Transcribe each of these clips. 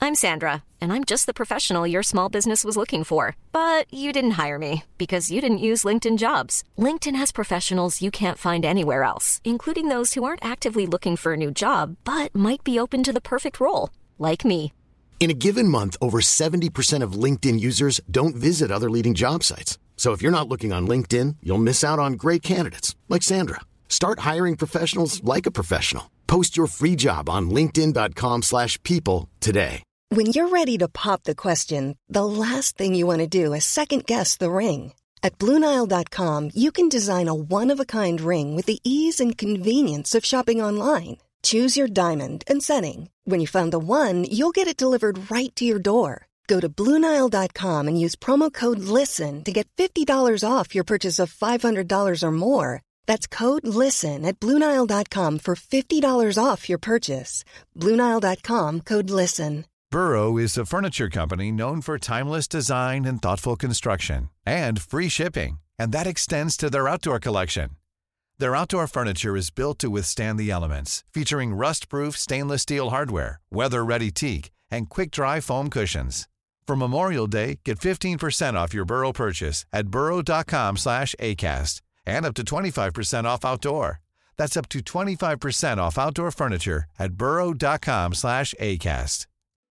I'm Sandra, and I'm just the professional your small business was looking for. But you didn't hire me because you didn't use LinkedIn Jobs. LinkedIn has professionals you can't find anywhere else, including those who aren't actively looking for a new job, but might be open to the perfect role, like me. In a given month, over 70% of LinkedIn users don't visit other leading job sites. So if you're not looking on LinkedIn, you'll miss out on great candidates like Sandra. Start hiring professionals like a professional. Post your free job on linkedin.com/people today. When you're ready to pop the question, the last thing you want to do is second-guess the ring. At BlueNile.com, you can design a one-of-a-kind ring with the ease and convenience of shopping online. Choose your diamond and setting. When you find the one, you'll get it delivered right to your door. Go to BlueNile.com and use promo code LISTEN to get $50 off your purchase of $500 or more. That's code LISTEN at BlueNile.com for $50 off your purchase. BlueNile.com, code LISTEN. Burrow is a furniture company known for timeless design and thoughtful construction, and free shipping, and that extends to their outdoor collection. Their outdoor furniture is built to withstand the elements, featuring rust-proof stainless steel hardware, weather-ready teak, and quick-dry foam cushions. For Memorial Day, get 15% off your Burrow purchase at burrow.com/acast, and up to 25% off outdoor. That's up to 25% off outdoor furniture at burrow.com/acast.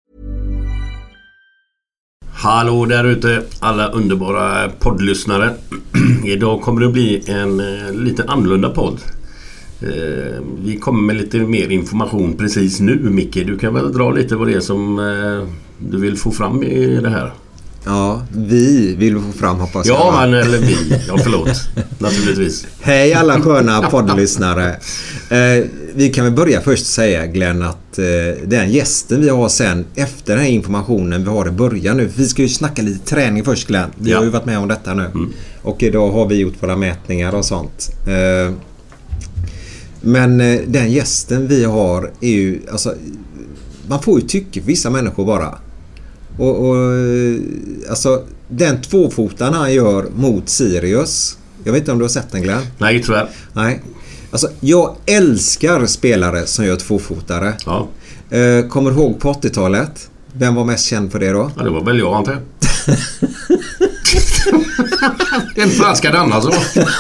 Hallå där ute, alla underbara poddlyssnare. Idag kommer det bli en lite annorlunda podd. Vi kommer med lite mer information precis nu. Micke, du kan väl dra lite vad det är som du vill få fram i det här? Ja, vi vill få fram, hoppas jag. Ja, men eller vi. Ja, förlåt. Naturligtvis. Hej alla sköna poddlyssnare. Vi kan väl börja först säga, Glenn, att den gästen vi har sen efter den här informationen vi har i början nu. Vi ska ju snacka lite träning först, Glenn. Vi har ju varit med om detta nu. Och idag har vi gjort våra mätningar och sånt. Men den gästen vi har är ju, alltså, man får ju tycka för vissa människor bara. Och alltså den tvåfotan han gör mot Sirius. Jag vet inte om du har sett den, Glenn? Nej, tyvärr. Nej. Alltså jag älskar spelare som gör tvåfotare. Ja. Kommer du ihåg på 80-talet? Vem var mest känd för det då? Ja, det var väl jag, antar jag. En franska danna så.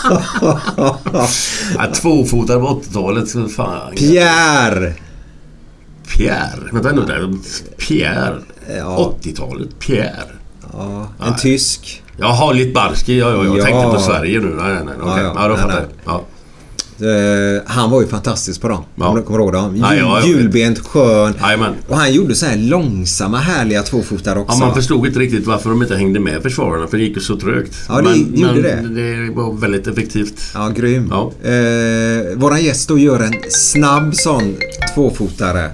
Ja, tvåfotare på 80-talet. Så fan. Pierre. Vänta nu där. Pierre. Ja. 80-talet. Pierre. Ja, en tysk. Jag har lite barski. Jag tänkte på Sverige nu. Nej. Okay. Ja, då fattar jag. Han var ju fantastisk på dem. Om du kommer ihåg dem. Hjulbent, skön. Jajamän. Och han gjorde så här långsamma, härliga tvåfotare också. Ja, man förstod inte riktigt varför de inte hängde med försvararna, för det gick ju så trögt. Ja, det gjorde det. Det var väldigt effektivt. Ja, grym. Ja. Våran gäst då gör en snabb sån tvåfotare.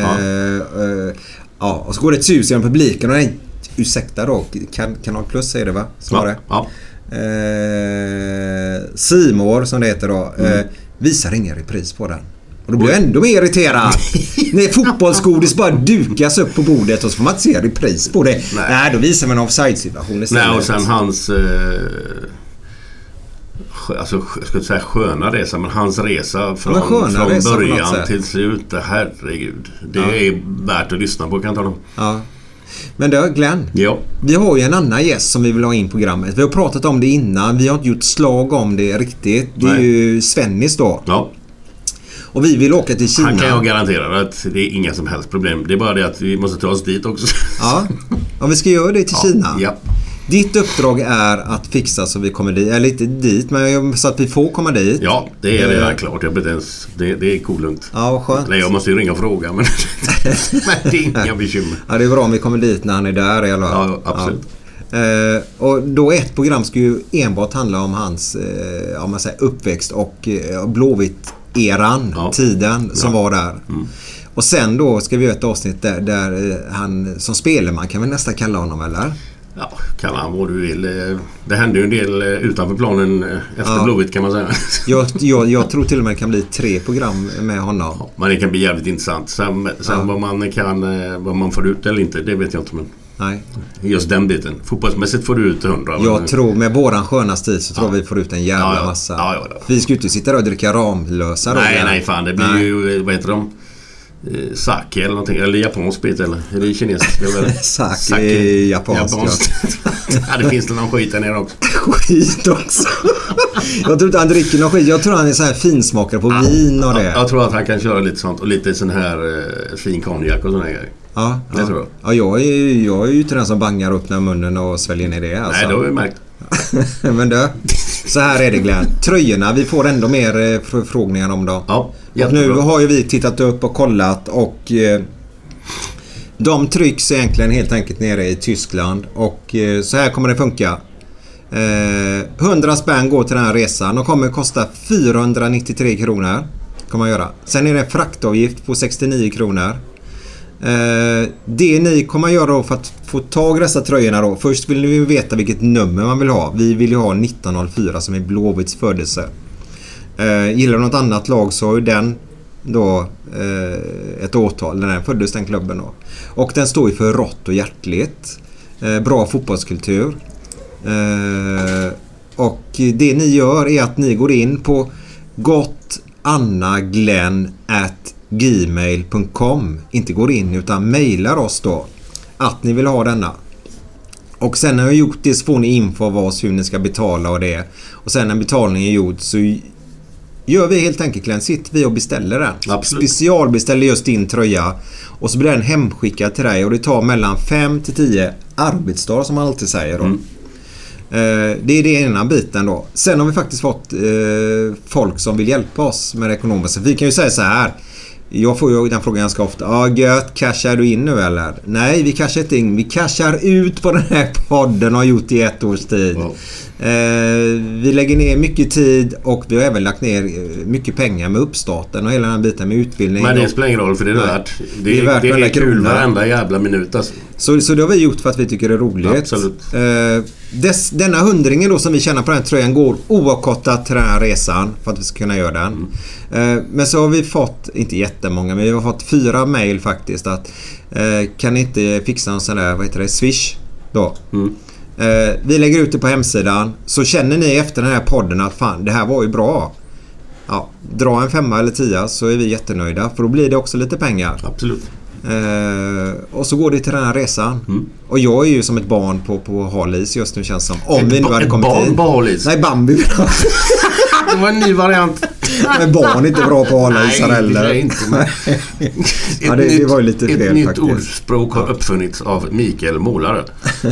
Och så går det ett sus genom publiken och den, ursäkta då, Kanal Plus säger det, va? Svarar. Ja. Simor som det heter då, visar ingen repris på den. Och då blir jag ändå mer irriterad när fotbollsgodis bara dukas upp på bordet och så får man inte se repris på det. Nej, då visar man en offside-situation istället. Nej, och sen hans alltså, jag skulle säga sköna resa, men hans resa från början till slut, herregud, det är värt att lyssna på, kan jag tala om. Ja. Men då, Glenn, vi har ju en annan gäst som vi vill ha in i programmet. Vi har pratat om det innan, vi har inte gjort slag om det riktigt. Det är ju Svennis då. Ja. Och vi vill åka till Kina. Han kan jag garantera att det är inga som helst problem. Det är bara det att vi måste ta oss dit också. Ja, vi ska göra det till Kina. Ja. Ditt uppdrag är att fixa så vi kommer dit. Eller inte dit, men så att vi får komma dit. Ja, det är redan klart. Jag vet ens, det är coolt. Ja, vad skönt. Nej, jag måste ju ringa och fråga, men det är inga bekymmer. Ja, det är bra om vi kommer dit när han är där. Eller? Ja, absolut. Och då ett program ska ju enbart handla om hans om man säger, uppväxt och Blåvitt-eran, tiden som var där. Och sen då ska vi göra ett avsnitt där han som spelare, kan vi nästan kalla honom, eller? Ja, kalla han vad du vill. Det händer ju en del utanför planen efter Blåvitt, kan man säga. Jag tror till och med det kan bli 3 program med honom. Ja, men det kan bli jävligt intressant. Sen vad man får ut eller inte, det vet jag inte. Men nej. Just den biten. Fotbollsmässigt får du ut 100. Jag tror med våran sköna stil så tror vi får ut en jävla massa. Ja. Vi ska ju inte sitta där och dricka Ramlösa. Nej, fan. Det blir ju, vad heter de? Sake eller någonting. Eller japanskt sprit eller? Är det kinesiskt? Sake är japanskt. Ja, det finns någon skit där nere också. Skit också. Jag tror inte han dricker någon skit. Jag tror han är så här finsmakare på vin och det. Jag tror att han kan köra lite sånt. Och lite sån här fin konjak och såna grejer. Ja, det tror jag. Ja, jag är ju inte den som bangar upp när munnen och sväljer ner det. Alltså. Nej, det har vi märkt. Men du, så här är det Glenn. Tröjorna, vi får ändå mer förfrågningar om dem. Ja, och nu har ju vi tittat upp och kollat och de trycks egentligen helt enkelt nere i Tyskland. Och så här kommer det funka. 100 spänn går till den här resan och kommer kosta 493 kronor. Kan man göra. Sen är det en fraktavgift på 69 kronor. Det ni kommer göra då för att få tag i dessa tröjorna då. Först vill ni veta vilket nummer man vill ha. Vi vill ju ha 1904 som är Blåvitts födelse. Gillar något annat lag så är den då ett årtal. Den föddes den klubben då. Och den står ju för rått och hjärtligt. Bra fotbollskultur. Och det ni gör är att ni går in på gottannaglenn@gmail.com. Inte går in utan mejlar oss då att ni vill ha denna. Och sen när jag gjort det så får ni info av oss hur ni ska betala och det. Och sen när betalningen är gjord så gör vi helt enkelt Glenn, sitter vi och beställer den. Absolut. Specialbeställer just din tröja och så blir den hemskickad till dig och det tar mellan 5 till 10 arbetsdagar som man alltid säger då. Det är det ena biten då. Sen har vi faktiskt fått folk som vill hjälpa oss med det ekonomiska. Vi kan ju säga så här. Jag får ju den frågan ganska ofta. Gött, cashar du in nu eller? Nej, vi cashar inte in. Vi cashar ut på den här podden och har gjort det i 1 års tid. Wow. Vi lägger ner mycket tid och vi har även lagt ner mycket pengar med uppstarten och hela den här biten med utbildning. Men det spelar ingen roll för det är värt. Det är kul varenda jävla minut alltså. Så det har vi gjort för att vi tycker det är roligt. Absolut. Denna 100-ringen då som vi tjänar på den tröjan går oavkortat till den här resan för att vi ska kunna göra den. Men så har vi fått, inte jättemånga, men vi har fått 4 mejl faktiskt att kan ni inte fixa någon sån där, vad heter det, Swish då. Vi lägger ut det på hemsidan. Så känner ni efter den här podden att fan, det här var ju bra. Ja, dra en 5 eller 10 så är vi jättenöjda. För då blir det också lite pengar. Absolut. Och så går det till den här resan. Och jag är ju som ett barn på halis just nu känns som. Om vi nu hade kommit in. Halis? Nej, Bambi. Det var en ny variant. Men barn är inte bra på halisar heller. Nej, inte. Men ja, det var ju lite fel ett nytt faktiskt. ordspråk har uppfunnits av Mikael Målare.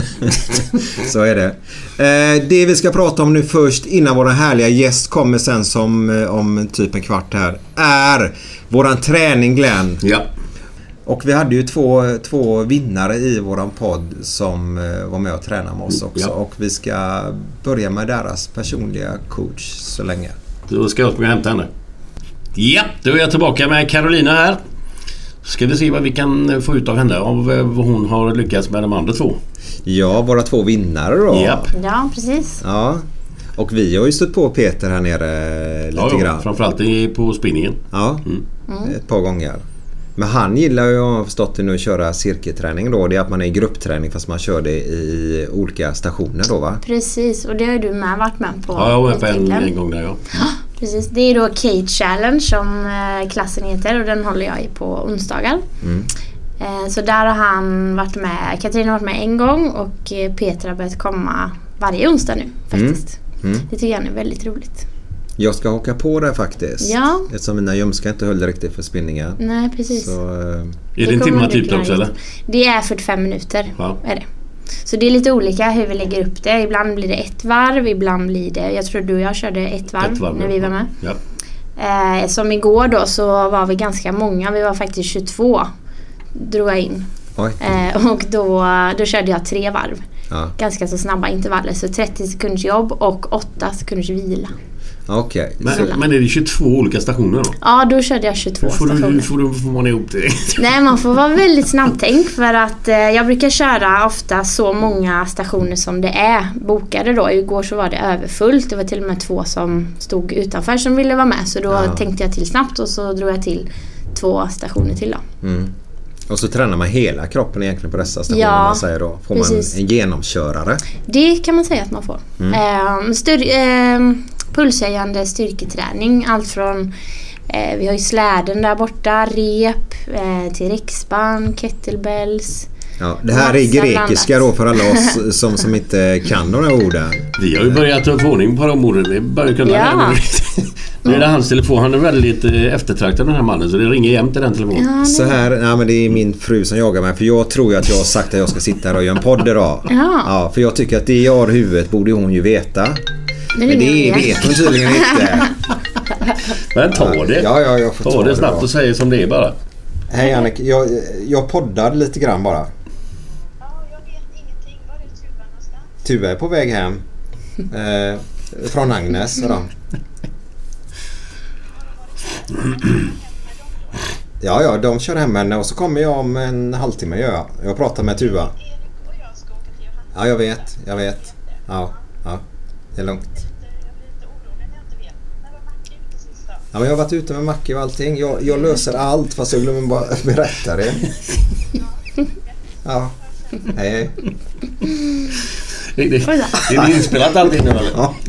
Så är det. Det vi ska prata om nu först innan vår härliga gäst kommer sen som om typ en kvart här är våran träning Glenn. Ja. Och vi hade ju två vinnare i våran podd som var med och tränade med oss också. Ja. Och vi ska börja med deras personliga coach så länge. Då ska jag springa och hämta henne. Ja, då är jag tillbaka med Carolina här. Ska vi se vad vi kan få ut av henne av vad hon har lyckats med de andra 2. Ja, våra 2 vinnare då. Yep. Ja, precis. Ja. Och vi har ju stött på Peter här nere lite grann. Framförallt på spinningen. Ja, ett par gånger. Men han gillar ju, jag har förstått det nu, att köra cirkelträning då. Det är att man är i gruppträning fast man kör det i olika stationer då va? Precis, och det har du varit med på. Ja, jag var med på en gång där Precis, det är då Cage Challenge som klassen heter och den håller jag i på onsdagar. Så där har han varit med, Katarina har varit med en gång och Petra har börjat komma varje onsdag nu faktiskt. Det tycker jag är väldigt roligt. Jag ska haka på det faktiskt. Ja. Eftersom mina ljumskar inte höll riktigt för spinningen. Nej, precis. Så, är det en timme typ också eller? Det är 45 minuter. Ja. Är det. Så det är lite olika hur vi lägger upp det. Ibland blir det 1 varv, ibland blir det... Jag tror du och jag körde 1 varv när vi var med. Ja. Som igår då så var vi ganska många. Vi var faktiskt 22 drog jag in. Och då körde jag 3 varv. Ja. Ganska så snabba intervaller. Så 30 sekunders jobb och 8 sekunders vila. Okay. Men är det 22 olika stationer då? Ja, då körde jag 22 stationer. Hur får man ihop det? Nej, man får vara väldigt snabbtänk för att jag brukar köra ofta så många stationer som det är bokade då. Igår så var det överfullt. Det var till och med 2 som stod utanför som ville vara med. Så då tänkte jag till snabbt och så drog jag till 2 stationer till då. Och så tränar man hela kroppen egentligen på dessa stationer man säger då. Får precis. Man en genomkörare? Det kan man säga att man får. Pulshöjande styrketräning. Allt från Vi har ju släden där borta, rep, T-rexband, kettlebells. Ja, det här är grekiska då för alla oss som inte kan de här orden. Vi har ju börjat få ordning på de orden. Vi börjar kunna Nu är det hans telefon. Han är väldigt eftertraktad, den här mannen, så det ringer jämt i den telefonen. Så här, men det är min fru som jagar mig, för jag tror ju att jag har sagt att jag ska sitta här och göra en podd idag. Ja, för jag tycker att det jag har i huvudet borde hon ju veta. Men det vet hon tydligen inte. Men ta det. Ja, jag får ta det snabbt och säga som det är bara. Hej Annika, jag poddar lite grann bara. Ja, jag vet ingenting. Var är Tuva någonstans? Tuva är på väg hem. Från Agnes. Ja, de kör hem henne och så kommer jag om en halvtimme. Jag pratar med Tuva. Och jag ska åka till Johanna. Ja, jag vet. Ja, det är lugnt. Jag blir lite orolig när jag inte vet. När var Macke ute sist då? Ja, men jag har varit ute med Macke och allting. Jag löser allt, fast jag glömmer bara berätta det. Ja, hej. Det är inspelat allting nu, eller? Ja.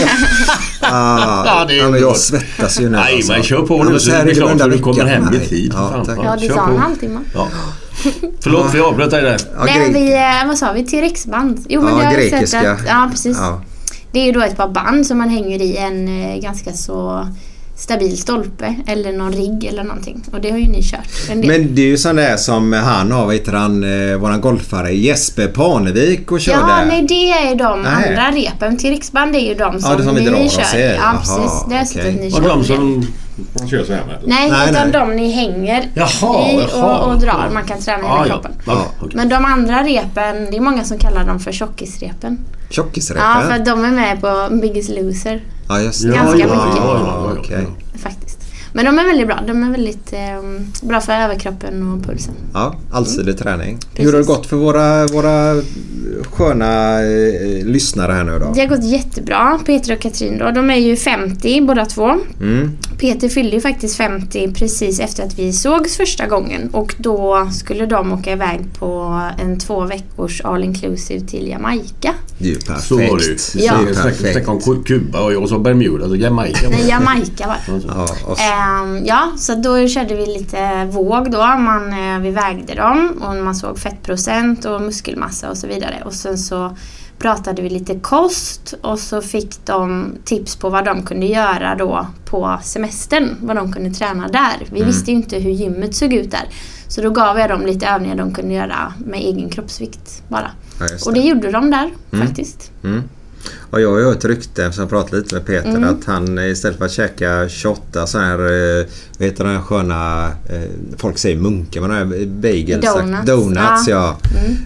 Det är men jag svettas ju nu. Nej, men kör på nu så är det klart att du kommer hem i tid. Ja, det sa en halvtimme. Ja. Förlåt för jag avbröt dig där. Nej, vad sa vi? T-rexband. Jo, men det har grekiska. Sett att, ja, precis. Ja. Det är ju då ett par band som man hänger i en ganska så stabil stolpe eller någon rigg eller någonting. Och det har ju ni kört en del. Men det är ju sån där som han har, våran golfare Jesper Parnevik och körde. Ja, nej, det är de andra repen. T-rexband är ju de som ni kör. Ja, precis. Det är så att ni kör. Och de som man kör så här med? Nej, utan de ni hänger i och drar. Man kan träna hela kroppen. Ja, okay. Men de andra repen, det är många som kallar dem för tjockisrepen. Tjockisrepen? Ja, för att de är med på Biggest Loser. Ja, just det. Ganska mycket. Okay. Faktiskt. Men de är väldigt bra. De är väldigt bra för överkroppen och pulsen. Ja, allsidig träning. Precis. Hur har det gått för våra sköna lyssnare här nu då? Det har gått jättebra. Peter och Katrin då, de är ju 50 båda två. Peter fyllde ju faktiskt 50 precis efter att vi sågs första gången. Och då skulle de åka iväg på en 2 veckors all inclusive till Jamaica. Det är ju perfekt. Så var det ju. Ja. Det är perfekt. Tänk om Kuba och jag så Bermuda, alltså Jamaica. Nej, Jamaica var det. Ja, så då körde vi lite våg då. Vi vägde dem och man såg fettprocent och muskelmassa och så vidare. Och sen så pratade vi lite kost och så fick de tips på vad de kunde göra då på semestern. Vad de kunde träna där. Vi visste ju inte hur gymmet såg ut där. Så då gav jag dem lite övningar de kunde göra med egen kroppsvikt bara. Ja, och det gjorde de där faktiskt. Och jag har ju hört rykte som jag pratade lite med Peter att han istället för att käka 28 så här vad heter den här sköna folk säger munkar, men här bagels, donuts ja.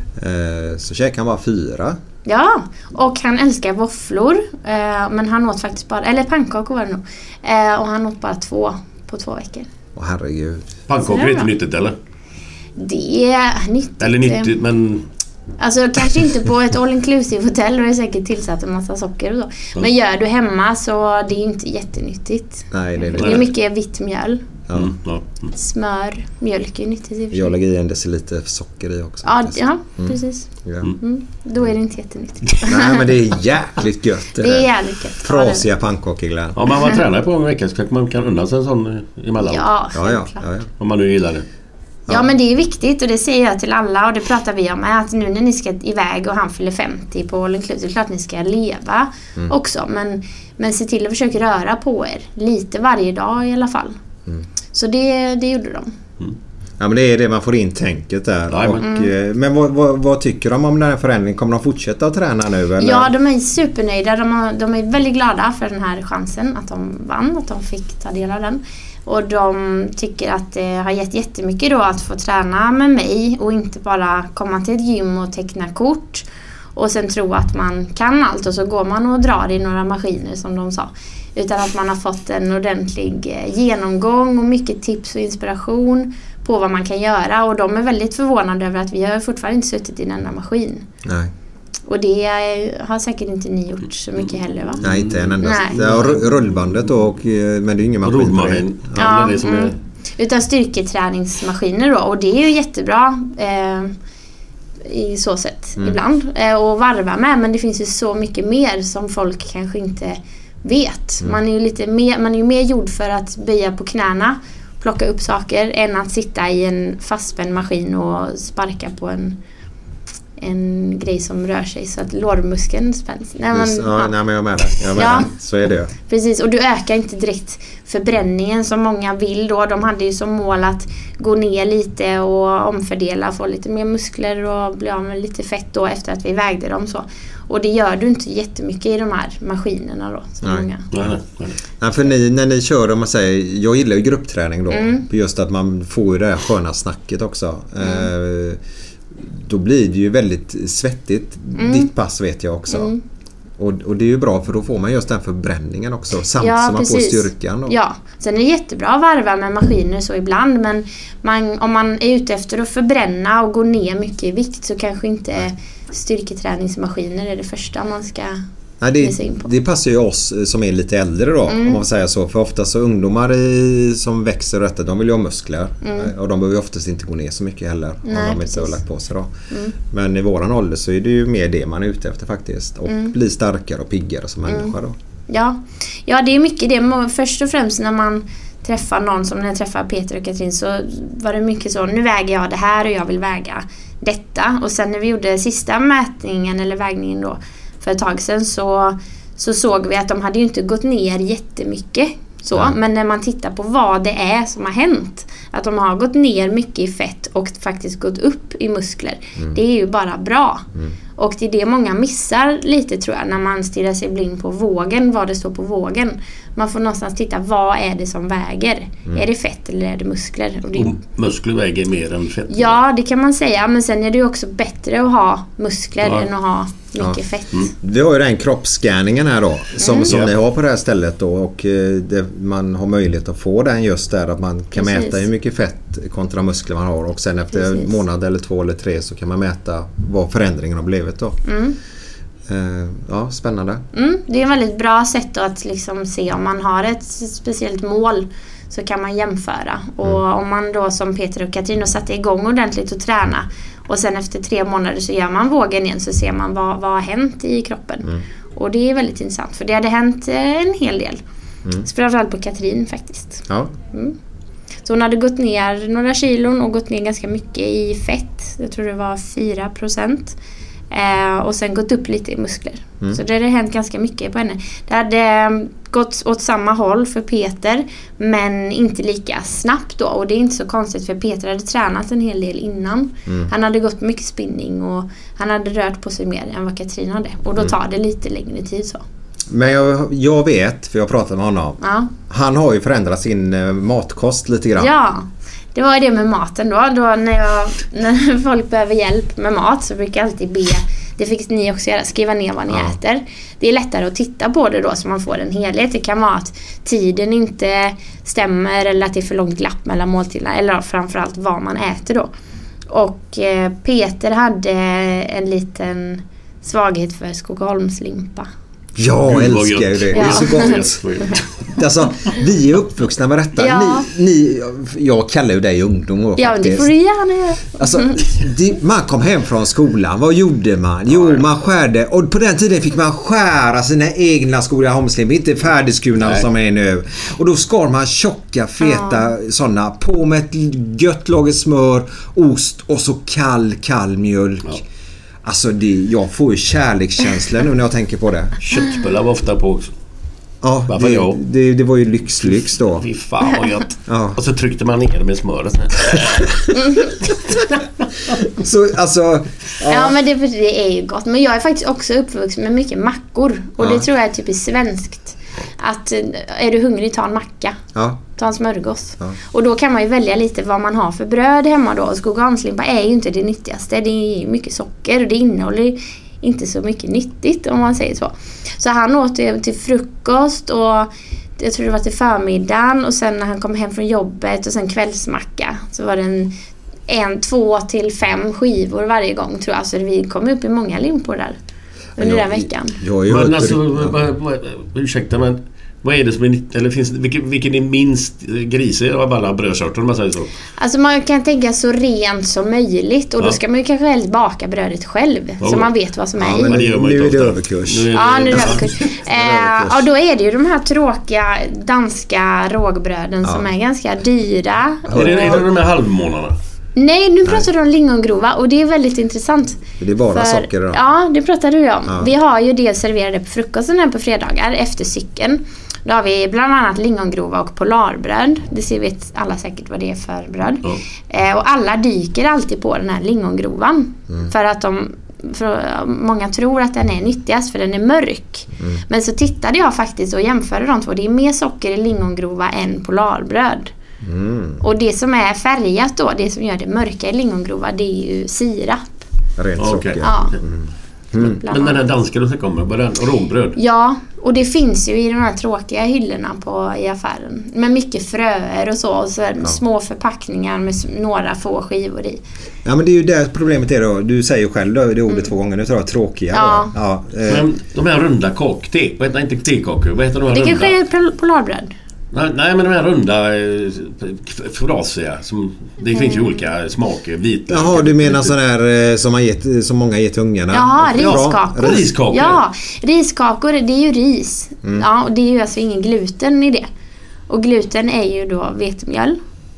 Så käkar han bara 4. Ja, och han älskar våfflor, men han åt faktiskt bara, eller pannkakor var det nog, och han åt bara 2 på 2 veckor. Åh herregud. Pannkakor är inte nyttigt, eller? Det är nyttigt. Eller nyttigt, men... Alltså kanske inte på ett all inclusive hotell, då är det säkert tillsatt en massa socker och så. Men gör du hemma så det är inte jättenyttigt. Nej, det är mycket vitt mjöl. Smör, mjölk är nyttigt. Jag lägger i en deciliter socker i också. Ja, precis. Då är det inte jättenyttigt. Nej, men det är jäkligt gött. Det är jävligt gött. Frasiga pannkakor. Ja, man tränar på en vecka så kanske man kan unna sig en sån emellan. Ja. Om man nu gillar det. Ja, men det är viktigt och det säger jag till alla och det pratar vi om att nu när ni ska iväg och han fyller 50 på all inclusive, det är klart ni ska leva också, men se till att försöka röra på er lite varje dag i alla fall. Så det gjorde de. Ja, men det är det man får in tänket där. Men vad tycker de om den här förändringen? Kommer de fortsätta att träna nu? Eller? Ja, de är supernöjda. De är väldigt glada för den här chansen att de vann, att de fick ta del av den. Och de tycker att det har gett jättemycket då att få träna med mig och inte bara komma till ett gym och teckna kort och sen tro att man kan allt och så går man och drar i några maskiner som de sa. Utan att man har fått en ordentlig genomgång och mycket tips och inspiration på vad man kan göra. Och de är väldigt förvånade över att vi har fortfarande inte suttit i en enda maskin. Nej. Och det har säkert inte ni gjort så mycket heller, va? Nej, inte en enda. Ja, rullbandet då, men det är ingen maskin. Ja, det som är... Utan styrketräningsmaskiner då. Och det är ju jättebra i så sätt ibland. Och varva med. Men det finns ju så mycket mer som folk kanske inte vet. Man är ju mer gjord för att böja på knäna, plocka upp saker, än att sitta i en fastspänd maskin och sparka på en grej som rör sig så att lårmuskeln spänns. Nej, men jag är med det. Så är det. Precis, och du ökar inte direkt förbränningen som många vill då. De hade ju som mål att gå ner lite och omfördela, få lite mer muskler och bli av med lite fett då efter att vi vägde dem så. Och det gör du inte jättemycket i de här maskinerna då. Nej, för när ni kör, om man säger, jag gillar ju gruppträning då. Just att man får ju det här sköna snacket också. Då blir det ju väldigt svettigt. Ditt pass vet jag också. Och det är ju bra för då får man just den förbränningen också. Samt som man får styrkan. Då. Ja, sen är det jättebra att varva med maskiner så ibland. Men om man är ute efter att förbränna och gå ner mycket i vikt så kanske inte styrketräningsmaskiner är det första man ska... Nej, det passar ju oss som är lite äldre då, om man säger så. För ofta så ungdomar som växer och de vill ju ha muskler. Och de behöver ju oftast inte gå ner så mycket heller. Om de inte har lagt på sig då. Men i våran ålder så är det ju mer det man är ute efter faktiskt. Och bli starkare och piggare som människa då. Ja, det är mycket det. Först och främst när man träffar någon, som när jag träffar Peter och Katrin, så var det mycket så, nu väger jag det här och jag vill väga detta. Och sen när vi gjorde sista mätningen eller vägningen då för ett tag sedan så såg vi att de hade ju inte gått ner jättemycket så, men när man tittar på vad det är som har hänt, att de har gått ner mycket i fett och faktiskt gått upp i muskler, det är ju bara bra. Och det är det många missar lite tror jag när man stirrar sig blind på vågen, vad det står på vågen. Man får någonstans titta, vad är det som väger? Är det fett eller är det muskler? Och muskler väger mer än fett? Ja, det kan man säga, men sen är det ju också bättre att ha muskler än att ha mycket fett. Vi har ju den kroppsscanningen här då som ni har på det här stället då, och man har möjlighet att få den just där att man kan mäta hur mycket fett kontra muskler man har, och sen efter en månad eller 2 eller 3 så kan man mäta vad förändringen har blivit då. Ja, spännande. Det är ett väldigt bra sätt att liksom se om man har ett speciellt mål, så kan man jämföra. Och om man då som Peter och Katrin har satt igång ordentligt och träna, och sen efter 3 månader så gör man vågen igen, så ser man vad har hänt i kroppen. Och det är väldigt intressant, för det hade hänt en hel del. Framförallt på Katrin faktiskt. Så hon hade gått ner några kilon och gått ner ganska mycket i fett. Jag tror det var 4%. Och sen gått upp lite i muskler. Så det hade hänt ganska mycket på henne. Det hade gått åt samma håll för Peter, men inte lika snabbt då. Och det är inte så konstigt, för Peter hade tränat en hel del innan. Han hade gått mycket spinning och han hade rört på sig mer än vad Katrin hade. Och då tar det lite längre tid så. Men jag vet, för jag pratade med honom. Han har ju förändrat sin matkost lite grann. Ja, det var det med maten då när folk behöver hjälp med mat så brukar jag alltid be, det fick ni också göra, skriva ner vad ni äter. Det är lättare att titta på det då så man får en helhet. Det kan vara att tiden inte stämmer eller att det är för långt glapp mellan måltiderna, eller framförallt vad man äter då. Och Peter hade en liten svaghet för Skogaholmslimpa. Jag älskar ju det. Det är så gott. Alltså, vi är uppvuxna med detta. Jag kallar ju dig ungdom faktiskt. Ja, det får du gärna göra. Alltså, man kom hem från skolan. Vad gjorde man? Jo, man skärde. Och på den tiden fick man skära sina egna Skogaholmslim. Inte färdigskurna som är nu. Och då skar man tjocka, feta sådana. På med ett gött lager smör, ost och så kall mjölk. Alltså jag får ju kärlekskänsla nu när jag tänker på det. Köttbullar var ofta på också. Ja, det var ju lyx då. Fy fan vad gött. Och så tryckte man ner det med smör. Så alltså... Ja, men det är ju gott. Men jag är faktiskt också uppvuxen med mycket mackor. Och det tror jag är typiskt svenskt. Att är du hungrig, ta en macka. Ta en smörgås. Och då kan man ju välja lite vad man har för bröd hemma då. Och Skogaholmslimpa är ju inte det nyttigaste. Det är mycket socker och det innehåller inte så mycket nyttigt om man säger så. Så han åt det till frukost och jag tror det var till förmiddagen, och sen när han kom hem från jobbet och sen kvällsmacka så var det 2 till 5 skivor varje gång tror jag. Så vi kom upp i många limpor där under den veckan. Men alltså, ursäkta, men Vad är det som är, eller finns vilken är minst grisig av alla brödsorter om man säger så? Alltså man kan tänka så rent som möjligt och då ska man ju kanske helst baka brödet själv så man vet vad som är i. Men nu är det Nu överkurs. är nu är det överkurs. Och då är det ju de här tråkiga danska rågbröden som är ganska dyra. Är det de här halvmånaderna? Nej, nu pratar du om lingongrova och det är väldigt intressant. Det är bara socker då? Ja, det pratar du om. Ja. Vi har ju det serverade på frukosten här på fredagar efter cykeln. Då har vi bland annat lingongrova och polarbröd. Det ser vi alla säkert vad det är för bröd. Och alla dyker alltid på den här lingongrovan. För att många tror att den är nyttigast för den är mörk. Men så tittade jag faktiskt och jämförde de två. Det är mer socker i lingongrova än polarbröd. Och det som är färgat då, det som gör det mörka i lingongrova, det är ju sirap. Rent socker. Ja. Men den här danska du kommer på den, rågbröd. Ja, och det finns ju i de här tråkiga hyllorna i affären. Med mycket fröer och så små förpackningar med några få skivor i. Ja, men det är ju det problemet är då. Du säger ju själv då, det ordet 2 gånger. Nu tror jag tråkiga. Ja. Men de här runda vad heter inte tekakor? Vad heter de här det runda? Det kanske är polarbröd. Nej, men de här runda frasiga det finns ju olika smaker, vita. Jaha, du menar sån här som många gett ungarna? Jaha, riskakor. Riskakor. Ja, riskakor, det är ju ris. Ja, och det är ju alltså ingen gluten i det. Och gluten är ju då vetemjöl.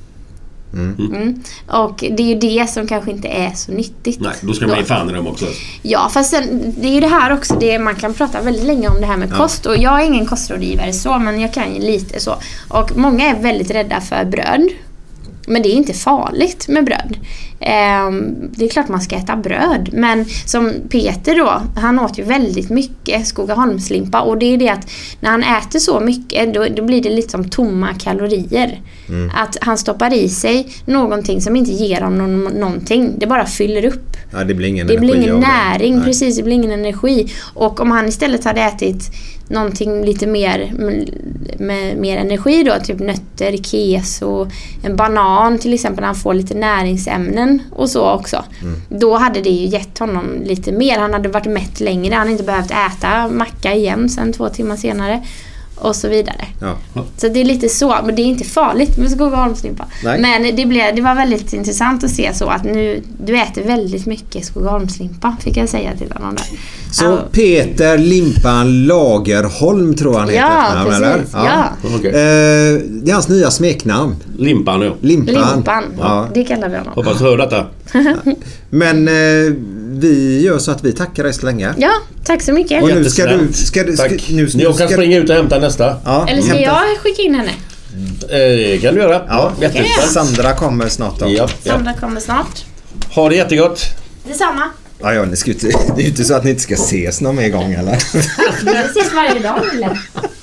Och det är ju det som kanske inte är så nyttigt. Nej, då ska man ju fan i dem också. Ja, fast sen, det är ju det här också, man kan prata väldigt länge om det här med kost. Och jag är ingen kostrådgivare så, men jag kan ju lite så. Och många är väldigt rädda för bröd. Men det är inte farligt med bröd. Det är klart man ska äta bröd. Men som Peter då, han åt ju väldigt mycket Skogaholmslimpa. Och det är det att när han äter så mycket, då blir det lite som tomma kalorier. Att han stoppar i sig någonting som inte ger honom någonting. Det bara fyller upp. Ja, det blir ingen näring, precis, det blir ingen energi. Och om han istället hade ätit någonting lite mer med mer energi då, typ nötter, keso, en banan till exempel, han får lite näringsämnen och så också. Då hade det ju gett honom lite mer. Han hade varit mätt längre, han hade inte behövt äta macka igen sen 2 timmar senare och så vidare. Ja. Så det är lite så, men det är inte farligt med Skogaholmslimpa. Men det var väldigt intressant att se så att nu du äter väldigt mycket Skogaholmslimpa, fick jag säga till honom där. Så Peter Limpan Lagerholm tror han heter. Ja, precis. Eller? Ja. Okay. Det är hans nya smeknamn. Limpan, ja. Limpan. Ja. Det kallar vi honom. Hoppas höra detta. Men vi gör så att vi tackar dig så länge. Ja, tack så mycket. Och nu ska du jag kan springa ut och hämta nästa. Ja, eller ska jag skicka in henne? Kan du göra. Ja, Sandra kommer snart. Sandra kommer snart. Ha det jättegott. Detsamma. Ja, ni ska, det är ju inte så att ni inte ska ses någon mer gång, eller? Vi ses varje dag, eller?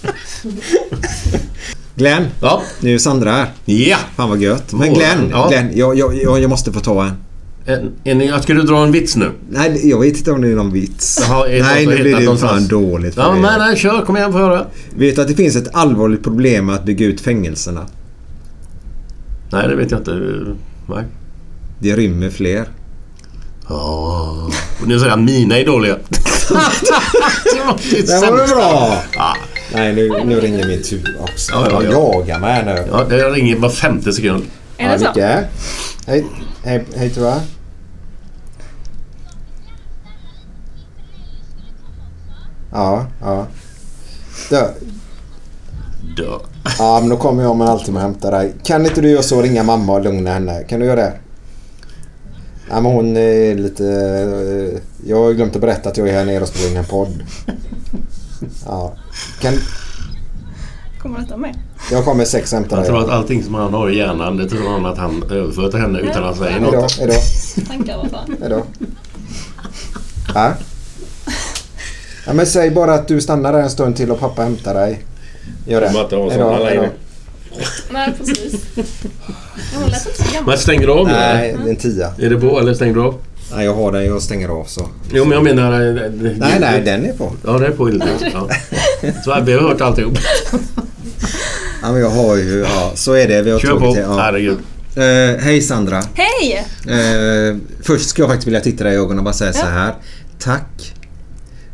Glenn, nu är Sandra här. Ja. Fan vad gött. Men Glenn, jag måste få ta en. Ska du dra en vits nu? Nej, jag vet inte om det är någon vits. Nej, nu blir det ju fan dåligt för nej, kör, kom igen för att höra. Vet du att det finns ett allvarligt problem med att bygga ut fängelserna? Nej, det vet jag inte. Nej. Det rymmer fler. Och nu säger jag att mina är dåliga. Det var bra. Nej, nu ringer min tur också. Jag jagar mig nu. Ja, jag ringer var 50 sekund. Är det så? Hej tror jag. Ja. Dö. Ja, men då kommer jag om en halvtimme och hämtar dig. Kan inte du göra så, ringa mamma och lugna henne? Kan du göra det? Ja, men hon är lite... Jag har glömt att berätta att jag är här nere och spelar in en podd. Ja. Kommer du ta med? Jag kommer 6 hämta dig. Jag tror att allting som han har i hjärnan, det tror han att han överför till henne utan att säga något. Hejdå. Tankar vad fan. Hejdå. Ja, men säg bara att du stannar där en stund till och pappa hämtar dig. Gör det. Hejdå. Nej, precis. Jag lät inte så gammal. Men stänger du av? Nej, det är en 10. Är det på eller stänger du av? Nej, jag har den. Jag stänger av så. Jo, men jag menar... Nej, den är på. Ja, det är på. Ja. Så vi har hört alltihop. Ja, men jag har ju... Ja, så är det. Vi har kör på. Ja. Herregud. Hej Sandra. Hej! Först ska jag faktiskt vilja titta dig i ögonen och bara säga så här. Tack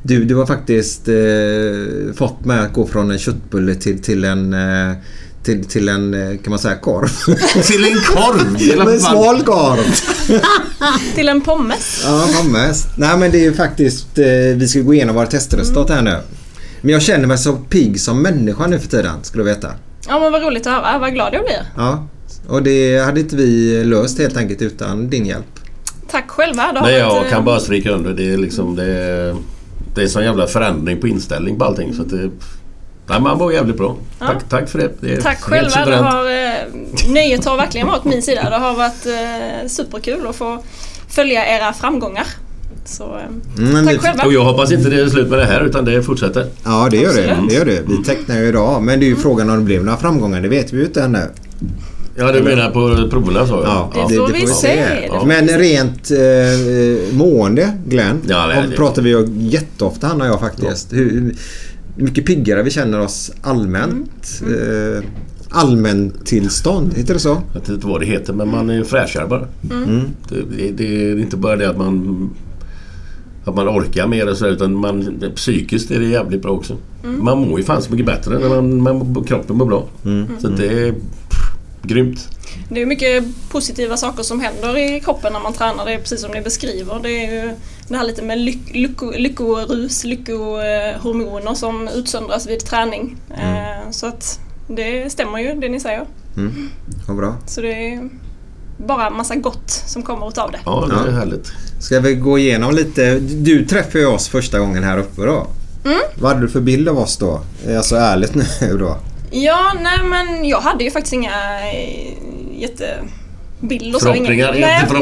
Du har faktiskt fått mig att gå från en köttbulle till en kan man säga korv. Till en korv? Men smal korv. Till en pommes. Ja, pommes. Nej, men det är ju faktiskt vi ska gå igenom våra testresultat här nu. Men jag känner mig så pigg som människa nu för tiden, skulle du veta. Ja, men vad roligt att höra. Vad glad jag blir. Ja, och det hade inte vi löst helt enkelt utan din hjälp. Tack själva. Nej, jag kan bara stryka under. Det är liksom det är sån jävla förändring på inställning på allting. Så att man var jävligt bra. Ja. Tack för det. Tack själva. Det har, nöjet har verkligen varit min sida. Det har varit superkul att få följa era framgångar. Så tack själva. Och jag hoppas inte det är slut med det här utan det fortsätter. Ja, det gör det. Vi tecknar ju idag. Men det är ju frågan om det blir några framgångar. Det vet vi ju inte ännu. Ja, du menar på proverna så. Ja, det får vi se. Ja. Men rent mående, Glenn, pratar vi ju jätteofta, han och jag faktiskt. Ja. Hur mycket piggare vi känner oss allmänt. Allmänt tillstånd, heter det så? Jag vet inte vad det heter, men man är fräschare bara. Det är inte bara det att man orkar mer och så, utan psykiskt är det jävligt bra också. Man mår ju fan så mycket bättre när kroppen mår bra. Så det är grymt. Det är mycket positiva saker som händer i kroppen när man tränar. Det är precis som ni beskriver. Det är ju det här lite med lyckorus, lyckohormoner som utsöndras vid träning. Så att det stämmer ju, det ni säger. Vad bra. Så det är bara en massa gott som kommer utav det. Ja, det är härligt. Ska vi gå igenom lite? Du träffade ju oss första gången här uppe då. Vad hade du för bild av oss då? Alltså ärligt nu då. Ja, nej men jag hade ju faktiskt inga jättebilder. Förhoppningar.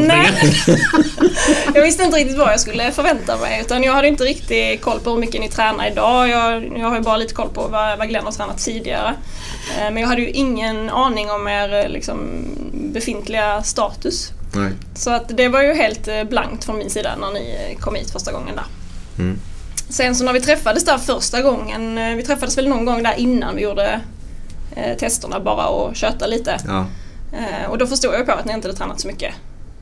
Jag visste inte riktigt vad jag skulle förvänta mig, utan jag hade inte riktigt koll på hur mycket ni tränar idag. Jag har ju bara lite koll på vad Glenn har tränat tidigare. Men jag hade ju ingen aning om er liksom befintliga status. Nej. Så att det var ju helt blankt från min sida när ni kom hit första gången där. Sen så när vi träffades där första gången, vi träffades väl någon gång där innan vi gjorde testerna bara och köta lite. Ja. Och då förstod jag på att ni inte hade tränat så mycket.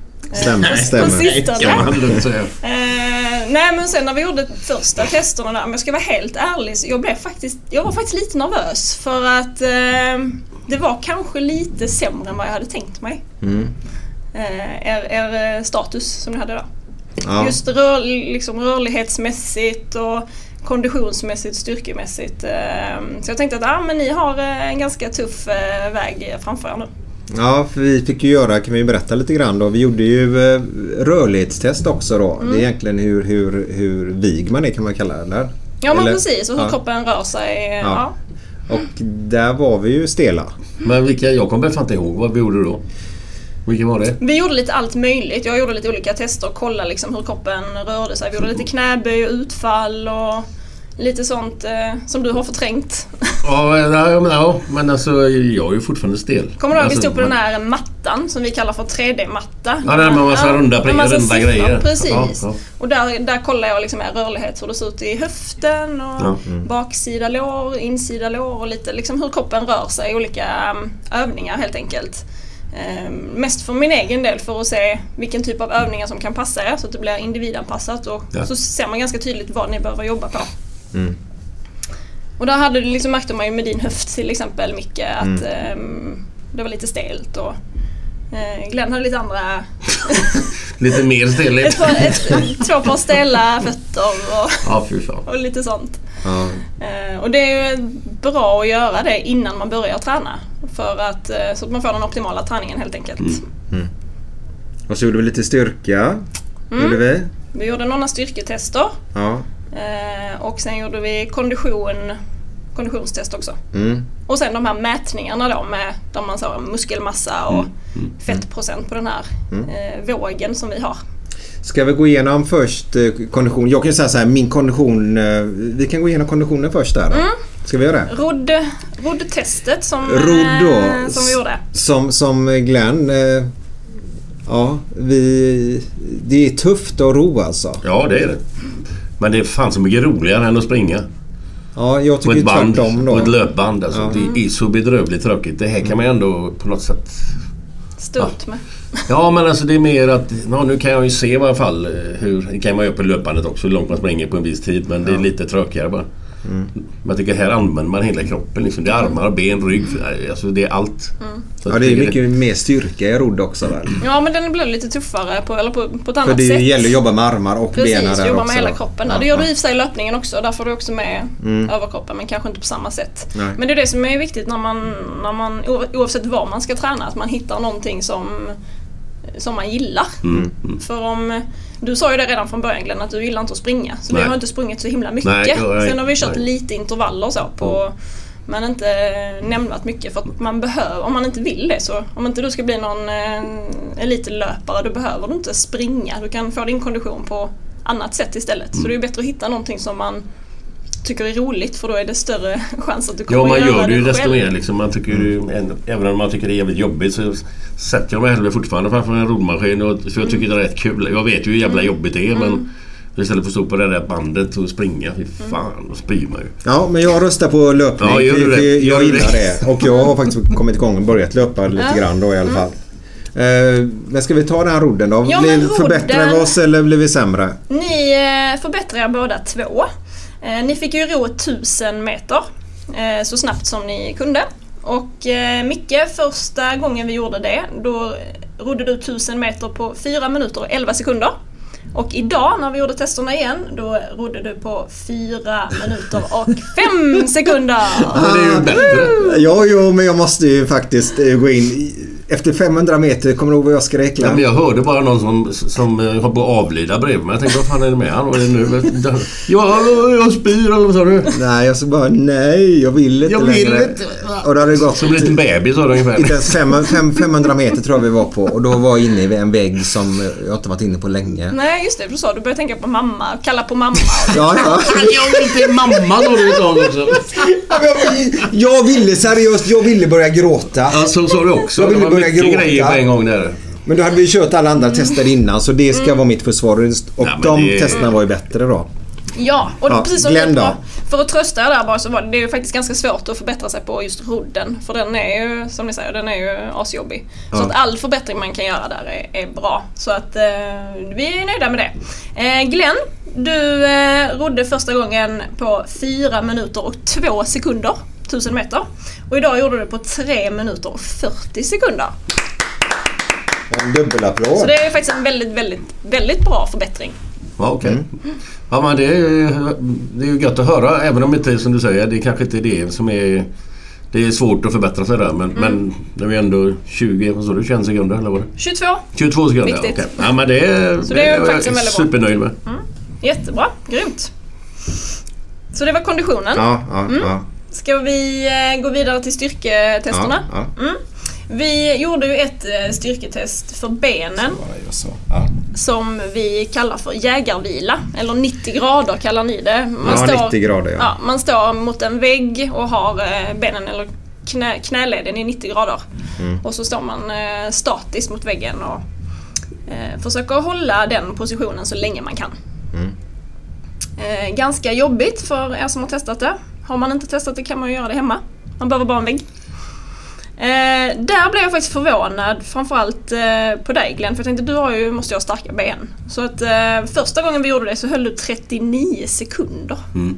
Stämmer. Nej, men sen när vi gjorde första testerna där, om jag ska vara helt ärlig, så jag var faktiskt lite nervös för att det var kanske lite sämre än vad jag hade tänkt mig. Er status som ni hade då. Ja. Just rörlighetsmässigt och konditionsmässigt, styrkemässigt. Så jag tänkte att men ni har en ganska tuff väg framför er nu. Ja, för vi fick ju kan vi berätta lite grann då. Vi gjorde ju rörlighetstest också då. Det är egentligen hur vig man är, kan man kalla det, eller? Ja, men precis. Och hur kroppen rör sig. Ja. Och där var vi ju stela. Men jag kommer fan inte ihåg vad vi gjorde då. Vilken var det? Vi gjorde lite allt möjligt. Jag gjorde lite olika tester och kollade liksom hur kroppen rörde sig. Vi gjorde lite knäböj och utfall och lite sånt som du har förträngt. Ja, men alltså jag är ju fortfarande stel. Kommer du ihåg, vi stod på den här mattan som vi kallar för 3D-matta. Ja, där man massa runda grejer. Precis. Ja. Och där kollar jag liksom rörlighet, hur det ser ut i höften och baksida lår, insida lår och lite liksom hur kroppen rör sig i olika övningar helt enkelt. Mest för min egen del för att se vilken typ av övningar som kan passa er så att det blir individanpassat och så ser man ganska tydligt vad ni behöver jobba på. Och där hade du liksom, märkte man ju med din höft till exempel, Micke, att det var lite stelt och Glenn hade lite andra lite mer stelhet. Två par stela fötter och lite sånt. Och det är ju bra att göra det innan man börjar träna för att, så att man får den optimala träningen helt enkelt. Och så gjorde vi lite styrka. Vi gjorde några styrketester. Och sen gjorde vi konditionstest också. Och sen de här mätningarna då med där man ser muskelmassa och fettprocent på den här vågen som vi har. Ska vi gå igenom först kondition? Jag kan säga så här, min kondition, vi kan gå igenom konditionen först där. Ska vi göra det? Roddtestet som vi gjorde. Som Glenn, det är tufft att ro alltså. Ja, det är det. Men det är fan så mycket roligare än att springa. Ja, jag tycker tvärtom då. På ett löpband alltså. Det är så bedrövligt tråkigt. Det här kan man ändå på något sätt stå ut med. Ja, men alltså det är mer att nu kan jag ju se i alla fall det kan man göra på löpandet också, hur långt man springer på en viss tid, men det är lite tråkigare bara. Man tycker här använder man hela kroppen liksom. Det är armar, ben, rygg, alltså det är allt. Ja, det är mycket mer styrka i rodd också väl? Ja, men den blir lite tuffare på ett annat sätt. För det gäller att jobba med armar och benen där också. Jobba med hela kroppen. Det gör du i och för sig i löpningen också. Där får du också med överkroppen, men kanske inte på samma sätt. Nej. Men det är det som är viktigt när man oavsett vad man ska träna, att man hittar någonting som man gillar. För om du sa ju det redan från början, Glenn, att du gillar inte att springa. Så vi har inte sprungit så himla mycket. Sen har vi kört lite intervaller så på, men inte nämnvärt mycket. För att man behöver, om man inte vill det, så om inte du ska bli någon elitlöpare, då behöver du inte springa. Du kan få din kondition på annat sätt istället. Så det är bättre att hitta någonting som man tycker är roligt, för då är det större chans att du kommer att göra det. Ja, man gör det ju desto mer liksom. Man tycker ju, även om man tycker det är jävligt jobbigt, så sätter jag mig hellre fortfarande framför en roddmaskin, för jag tycker det är rätt kul. Jag vet ju hur jävla jobbigt det är, men istället för att stå på det där bandet och springa, fy fan, då spyr man ju. Ja, men jag röstar på löpning. Ja, jag gillar det. Och jag har faktiskt kommit igång och börjat löpa lite grann då i alla fall. Men ska vi ta den här rodden då? Ja, förbättrar vi oss eller blir vi sämre? Ni förbättrar båda två. Ni fick ju ro 1000 meter så snabbt som ni kunde. Och Micke, första gången vi gjorde det, då rodde du 1000 meter på 4 minuter och 11 sekunder. Och idag när vi gjorde testerna igen, då rodde du på 4 minuter och 5 sekunder. Det är ju bättre. Ja, men jag måste ju faktiskt gå in. Efter 500 meter, kommer du ihåg vad jag skrek? Ja, men jag hörde bara någon som har på avlida bredvid mig. Jag tänkte, vad fan är det med han? Och nu, jag spyr, eller vad sa du? Nej, jag sa bara, nej, jag vill inte längre. Och då hade det gått som en liten bebis sa det ungefär. 500 meter tror jag vi var på. Och då var jag inne i en vägg som jag inte varit inne på länge. Nej, just det. Du sa, du började tänka på mamma. Kalla på mamma. Ja. Jag vill inte mamma då du sa också. Jag ville seriöst, jag ville börja gråta. Ja, så sa du också. Jag ville börja gråta. Grejer på en gång där. Men då hade vi kört alla andra tester innan, så det ska vara mitt försvar. Och testerna var ju bättre då. Ja, och precis som Glenn då. För att trösta där bara, så var det ju faktiskt ganska svårt att förbättra sig på just rodden. För den är ju, som ni säger, den är ju asjobbig. Så att all förbättring man kan göra där är bra. Så att vi är nöjda med det. Glenn, du rodde första gången på 4 minuter och 2 sekunder 1000 meter. Och idag gjorde du på 3 minuter och 40 sekunder. En dubbelapplåd. Så det är faktiskt en väldigt, väldigt, väldigt bra förbättring. Ja, okej. Ja, men det är ju gött att höra, även om inte, som du säger, det är kanske inte det som är... Det är svårt att förbättra sig där, men det är ändå 21 sekunder, eller vad det? 22 sekunder, okej. Okay. Ja, men det är faktiskt jag är supernöjd med. Jättebra, grymt. Så det var konditionen. Ja. Ska vi gå vidare till styrketesterna? Ja. Vi gjorde ju ett styrketest för benen som vi kallar för jägarvila, eller 90 grader kallar ni det. Man står, 90 grader, ja. Man står mot en vägg och har benen eller knäleden i 90 grader. Och så står man statiskt mot väggen och försöker hålla den positionen så länge man kan. Ganska jobbigt för er som har testat det. Har man inte testat det kan man ju göra det hemma. Man behöver bara en vägg. Där blev jag faktiskt förvånad, framförallt på dig, Glenn, för jag tänkte måste ha starka ben. Så att första gången vi gjorde det så höll du 39 sekunder.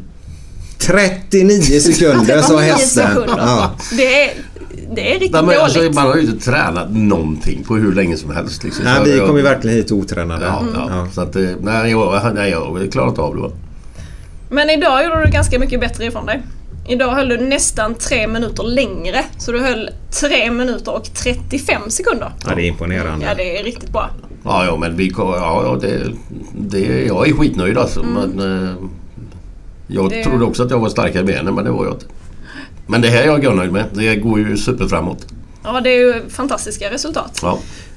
39 sekunder sa hästen. Ja. Det är riktigt dåligt. Alltså, man har ju inte tränat någonting på hur länge som helst. Liksom. Nej, vi kom ju verkligen hit otränade. Ja. Så att, jag har klarat av det. Men idag gjorde du ganska mycket bättre ifrån dig. Idag höll du nästan 3 minuter längre. Så du höll 3 minuter och 35 sekunder. Ja, det är imponerande. Ja, det är riktigt bra. Ja, men jag är skitnöjd alltså. Men, jag trodde också att jag var starkare i benen, men det var jag inte. Men det här är jag nöjd med. Det går ju super framåt. Ja, det är ju fantastiska resultat. Ja.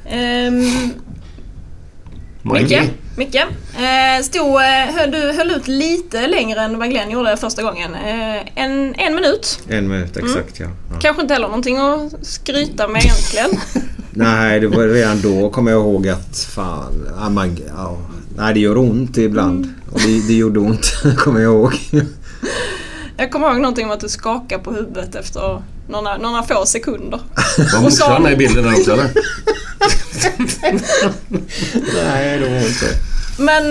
Micke. Du höll ut lite längre än vad Glenn gjorde första gången. En minut. En minut, exakt, ja. Kanske inte heller någonting att skryta med egentligen. Nej, det var redan då kommer jag ihåg att nej, det gör ont ibland. Och det gjorde ont, kommer jag ihåg. Jag kommer ihåg någonting om att du skakade på huvudet efter några få sekunder. Var morsan med i bilden där också eller? Nej, det var inte. Men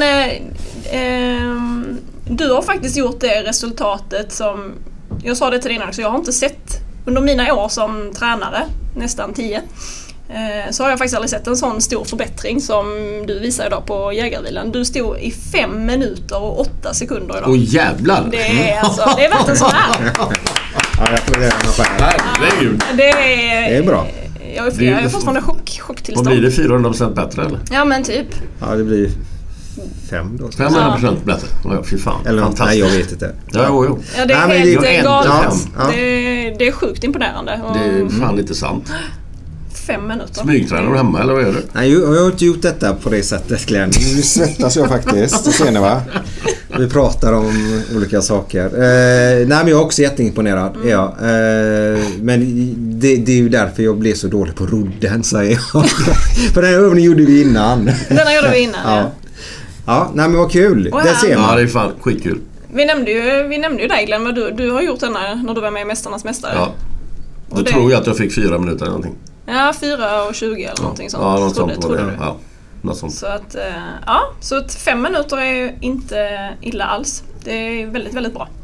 du har faktiskt gjort det resultatet som jag sa det till dig innan, så jag har inte sett under mina år som tränare, nästan 10, så har jag faktiskt aldrig sett en sån stor förbättring som du visar idag på jägarvilan. Du stod i 5 minuter och 8 sekunder idag. Jävlar! Det är värt en sån här. Ja, jag får det Herregud. Det är bra. Jag är fortfarande chocktillstånd. Vad blir det, 400% bättre eller? Ja men typ. Ja, det blir 5 då. 500% bättre. Ja, fy fan. Eller nej, jag vet inte. Jo. Ja, det är helt galet. Det är sjukt imponerande. Det är fan inte sant. 5 minuter. Smygtränar du hemma eller vad gör du? Nej, jag har inte gjort detta på det sättet, Glenn. Nu svettas jag faktiskt. Det ser ni, va? Vi pratar om olika saker. Nej, men jag är också jätteimponerad. Ja. Men det är ju därför jag blev så dålig på rodden, säger jag. För den här övningen gjorde vi innan. Den gjorde vi innan, ja. Ja, nej men vad kul. Det ser man. Ja, det är fan skitkul. Vi nämnde ju dig, Glenn, vad du har gjort den här när du var med i Mästarnas mästare. Ja. Då tror jag att jag fick 4 minuter eller någonting. Ja, 4:20 eller någonting sånt. Ja, något sånt trodde var det. du. Ja, något sånt. Så att, så 5 minuter är ju inte illa alls. Det är väldigt, väldigt bra.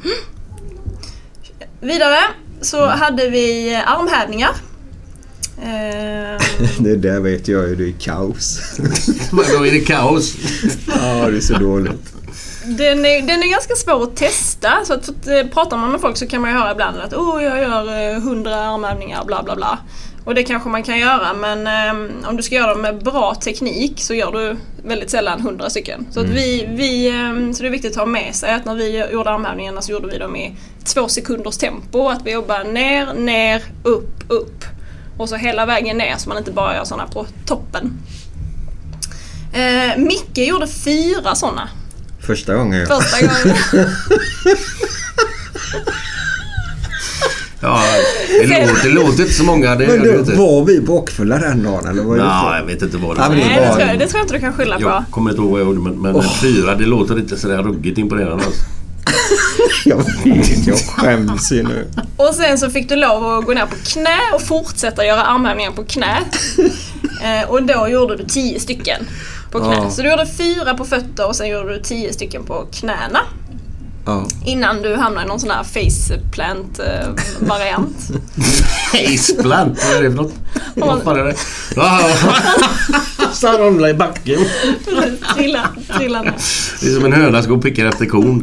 Vidare så hade vi armhävningar. Det där vet jag ju, det är kaos. Men då är det kaos. Ja, det är så dåligt. Den är ganska svår att testa, så att pratar man med folk så kan man ju höra ibland att jag gör 100 armhävningar bla bla bla. Och det kanske man kan göra, men om du ska göra dem med bra teknik så gör du väldigt sällan 100 stycken. Så att så det är viktigt att ha med sig att när vi gjorde armhävningarna så gjorde vi dem i 2 sekunders tempo, att vi jobbar ner, upp. Och så hela vägen ner så man inte bara gör sådana på toppen. Micke gjorde 4 sådana. Första gången. Ja, det låter inte så många. Men då, var vi bakfulla den dagen? Eller var jag vet inte vad det var. Nej, det tror jag inte du kan skylla på. Jag kommer inte ihåg vad jag gjorde, men 4, det låter inte sådär ruggigt imponerande. Alltså. Jag skäms ju nu. Och sen så fick du lov att gå ner på knä och fortsätta göra armhävningar på knä. Och då gjorde du 10 stycken på knä. Så du gjorde 4 på fötter och sen gjorde du 10 stycken på knäna. Innan du hamnar i någon sån här faceplant variant. Faceplant? Vad är det för något? Vad fan är det? Så ramlar i backen. Trilla ner. Det är som en höna ska gå och picka efter kon.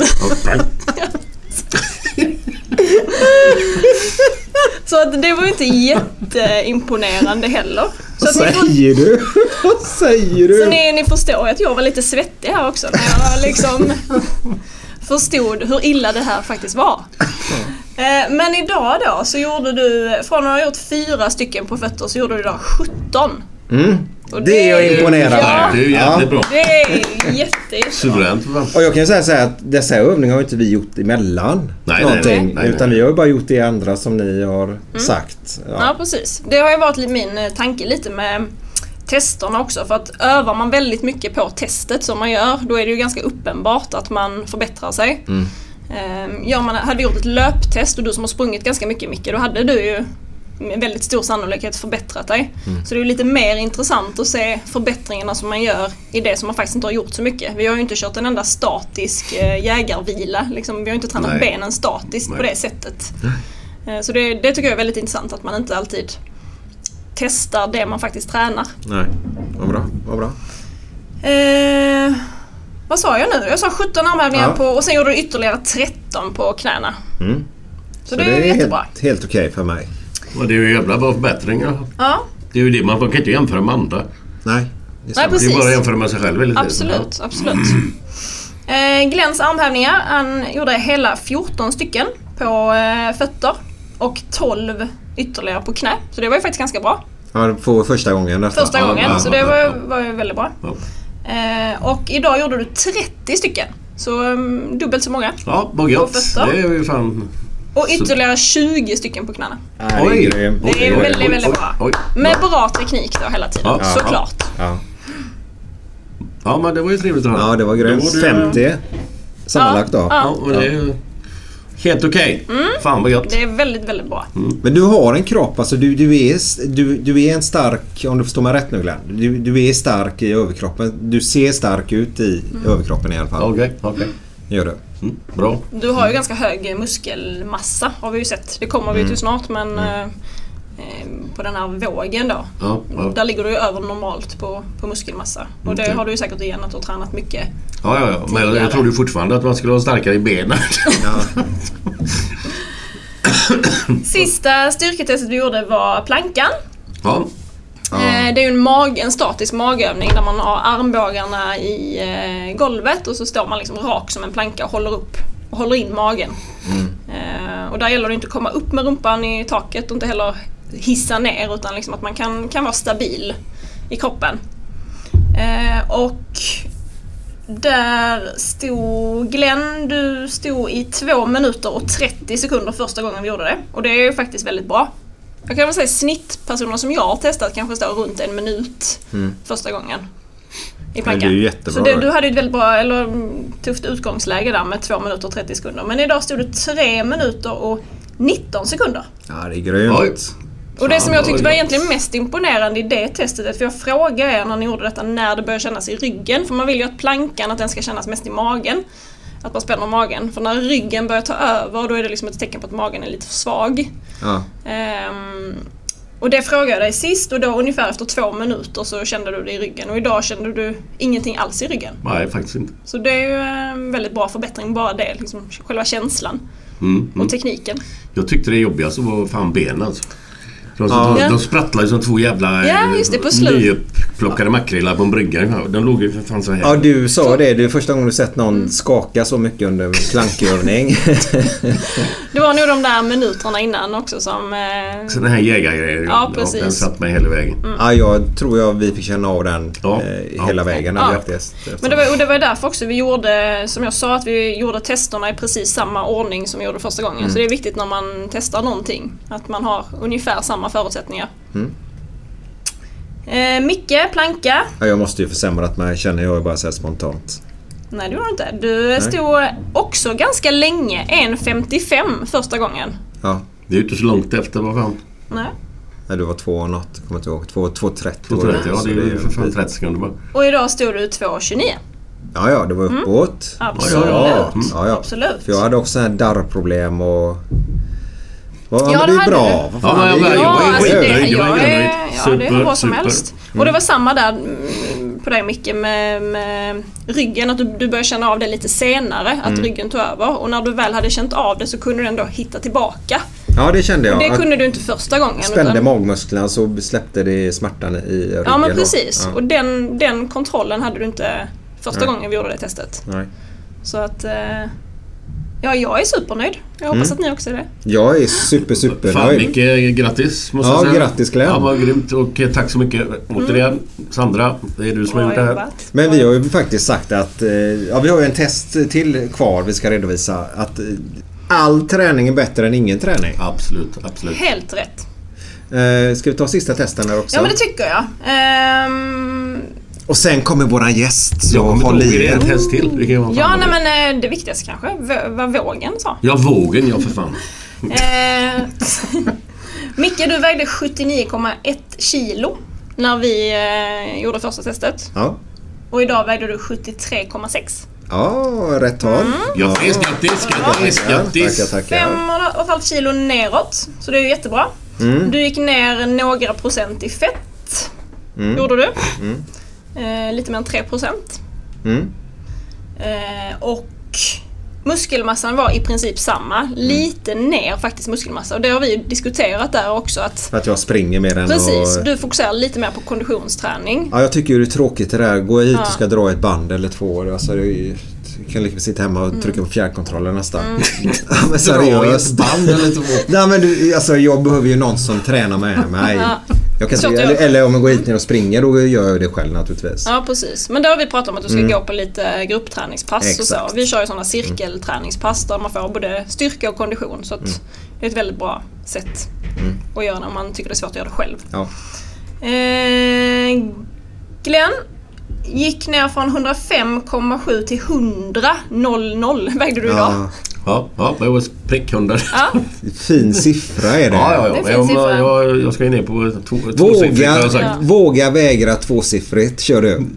Så att det var ju inte jätteimponerande heller. Så Vad säger du? Vad säger du? Så ni förstår att jag var lite svettig här också när jag liksom förstod hur illa det här faktiskt var. Men idag då så gjorde du, från att ha gjort 4 stycken på fötter så gjorde du idag 17. Och det är jag imponerad av. Ja, det är jättebra. Det är jättebra. Suveränt. Och jag kan ju säga så här att dessa övningar har inte vi gjort emellan någonting. Utan vi har ju bara gjort det andra som ni har sagt. Ja, precis. Det har ju varit min tanke lite med testerna också, för att övar man väldigt mycket på testet som man gör, då är det ju ganska uppenbart att man förbättrar sig. Hade vi gjort ett löptest och du som har sprungit ganska mycket, Micke, då hade du ju med väldigt stor sannolikhet förbättrat dig. Så det är ju lite mer intressant att se förbättringarna som man gör i det som man faktiskt inte har gjort så mycket. Vi har ju inte kört en enda statisk jägarvila. Liksom, vi har inte tränat benen statiskt på det sättet. Så det tycker jag är väldigt intressant, att man inte alltid testar det man faktiskt tränar. Nej, vad bra. Vad sa jag nu? Jag sa 17 armhävningar på, och sen gjorde du ytterligare 13 på knäna. Så det är jättebra. Helt okej för mig. Och det är ju jävla bra förbättringar. Ja. Det är ju det, man kan inte jämföra med andra. Nej, det är bara att jämföra med sig själv. Absolut. Glenns armhävningar, han gjorde hela 14 stycken på fötter och 12 ytterligare på knä. Så det var ju faktiskt ganska bra. Ja, på första gången. Så det var ju väldigt bra. Ja. Och idag gjorde du 30 stycken. Så dubbelt så många. Ja, vad gött. Det är ju fan... Och ytterligare 20 stycken på knäna. Oj. Det är väldigt, väldigt bra. Med bra teknik då hela tiden, såklart. Ja, men det var ju trevligt att höra. Ja, det var grymt. 50 sammanlagt då. Ja, och det är Helt okej. Fan vad gott. Det är väldigt, väldigt bra. Men du har en kropp, alltså du är en stark, om du förstår mig rätt nu Glenn. Du är stark i överkroppen. Du ser stark ut i överkroppen i alla fall. Okej. Gör du. Bra. Du har ju ganska hög muskelmassa, har vi ju sett. Det kommer vi till snart, men på den här vågen då. Ja. Där ligger du ju över normalt på muskelmassa. Och det har du ju säkert igen att du har tränat mycket. Ja. Men jag tror ju fortfarande att man skulle vara starkare i benen. Ja. Sista styrketestet vi gjorde var plankan. Ja. Det är ju en statisk magövning där man har armbågarna i golvet och så står man liksom rak som en planka och håller in magen. Och där gäller det inte att komma upp med rumpan i taket och inte heller hissa ner, utan liksom att man kan vara stabil i kroppen. Och där stod Glenn, du stod i 2 minuter och 30 sekunder första gången vi gjorde det. Och det är ju faktiskt väldigt bra. Jag kan väl säga snittpersoner som jag har testat kanske står runt 1 minut första gången i plankan. Det är ju jättebra. Så du hade ju ett väldigt bra, eller tufft utgångsläge där med 2 minuter och 30 sekunder. Men idag stod det 3 minuter och 19 sekunder. Ja, det är grymt. Och det som jag tyckte var egentligen mest imponerande i det testet, för jag frågade er när ni gjorde detta när det börjar kännas i ryggen. För man vill ju att plankan, att den ska kännas mest i magen. Att man spänner magen. För när ryggen börjar ta över, då är det liksom ett tecken på att magen är lite för svag. Ja. Och det frågade jag dig sist, och då ungefär efter 2 minuter så kände du det i ryggen. Och idag kände du ingenting alls i ryggen. Nej, faktiskt inte. Så det är ju en väldigt bra förbättring, bara det, liksom själva känslan och tekniken. Jag tyckte det jobbigaste var fan benen alltså. De sprattlade ju som 2 jävla nyupplockade makrillar på en brygga. De låg ju för fan så här. Ja, du sa det är första gången du sett någon skaka så mycket under plankövning. Det var nog de där minuterna innan också som... Så den här jägargrejen, ja, precis. Den satt mig hela vägen. Ja, jag tror vi fick känna av den hela vägen. Men det var därför också vi gjorde, som jag sa, att vi gjorde testerna i precis samma ordning som vi gjorde första gången. Så det är viktigt när man testar någonting, att man har ungefär samma förutsättningar. Micke, planka. Ja, jag måste ju försämrat mig, känner jag bara så här spontant. Nej, det gjorde du inte. Du stod också ganska länge, 1.55 första gången. Ja. Det är ju inte så långt efter, vad fan. Nej, du var 2 något, kommer inte ihåg. 2.30. 2.30, ja, det är ju för fan 30 sekunder bara. Och idag stod du 2.29. Ja, det var uppåt. Absolut. Ja. Absolut. För jag hade också här darrproblem och... Ja, det är bra. Det är bra som helst. Och det var samma där på dig, Micke, med ryggen, att du började känna av det lite senare, att ryggen tog över. Och när du väl hade känt av det så kunde du ändå hitta tillbaka. Ja, det kände jag. Och det kunde du inte första gången. Spände magmusklerna så släppte det smärtan i ryggen. Ja, men precis. Och den kontrollen hade du inte första gången vi gjorde det testet. Nej. Så att... Ja, jag är supernöjd. Jag hoppas att ni också är det. Jag är supernöjd. Fan, mycket grattis måste jag säga. Ja, grattis Glenn. Ja, vad grymt. Och tack så mycket återigen. Sandra, det är du som har gjort det här. Men vi har ju faktiskt sagt att vi har ju en test till kvar vi ska redovisa. Att all träning är bättre än ingen träning. Absolut. Helt rätt. Ska vi ta sista testen här också? Ja, men det tycker jag. Och sen kommer våran gäst. Jag kommer ihåg en test till. Ja, nej, men det viktigaste kanske var vågen, så. Ja, vågen, ja för fan. Micke, du vägde 79,1 kilo när vi gjorde första testet. Ja. Och idag vägde du 73,6. Ja, rätt tal. Ja, grattis. Tackar. 5,5 kilo neråt. Så det är ju jättebra. Du gick ner några procent i fett. Gjorde du. Lite mer än 3%. Och muskelmassan var i princip samma. Lite ner faktiskt muskelmassa. Och det har vi diskuterat där också. För att jag springer mer än... Precis, du fokuserar lite mer på konditionsträning. Ja, jag tycker det är tråkigt det där. Gå hit och ska dra ett band eller 2 år. Alltså, jag kan liksom sitta hemma och trycka på fjärrkontrollen nästan. Men seriöst. Band eller 2. Nej, men alltså, jag behöver ju någon som tränar med mig. Jag kan eller om jag går hit ner och springer, då gör jag det själv naturligtvis. Ja, precis. Men då har vi pratat om att du ska gå på lite gruppträningspass. Exakt. Och så. Vi kör ju sådana cirkelträningspass där man får både styrka och kondition. Så att det är ett väldigt bra sätt att göra när man tycker det är svårt att göra det själv. Ja. Glenn gick ner från 105,7 till 100,00 vägde du idag. Ja, det var prickhundar. Ja. Fin siffra är det. Ja. Det är fin siffra. Jag ska ner på tvåsiffrigt. Våga vägra tvåsiffrigt, kör du.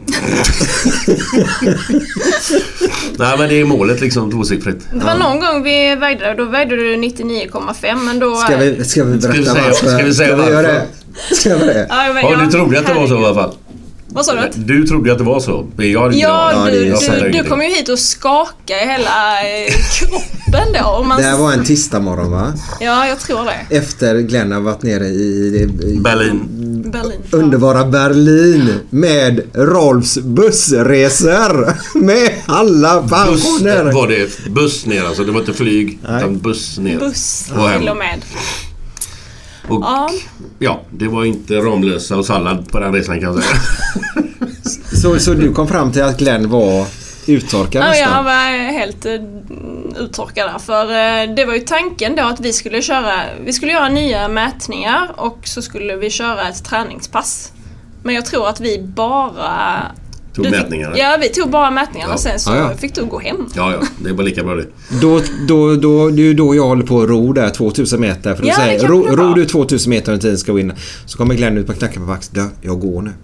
Nej, men det är målet liksom, tvåsiffrigt. Det var någon gång vi vägde det, då vägde du 99,5, men då... Ska vi berätta varför? Ska vi säga varför? Ska vi det? Ja, du trodde att det var så i alla fall. Vad sa du? Du trodde att det var så. Du kom ju hit och skakade hela kroppen då. Det här var en tisdagmorgon, va? Ja, jag tror det. Efter Glenn har varit nere i Berlin. Underbara Berlin med Rolfs bussresor med alla pensioner. Var det buss ner, alltså det var inte flyg, utan buss ner. Buss till och med. Och ja, det var inte Ramlösa och sallad på den resan, kan jag säga. Så du kom fram till att Glenn var uttorkad nästan? nästan? Ja, jag var helt uttorkad där. För det var ju tanken då att vi skulle göra nya mätningar och så skulle vi köra ett träningspass. Men jag tror att vi bara... mätningarna. Ja, vi tog bara mätningarna, sen så fick du gå hem. Ja, det var lika bra det. Det är ju då jag håller på att ro där 2000 meter. För att säga, ro du 2000 meter under tiden ska vinna. Så kommer Glenn ut på knacken på vaxen. Jag går nu.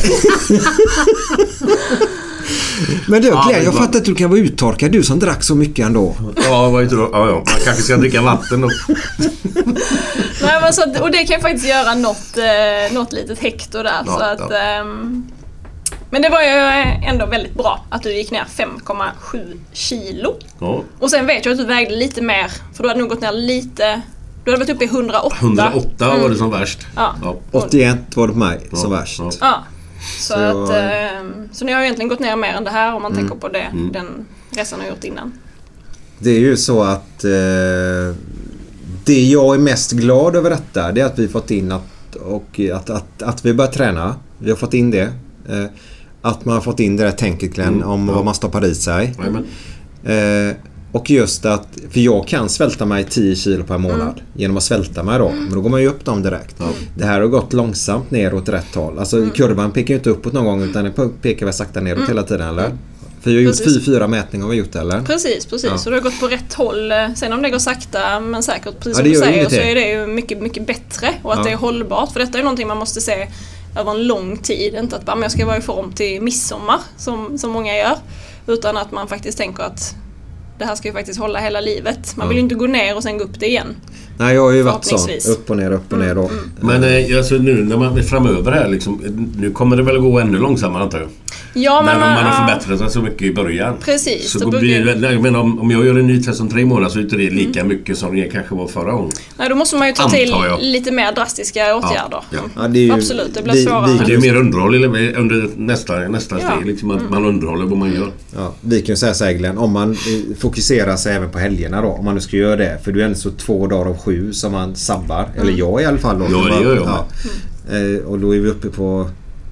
Men du, Glenn, jag fattar att du kan vara uttorkad. Du som drack så mycket ändå. Ja, vad inte då? Ja. Man kanske ska dricka vatten då. Nej, men så, och det kan faktiskt göra något litet hekto där. Ja, så att... Men det var ju ändå väldigt bra att du gick ner 5,7 kilo. Ja. Och sen vet jag att du vägde lite mer. För du hade nog gått ner lite... Du hade varit uppe i 108. 108 var det som värst. Ja. 81 var det på mig som värst. Ja. Så ni har egentligen gått ner mer än det här om man tänker på det, den resan har gjort innan. Det är ju så att det jag är mest glad över detta, det är att vi fått in att vi börjar träna. Vi har fått in det. Att man har fått in det där tänket, Glenn, om vad man stoppar i sig. Och just att, för jag kan svälta mig 10 kilo per månad genom att svälta mig då. Men då går man ju upp dem direkt. Det här har gått långsamt ner åt rätt håll. Alltså kurvan pekar ju inte uppåt någon gång, utan den pekar väl sakta neråt hela tiden, eller? För jag har gjort 4 mätningar har vi gjort, eller? Precis. Så du har gått på rätt håll. Sen om det går sakta, men säkert, precis som du säger, så är det ju mycket, mycket bättre. Och att det är hållbart. För detta är någonting man måste se över en lång tid. Inte att jag ska vara i form till midsommar, som många gör. Utan att man faktiskt tänker att det här ska ju faktiskt hålla hela livet. Man vill ju inte gå ner och sen gå upp det igen. Nej, jag har ju varit så. Upp och ner då. Men alltså nu när man är framöver här liksom, nu kommer det väl gå ännu långsammare, antar jag. Ja, men man har förbättrat sig så mycket i början. Precis. Så men om jag gör en ny test om 3 månader så är inte det lika mycket som det kanske var förra gången. Nej, då måste man ju ta till lite mer drastiska åtgärder. Ja, det är ju, absolut, det blir svårare. Det är mer underhåll under nästa steg, liksom att man underhåller vad man gör. Ja, vi kan ju säga så här, Glenn, om man fokuserar sig även på helgerna då, om man nu ska göra det, för du är ändå så 2 dagar av 7 som man sabbar, eller jag i alla fall då. Ja, det gör jag. Ja. Och då är vi uppe på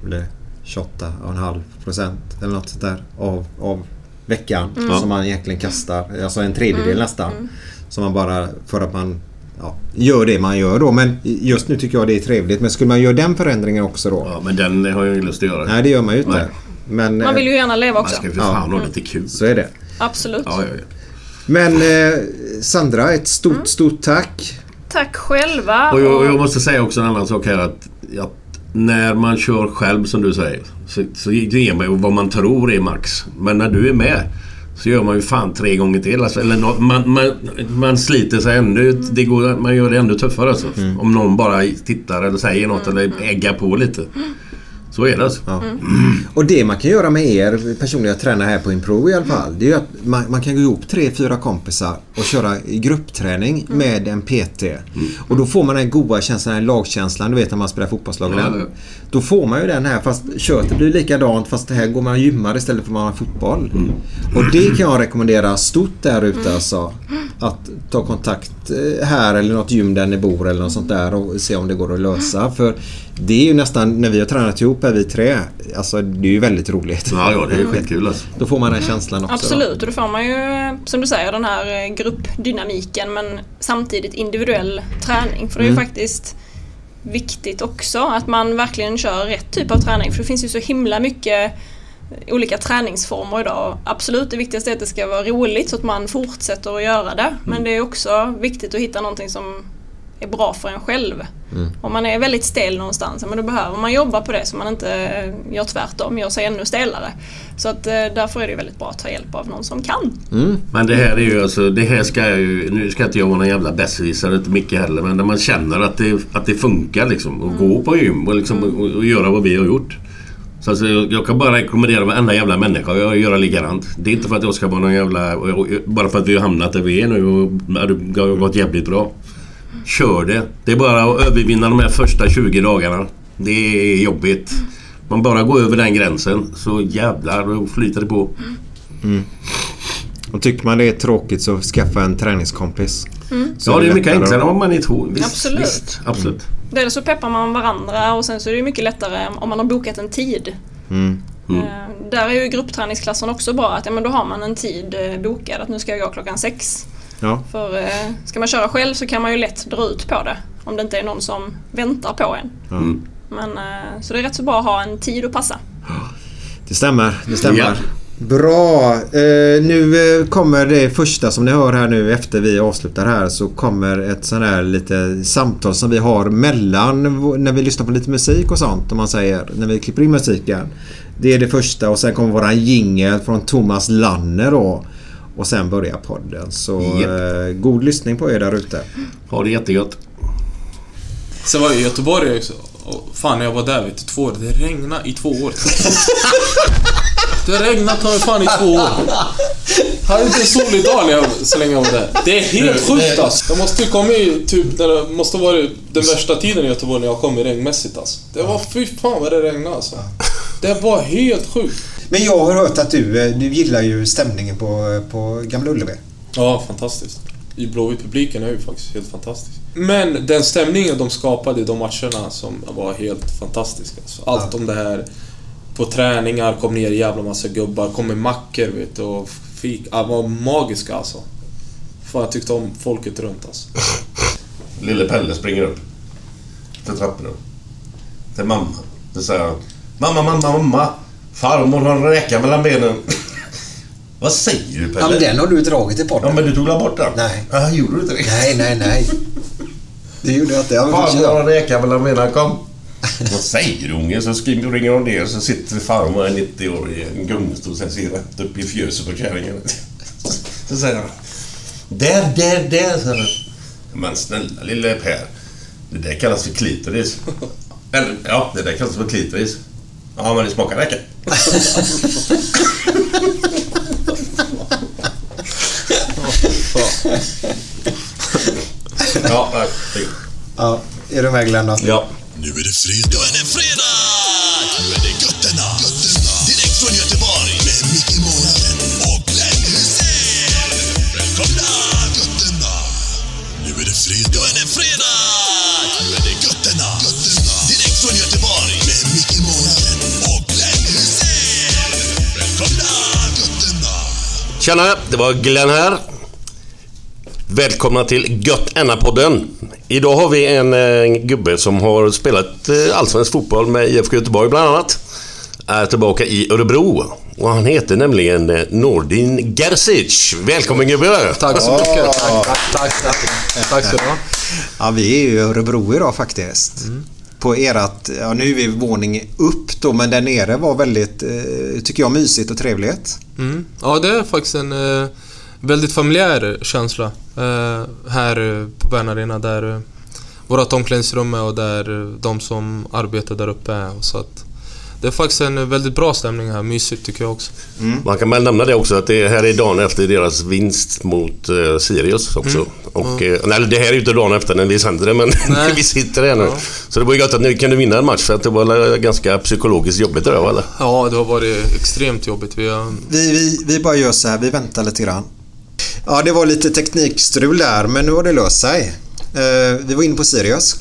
28,5% eller något sånt där av veckan som man egentligen kastar, alltså en tredjedel nästan, som man bara, för att man gör det man gör då. Men just nu tycker jag det är trevligt. Men skulle man göra den förändringen också då? Ja, men den har jag ju lust att göra. Nej, det gör man ju inte. Men, man vill ju gärna leva också. Man ska ju för fan ha lite kul. Så är det. Absolut. Ja. Men Sandra, ett stort tack. Tack själva. Och jag måste säga också en annan sak här, att när man kör själv, som du säger, så ger man ju vad man tror är max. Men när du är med så gör man ju fan 3 gånger till. Alltså, eller man sliter sig ännu. Man gör det ännu tuffare. Alltså. Om någon bara tittar eller säger något eller äggar på lite. Så är det alltså. Ja. Och det man kan göra med er personliga tränare här på Impro i alla fall, det är ju att man kan gå ihop 3-4 kompisar och köra gruppträning med en PT. Och då får man den goda känslan, den lagkänslan, du vet när man spelar fotbollslag. Då får man ju den här, fast köttet blir likadant, fast det här går man och gymmar istället för att man har fotboll. Och det kan jag rekommendera stort där ute, alltså, att ta kontakt här eller något gym där ni bor eller något sånt där och se om det går att lösa. För det är ju nästan, när vi har tränat ihop här vi 3, alltså det är ju väldigt roligt. Ja, det är skitkul alltså. Då får man den känslan också. Absolut, och då får man ju, som du säger, den här gruppdynamiken, men samtidigt individuell träning. För det är ju faktiskt viktigt också att man verkligen kör rätt typ av träning. För det finns ju så himla mycket olika träningsformer idag. Absolut, det viktigaste är att det ska vara roligt så att man fortsätter att göra det. Men det är också viktigt att hitta någonting som är bra för en själv. Om man är väldigt stel någonstans, men då behöver man jobba på det så man inte gör tvärtom, gör sig ännu stelare. Så att därför är det väldigt bra att ta hjälp av någon som kan. Men det här är ju alltså, det här ska jag ju, nu ska inte jag vara någon jävla bästvisare, inte mycket heller, men när man känner att det funkar liksom, att gå på gym och, liksom, och göra vad vi har gjort. Så alltså, jag kan bara rekommendera varenda jävla människa att göra likadant. Det är inte för att jag ska vara någon jävla, bara för att vi har hamnat där vi är nu och det har gått jävligt bra. Kör det. Det är bara att övervinna de här första 20 dagarna. Det är jobbigt. Man bara går över den gränsen, så jävlar, då flyter det på. Och tycker man det är tråkigt så skaffa en träningskompis. Ja, det är mycket enklare om man är två. Absolut. Dels så peppar man varandra och sen så är det mycket lättare om man har bokat en tid. Där är ju gruppträningsklassen också bra, att men då har man en tid bokad, att nu ska jag gå klockan 6. Ja. För ska man köra själv så kan man ju lätt dra ut på det om det inte är någon som väntar på en. Men så det är rätt så bra att ha en tid att passa. Det stämmer. Ja. Bra. Nu kommer det första som ni hör här nu efter vi avslutar här, så kommer ett sån här lite samtal som vi har mellan när vi lyssnar på lite musik och sånt, om man säger, när vi klipper in musiken. Det är det första, och sen kommer våran jingle från Thomas Lanner då. Och sen börjar podden. Så god lyssning på er där ute. Ha det jättegott. Så var jag i Göteborg också. Och fan, jag var där 2 år. Det regnade i 2 år. Det regnade fan i 2 år. Hade inte en solig dag så länge jag var där. Det är helt sjukt alltså. Jag måste komma i typ när det måste vara den värsta tiden i Göteborg när jag kom i regnmässigt alltså. Det var fy fan vad det regnade alltså. Det var helt sjukt. Men jag har hört att du gillar ju stämningen på Gamla Ullevi. Ja, fantastiskt. I Blåvitt-publiken är ju faktiskt helt fantastiskt. Men den stämningen de skapade i de matcherna som var helt fantastisk. Alltså, allt om det här på träningar, kom ner jävla massa gubbar, kom med mackor vet du, och fik. Det var magiska alltså. Fan, jag tyckte om folket runt alltså. Lille Pelle springer upp för trapporna till mamma. Det säger mamma. Farmor har en räka mellan benen. Vad säger du, Pelle? Ja, men den har du dragit i podden. Ja, men du tog la bort den. Nej. Ja, gjorde du inte det? Nej. Det gjorde jag inte. Farmor har en räka mellan benen, kom. Vad säger du, unge? Så ringer hon ner, så sitter farmor, en 90 år i en gungstol, sen ser rätt upp i fjöset på kärringen. Så säger han, där, så här. Men snälla lille Per, det där kallas för klitoris. Eller, ja, det där kallas för klitoris. Ja, men det smakar räcka. Ja, är du med, Glenn då? Ja. Nu är det fredag. Nu är det Götterna. Direkt från Göteborg med Micke Månaden och Glenn Hussein. Välkomna Götterna. Nu är det fredag. Nu är det Götterna. Direkt från Göteborg med Micke Månaden och Glenn Hussein. Välkomna Götterna. Tjena, det var Glenn här. Välkomna till Götterna-podden. Idag har vi en gubbe som har spelat allsvensk fotboll med IFK Göteborg bland annat. Är tillbaka i Örebro. Och han heter nämligen Nordin Gerzic. Välkommen gubbe. Tack så mycket. Tack så mycket. Ja, vi är ju i Örebro idag faktiskt. På erat, ja, nu är vi våning upp då, men där nere var väldigt, tycker jag, mysigt och trevligt. Ja, det är faktiskt en väldigt familjär känsla här på Bern Arena, där vårat omklädningsrum och där de som arbetar där uppe är. Så att det är faktiskt en väldigt bra stämning här, mysigt tycker jag också. Man kan väl nämna det också, att det här är dagen efter deras vinst mot Sirius också. Och, nej, det här är ju inte dagen efter när vi sänder det, men vi sitter här nu. Ja. Så det var ju gott att nu kan du vinna en match, för att det var ganska psykologiskt jobbigt där, eller? Ja, det har varit extremt jobbigt. Vi bara gör så här, vi väntar lite grann. Ja, det var lite teknikstrul där, men nu har det löst sig. Vi var inne på Sirius.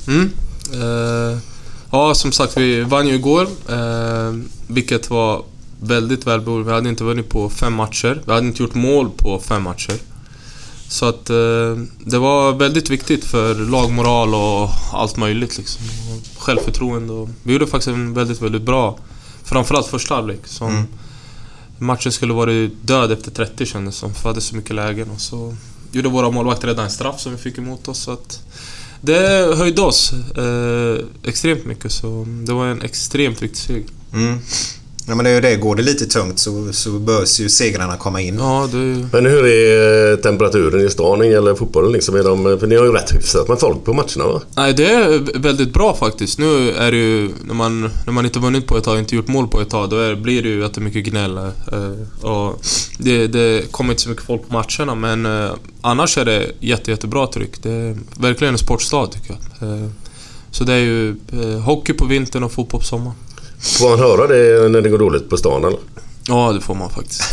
Ja, som sagt, vi vann ju igår, vilket var väldigt välbehållet. Vi hade inte vunnit på 5 matcher. Vi hade inte gjort mål på 5 matcher. Så att det var väldigt viktigt för lagmoral och allt möjligt liksom. Självförtroende. Och vi gjorde faktiskt en väldigt, väldigt bra, framförallt första halvlek som Matchen skulle vara död efter 30 kändes som. För vi hade så mycket lägen. Och så gjorde våra målvakter redan en straff som vi fick emot oss. Så att det höjde oss extremt mycket. Så det var en extremt viktig seger. Ja, men det är ju det. Går det lite tungt så börs ju segrarna komma in. Ja, Men hur är temperaturen i stan eller fotbollen liksom? För ni har ju rätt hyfsat med folk på matcherna, va? Nej, det är väldigt bra faktiskt. Nu är det ju, när man inte vunnit på ett tag, inte gjort mål på ett tag, då blir det ju att det är mycket gnäll. Och det kommer inte så mycket folk på matcherna, men annars är det jättebra tryck. Det är verkligen en sportstad, tycker jag. Så det är ju hockey på vintern och fotboll på sommaren. Får man höra det när det går dåligt på stan, eller? Ja, det får man faktiskt.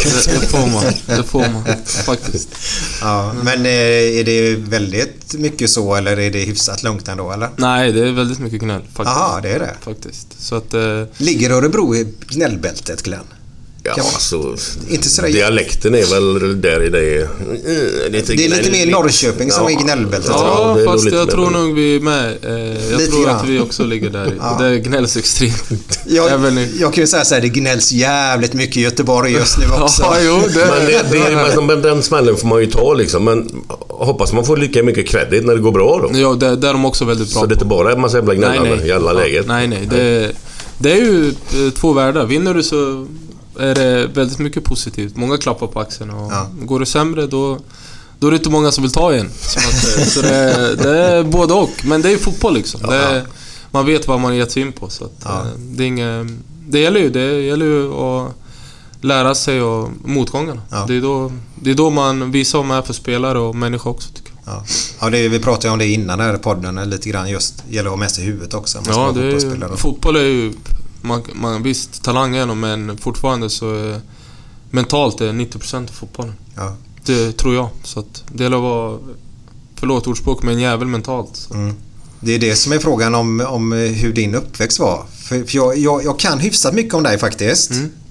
Det får man faktiskt. Ja, men är det väldigt mycket så, eller är det hyfsat lugnt ändå, eller? Nej, det är väldigt mycket gnäll faktiskt. Jaha, det är det. Faktiskt. Så att, ligger Örebro i gnällbältet, Glenn? Ja, alltså, inte så dialekten är väl där i det. Det är lite mer Norrköping som är gnällbältet. Ja, fast jag tror nog vi är med. Jag tror att vi också ligger där i. Ja. Det gnälls extremt. Jag kan ju säga så här, det gnälls jävligt mycket i Göteborg just nu också. Ja, jo, men den smällen får man ju ta liksom. Men hoppas man får lika mycket credit när det går bra då. Ja, det är de också väldigt bra. Så det är inte bara en massa jävla gnällande i alla läger. Nej. Det är ju två världar. Vinner du så är det väldigt mycket positivt. Många klappar på axeln. Och går det sämre, då är det inte många som vill ta igen. Så det är både och. Men det är ju fotboll liksom. Man vet vad man gett sig in på. Så att, det gäller ju att lära sig och motgångarna. Det är då man visar vad man är för spelare och människa också, tycker jag. Ja, vi pratade om det innan här podden lite grann. Just gäller att ha med sig i huvudet också. Fotboll är ju man visst talang igenom, men fortfarande så är mentalt är 90% av fotbollen. Ja. Det tror jag. Så att det gäller att vara, förlåt ordspråk, men en jävel mentalt. Det är det som är frågan om hur din uppväxt var. För jag kan hyfsat mycket om dig faktiskt.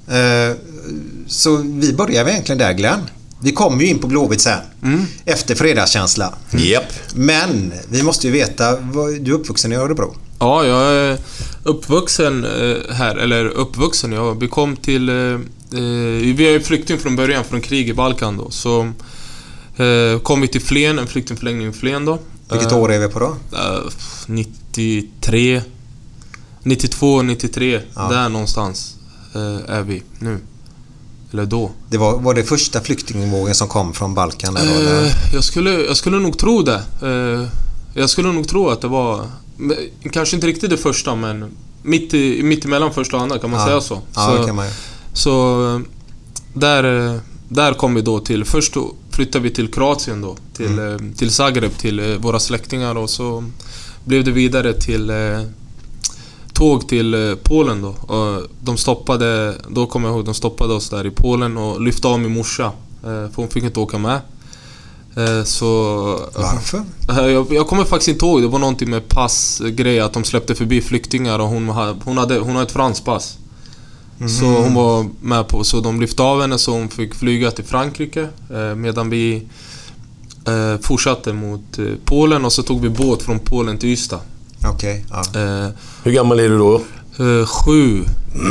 Så vi börjar egentligen där, Glenn. Vi kommer ju in på Blåvitt sen. Efter fredagskänsla. Yep. Men vi måste ju veta, du är uppvuxen i Örebro. Ja, jag är uppvuxen här. Eller uppvuxen, ja. Vi kom till... vi är ju flykting från början, från krig i Balkan då. Så kom vi till Flen, en flyktingförläggning i Flen då. Vilket år är vi på då? 93, 92, 93. Där någonstans är vi nu. Eller då. Det var det första flyktingvågen som kom från Balkan? Eller? Jag skulle nog tro det. Jag skulle nog tro att det var... Kanske inte riktigt det första, men mitt emellan första och andra, kan man säga så. Ja, det kan man ju. Så där kom vi då till... Först då flyttade vi till Kroatien då. Till Zagreb, till våra släktingar. Och så blev det vidare till... tåg till Polen då. Och de stoppade oss där i Polen och lyfte av min morsa. För hon fick inte åka med. Så varför? Jag kommer faktiskt inte ihåg. Det var någonting med passgrej, att de släppte förbi flyktingar och hon har ett franskt pass. Så hon var med på, så de lyfte av henne, så hon fick flyga till Frankrike medan vi fortsatte mot Polen, och så tog vi båt från Polen till Ystad. Okej. Hur gammal är du då? 7.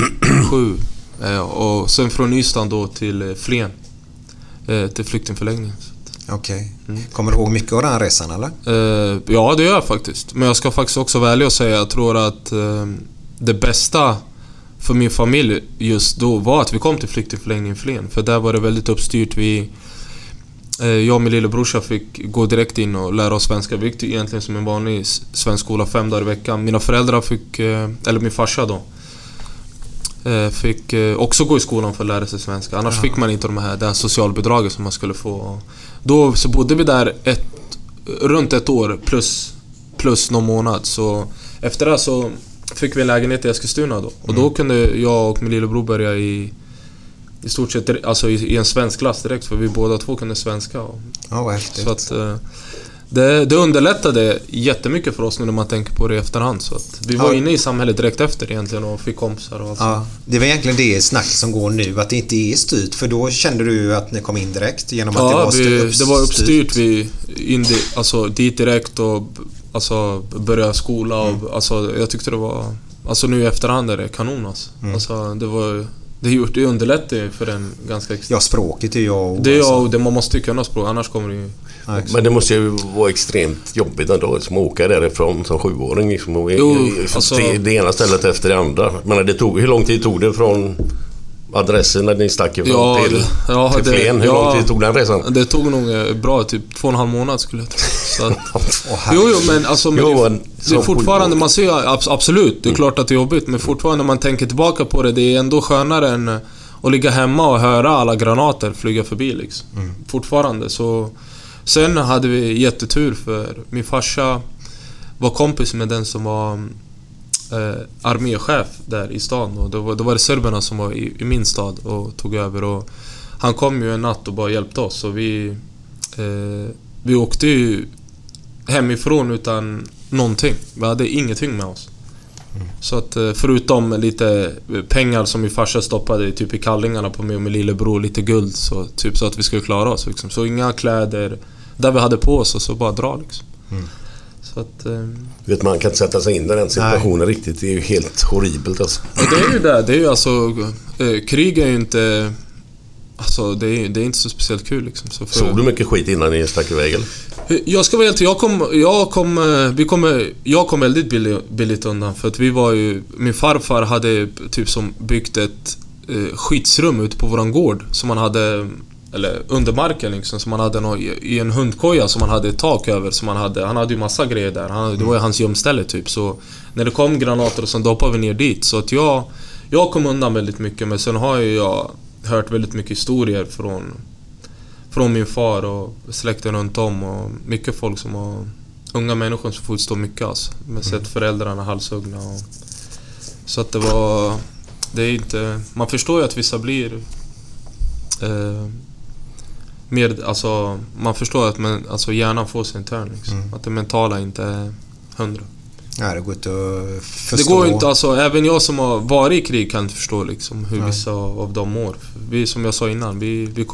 Och sen från Ystad då till Flen, till flyktingförläggningen. Okej. Kommer du ihåg mycket av den här resan, eller? Ja, det gör jag faktiskt. Men jag ska faktiskt också välja och säga, jag tror att det bästa för min familj just då var att vi kom till flyktingförläggningen i Flen. För där var det väldigt uppstyrt. Jag och min lillebrorsa fick gå direkt in och lära oss svenska. Vi gick egentligen som en vanlig svensk skola 5 dagar i veckan. Mina föräldrar fick, eller min farsa då, fick också gå i skolan för att lära sig svenska. Annars fick man inte det här socialbidraget som man skulle få. Då så bodde vi där runt ett år plus någon månad. Så efter det så fick vi en lägenhet i Eskilstuna då. Och då kunde jag och min lillebror börja i stort sett, alltså i en svensk klass direkt, för vi båda två kunde svenska. Så att det underlättade jättemycket för oss nu när man tänker på det i efterhand. Så att vi var inne i samhället direkt efter egentligen och fick kompisar och allt. Ja, det var egentligen det snack som går nu, att det inte är styrt. För då kände du att ni kom in direkt genom att det var uppstyrt. Vi alltså dit direkt och alltså började skola och alltså jag tyckte det var, alltså nu i efterhand är det kanon alltså. Alltså det Det underlättar för en ganska... Ja, språket är ju... Det man måste kunna språk, annars kommer det ju... Men det måste ju vara extremt jobbigt ändå som åka därifrån som 7-åring liksom, och det ena stället efter det andra. Men hur lång tid tog det från adressen när ni stack ifrån till Flen? Hur lång tid tog den resan? Det tog nog bra, typ 2,5 månader skulle jag tro. Så att, men alltså det är fortfarande, man ser absolut, det är klart att det är jobbigt, men fortfarande när man tänker tillbaka på det, det är ändå skönare än att ligga hemma och höra alla granater flyga förbi liksom. Fortfarande så. Sen hade vi jättetur för min farsa var kompis med den som var arméchef där i stan, och då var det serberna som var i min stad och tog över, och han kom ju en natt och bara hjälpte oss, och vi åkte ju hemifrån utan någonting. Vi hade ingenting med oss. Så att förutom lite pengar som min farsa stoppade typ i kallingarna på mig och min lillebror, lite guld, så typ så att vi skulle klara oss liksom. Så inga kläder där vi hade på oss, och så bara dra liksom. Så att vet man kan inte sätta sig in i den situationen riktigt. Det är ju helt horribelt alltså. Och det är ju det är ju alltså krig är ju inte, alltså det är inte så speciellt kul liksom. Så såg du mycket skit innan ni stack iväg eller? Jag ska väl helt, jag kom väldigt billigt undan, för att vi var ju, min farfar hade typ som byggt ett skyddsrum ute på våran gård som man hade, eller under marken liksom, som man hade i en hundkoja som man hade ett tak över, som han hade ju massa grejer där. Det var ju hans gömställe typ, så när det kom granater och så doppade vi ner dit, så att jag kom undan väldigt mycket. Men sen har jag hört väldigt mycket historier från min far och släkten runt om, och mycket folk som har, unga människor som får stå mycket alltså, med sett föräldrarna halshuggna, och så att det är inte, man förstår ju att vissa blir mer, alltså man förstår att hjärnan får sin törn liksom. Att det mentala inte är 100. Ja, det går inte att förstå. Det går inte, alltså även jag som har varit i krig kan inte förstå liksom hur vissa av dem mår. Vi, som jag sa innan, vi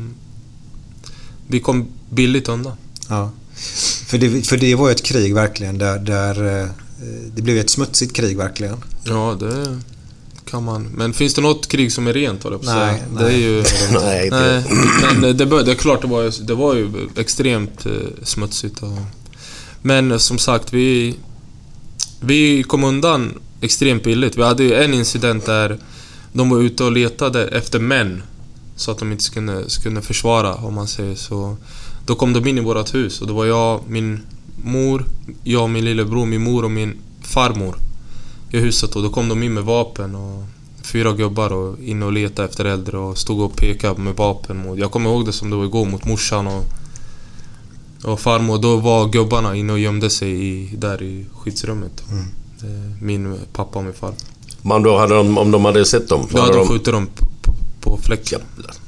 kom billigt undan. Ja. För det var ju ett krig verkligen där det blev ett smutsigt krig verkligen. Ja, det kan man. Men finns det något krig som är rent, eller? Nej. Det är ju nej. Men det är klart det var ju extremt smutsigt. Men som sagt, vi kom undan extremt billigt. Vi hade ju en incident där de var ute och letade efter män så att de inte skulle försvara, om man säger så. Då kom de in i vårat hus, och då var jag, min lillebror, min mor och min farmor i huset, och då kom de in med vapen och 4 gubbar och in och letade efter äldre och stod och pekade med vapen mot, jag kommer ihåg det som det var igår, mot morsan och farmor. Då var gubbarna inne och gömde sig där i skyddsrummet. Min pappa och min far. Men då hade om de hade sett dem? Då hade de skjutit dem på fläcken.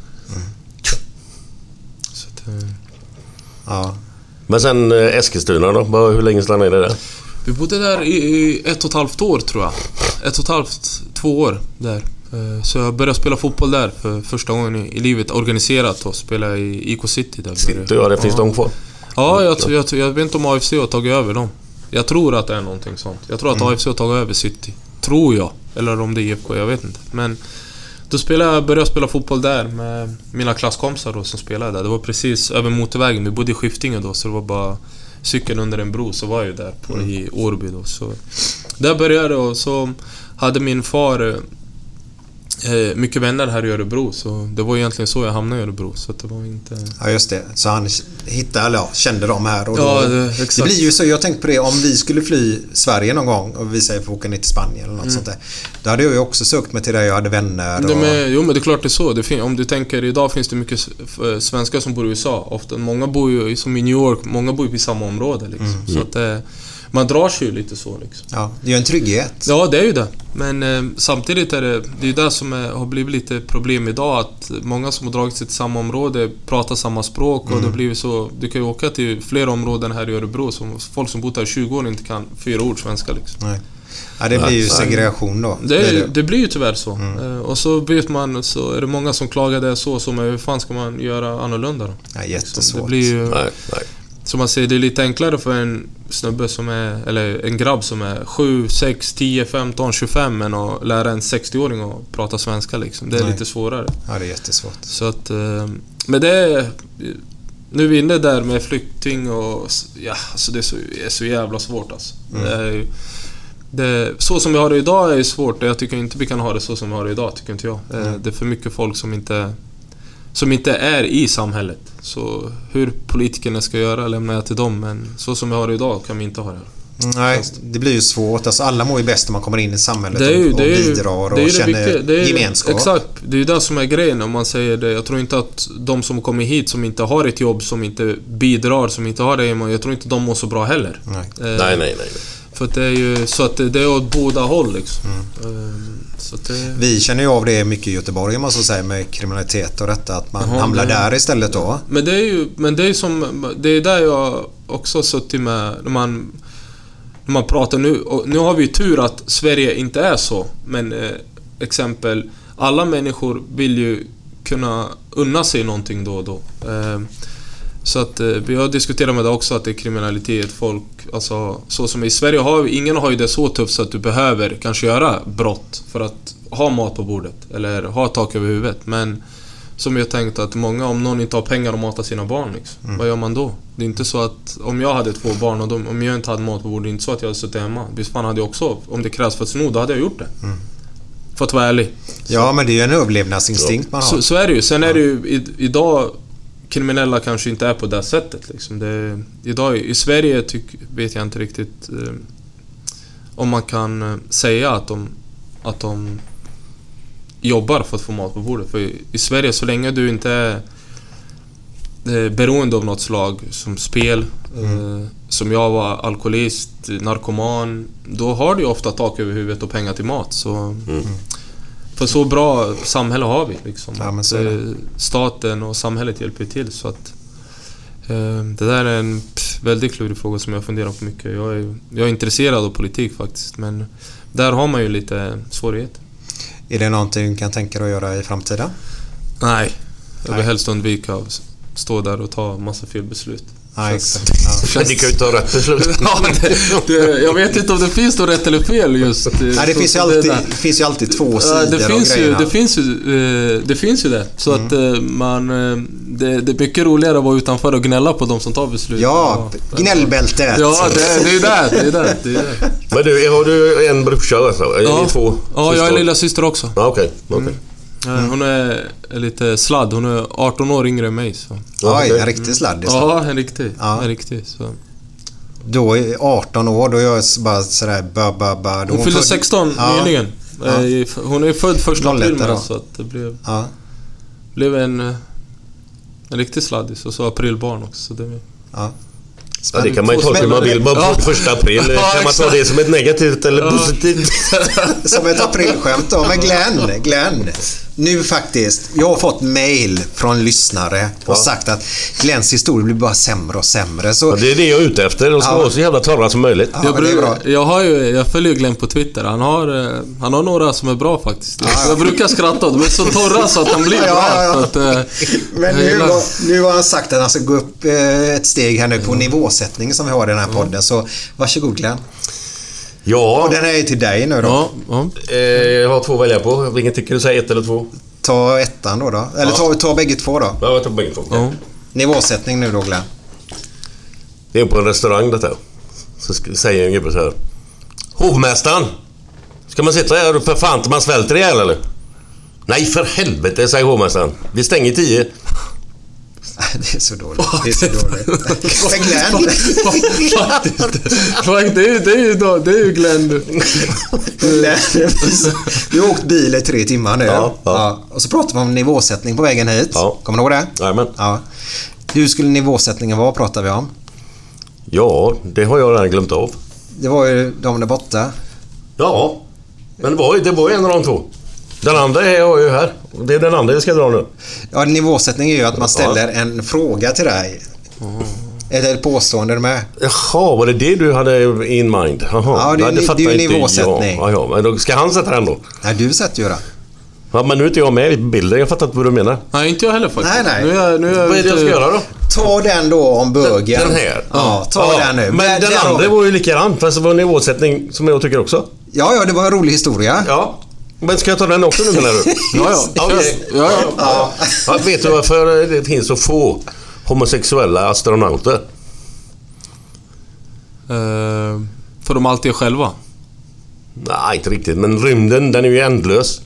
Så att, ja. Men sen Eskilstuna då? Hur länge sedan är det där? Vi bodde där i 1,5 år tror jag. 1,5-2 år där. Så jag började spela fotboll där för första gången i livet, organiserat, och spela i IK City där. City, ja, det finns de kvar. Ja, jag vet inte om AFC har tagit över dem. Jag tror att det är någonting sånt. Jag tror att AFC har tagit över City. Tror jag. Eller om det är IFK, jag vet inte. Men då började jag spela fotboll där med mina klasskompisar då, som spelade där. Det var precis över motorvägen. Vi bodde i Skiftinge då, så det var bara cykeln under en bro, så var jag där i Årby då. Så där började jag, och så hade min far mycket vänner här i Örebro, så det var egentligen så jag hamnade i Örebro, så att det var inte... Ja, just det. Så han kände dem här, och ja, det blir ju så. Jag tänkte på det, om vi skulle fly Sverige någon gång och vi säger för att åka ner till Spanien eller något sånt där, då hade jag ju också sökt mig till det, jag hade vänner men det är klart det är så. Om du tänker, idag finns det mycket svenskar som bor i USA. Ofta, många bor ju, som i New York, många bor ju i samma område liksom. Så att man drar sig ju lite så liksom. Ja, det är ju en trygghet. Ja, det är ju det. Men samtidigt är det är det som har blivit lite problem idag, att många som har dragit sig till samma område pratar samma språk, och det blir så, du kan ju åka till flera områden här i Örebro som folk som bott där 20 år inte kan 4 ord svenska liksom. Nej. Ja, det blir ju segregation då. Det blir ju tyvärr så. Och så vet man, så är det många som klagar det så, men hur fan ska man göra annorlunda då? Ja, jättesvårt. Det blir ju, som man säger, det är lite enklare för en snubbe som är, eller en grabb som är 7, 6, 10, 15, 25 än att lära en 60-åring att prata svenska liksom. Det är lite svårare. Ja, det är jättesvårt. Så att, men det är, nu är vi inne där med flykting och alltså det är så jävla svårt alltså. Så som vi har det idag är svårt. Jag tycker inte vi kan ha det så som vi har det idag, tycker inte jag. Det är för mycket folk som inte är i samhället. Så hur politikerna ska göra lämnar jag till dem, men så som vi har det idag kan vi inte ha det. Nej, det blir ju svårt. Alltså, alla mår ju bäst när man kommer in i samhället och bidrar och känner gemenskap. Exakt, det är ju det som är grejen om man säger det. Jag tror inte att de som kommer hit som inte har ett jobb, som inte bidrar, som inte har det, jag tror inte de mår så bra heller. Nej. För det är ju så att det är åt båda håll liksom. Så att vi känner ju av det mycket i Göteborg, om man så säger, med kriminalitet och detta, att man hamnar där istället då. Men det är där jag också suttit med när man pratar nu. Och nu har vi ju tur att Sverige inte är så. Men exempel, alla människor vill ju kunna unna sig någonting då och då. Så att vi har diskuterat med det också, att det är kriminalitet, folk, alltså så som i Sverige ingen har ju det så tufft så att du behöver kanske göra brott för att ha mat på bordet eller ha tak över huvudet. Men som jag tänkt att många, om någon inte har pengar att mata sina barn liksom, vad gör man då? Det är inte så att om jag hade 2 barn och om jag inte hade mat på bordet, det är inte så att jag hade suttit hemma. Visst fan hade jag också, om det krävs för att sno, då hade jag gjort det. För att vara ärlig. Ja, men det är ju en överlevnadsinstinkt man har. Så är det ju. Sen är det ju idag, kriminella kanske inte är på det sättet liksom. Idag i Sverige vet jag inte riktigt om man kan säga att de jobbar för att få mat på bordet. För i Sverige, så länge du inte är beroende av något slag som spel, som jag var alkoholist, narkoman, då har du ju ofta tak över huvudet och pengar till mat. Så för så bra samhälle har vi liksom. Ja, staten och samhället hjälper till, så att det där är en väldigt klurig fråga som jag funderar på mycket. Jag är intresserad av politik faktiskt, men där har man ju lite svårigheter. Är det någonting du kan tänka dig att göra i framtiden? Nej, jag vill helst undvika att stå där och ta massa fel beslut. Ja, exakt. Men det kan ju ta rätt beslut. Jag vet inte om det finns något rätt eller fel just. Nej, det finns ju alltid två sidor det finns ju det. Så att det är mycket roligare att vara utanför och gnälla på de som tar beslut. Ja, gnällbältet. Ja, det är ju det. Men du, har du en brorsa alltså? Ja. Är 2 ja, jag är lilla syster också. Ja, okej. Hon är lite sladd. Hon är 18 år yngre än mig. Så. Oj, en riktig sladd. Ja, en riktig. Så. Då är 18 år, då är jag bara sådär Hon fyllde 16 nyligen. Hon är född 1 april med, så att det blev en riktig sladdis. Och så aprilbarn också. Så det Ja, det kan man ju tolka hur man vill. Bara på 1 april kan man ta det som ett negativt eller positivt. Som ett aprilskämt då. Men Glenn, nu faktiskt, jag har fått mail från lyssnare och sagt att Glenns historia blir bara sämre och sämre. Så... Ja, det är det jag är ute efter. De ska vara så jävla torra som möjligt. Jag följer Glenn på Twitter. Han har några som är bra faktiskt. Jag brukar skratta. De är så torra så att de blir bra. Så att, men nu har han sagt att han ska gå upp ett steg här nu på nivåsättning som vi har i den här podden. Så varsågod Glenn. Ja. Och den är till dig nu då. Jag har 2 att välja på. Vilken tycker du, säger 1 eller 2? Ta 1:an då. Eller ta bägge 2 då. Ja, jag tar bägge 2. Ja. Nivåsättning nu då, Glenn. Det är på en restaurang detta. Så säger en gubbe så här: hovmästaren, ska man sitta här för fan till man svälter ihjäl eller? Nej, för helvete, säger hovmästaren. Vi stänger 10. Det är så dåligt. Det är ju Glenn. Du har åkt bil i 3 timmar nu. Ja. Och så pratar man om nivåsättning på vägen hit. Ja. Kommer du ihåg det? Jajamän. Ja. Hur skulle nivåsättningen vara, pratar vi om? Ja, det har jag redan glömt av. Det var ju de där borta. Ja, men det var ju en av de 2. Den andra är jag ju här. Det är den andra jag ska dra nu. Ja, nivåsättning är ju att man ställer en fråga till dig. Ett påstående med. Jaha, var det du hade in mind? Jaha. Ja, det är ju nivåsättning. Ja, men då ska han sätta den då? Nej, du sätter ju det. Ja, men nu är inte jag med i bilden. Jag fattar inte vad du menar. Nej, inte jag heller faktiskt. Nej. Vad är det jag ska göra då? Ta den då om bögen. Den här? Ja, ta den nu. Men den andra var ju likadant, fast det var en nivåsättning som jag tycker också. Ja, det var en rolig historia. Ja. Men ska jag ta den också nu, menar du? Ja. Vet du varför det finns så få homosexuella astronauter? För de alltid är själva? Nej, inte riktigt. Men rymden, den är ju ändlös.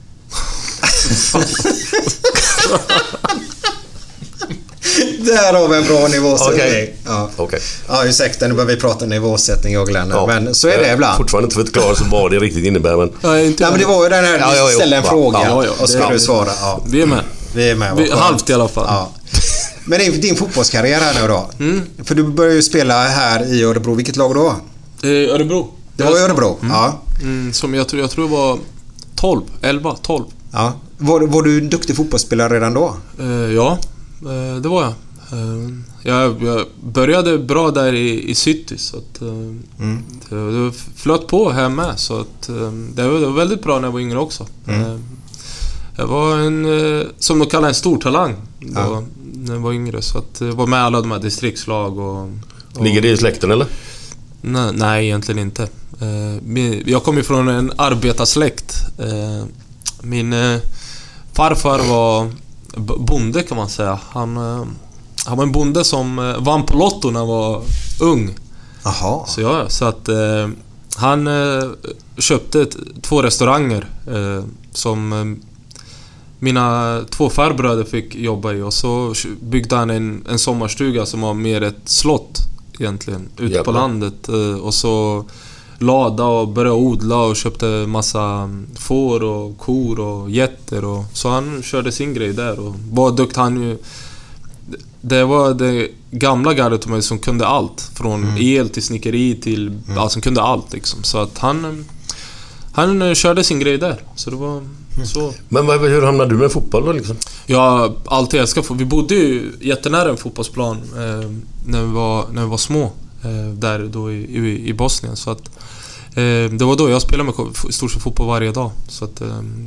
Där har vi en bra nivåsättning. Okej. Ja, ursäkta, nu börjar vi prata nivåsättning, jag och Glenn. Ja. Men så är det ibland. Fortfarande inte förklara så vad det riktigt innebär. Men... Nej, men det var ju den här, du ställde en fråga och ska du svara. Ja. Vi är med. Halvt i alla fall. Ja. Men din fotbollskarriär här nu då. För du började ju spela här i Örebro. Vilket lag då? Örebro. Det var i Örebro, ja. Som jag tror det var 11, 12. Ja. Var du en duktig fotbollsspelare redan då? Ja, det var jag. Jag började bra där i City, så att det flöt på här med, så att det var väldigt bra när jag var yngre också. Jag var som de kallar en stor talang då, när jag var yngre, så att jag var med alla de här distriktslag och... Ligger det i släkten eller? Nej, egentligen inte. Jag kommer från en arbetarsläkt. Min farfar var bonde, kan man säga. Han var en bonde som vann på Lotto när han var ung. Aha. Så att han köpte 2 restauranger som mina 2 farbröder fick jobba i, och så byggde han en sommarstuga som var mer ett slott egentligen, ute på landet, och så lada och började odla och köpte massa får och kor och getter, och så han körde sin grej där, och var duktig han ju. Det var det gamla gardet som kunde allt från el till snickeri till alltså kunde allt liksom, så att han körde sin grej där, så det var så. Men hur hamnade du med fotboll då liksom? Jag alltid älskade fotboll. Vi bodde ju jättenära en fotbollsplan när vi var små där då i Bosnien, så att det var då jag spelade med stort sett fotboll varje dag, så att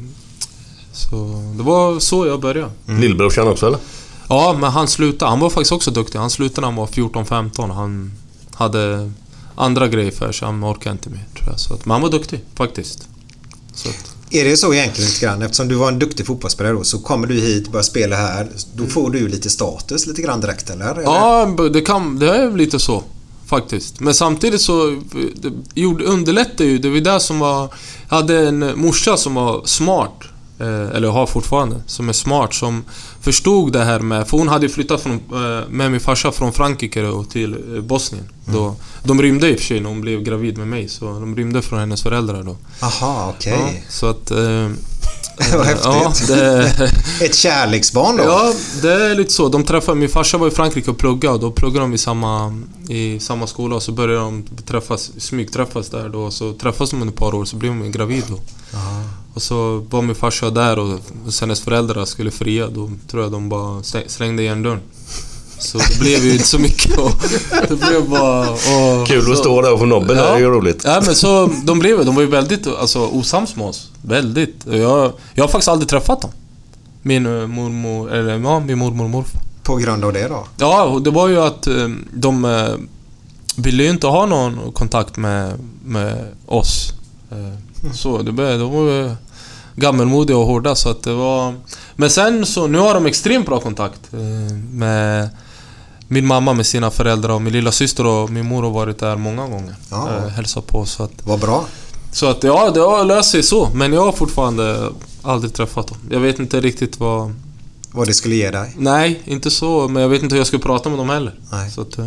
så det var så jag började. Lillbrorsan också eller? Ja, men han slutade. Han var faktiskt också duktig. Han slutade när han var 14-15. Han hade andra grejer för sig. Han orkade inte mer, tror jag. Så att, men han var duktig, faktiskt. Så att... Är det så egentligen lite grann? Eftersom du var en duktig fotbollsspelare då, så kommer du hit och börjar spela här. Då får du lite status lite grann direkt, eller? Ja, det är lite så, faktiskt. Men samtidigt så underlättade ju. Det var det som var... Jag hade en morsa som var smart. Eller har fortfarande, som är smart, som förstod det här med, för hon hade flyttat med min farsa från Frankrike till Bosnien. Då, de rymde i och för sig när hon blev gravid med mig, så de rymde från hennes föräldrar då. Aha, okej. Ja, så att vad häftigt. Ja, ett kärleksbarn då? Ja, det är lite så. De träffade, min farsa var i Frankrike och pluggade, och då pluggade de i samma skola, och så började de smygträffas där då, så träffas de under ett par år, så blev de gravid då. Aha. Och så var min farsa där, och hennes föräldrar skulle fria. Då tror jag de bara slängde igen dörren. Så det blev ju inte så mycket. Och det blev bara... Kul att stå där och få nobben, det är ju roligt. Ja, men så de var ju väldigt osams med oss. Väldigt. Jag har faktiskt aldrig träffat dem. Min mormor och morfar. På grund av det då? Ja, det var ju att de ville ju inte ha någon kontakt med oss. Så de var ju gammelmodiga och hårda, så att det var. Men sen så nu har de extremt bra kontakt med min mamma, med sina föräldrar, och min lilla syster och min mor har varit där många gånger. Hälsat på, så att vad bra. Så att ja, det har löst sig så, men jag har fortfarande aldrig träffat dem. Jag vet inte riktigt vad det skulle ge dig. Nej, inte så, men jag vet inte hur jag ska prata med dem heller. Nej. Så att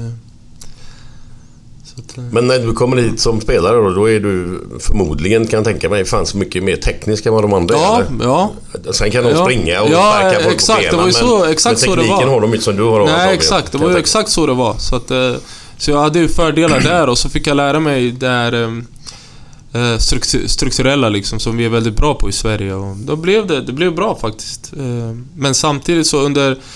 men när du kommer hit som spelare då är du förmodligen, kan jag tänka mig, fanns mycket mer teknisk än vad de andra är. Ja. Sen kan de springa och sparka folk exakt, på benen, det var ju så, exakt så det var. Tekniken har de inte som du har. Nej, exakt, det var ju exakt så det var. Så jag hade ju fördelar där, och så fick jag lära mig där strukturella liksom, som vi är väldigt bra på i Sverige, och då blev det blev bra faktiskt. Men samtidigt så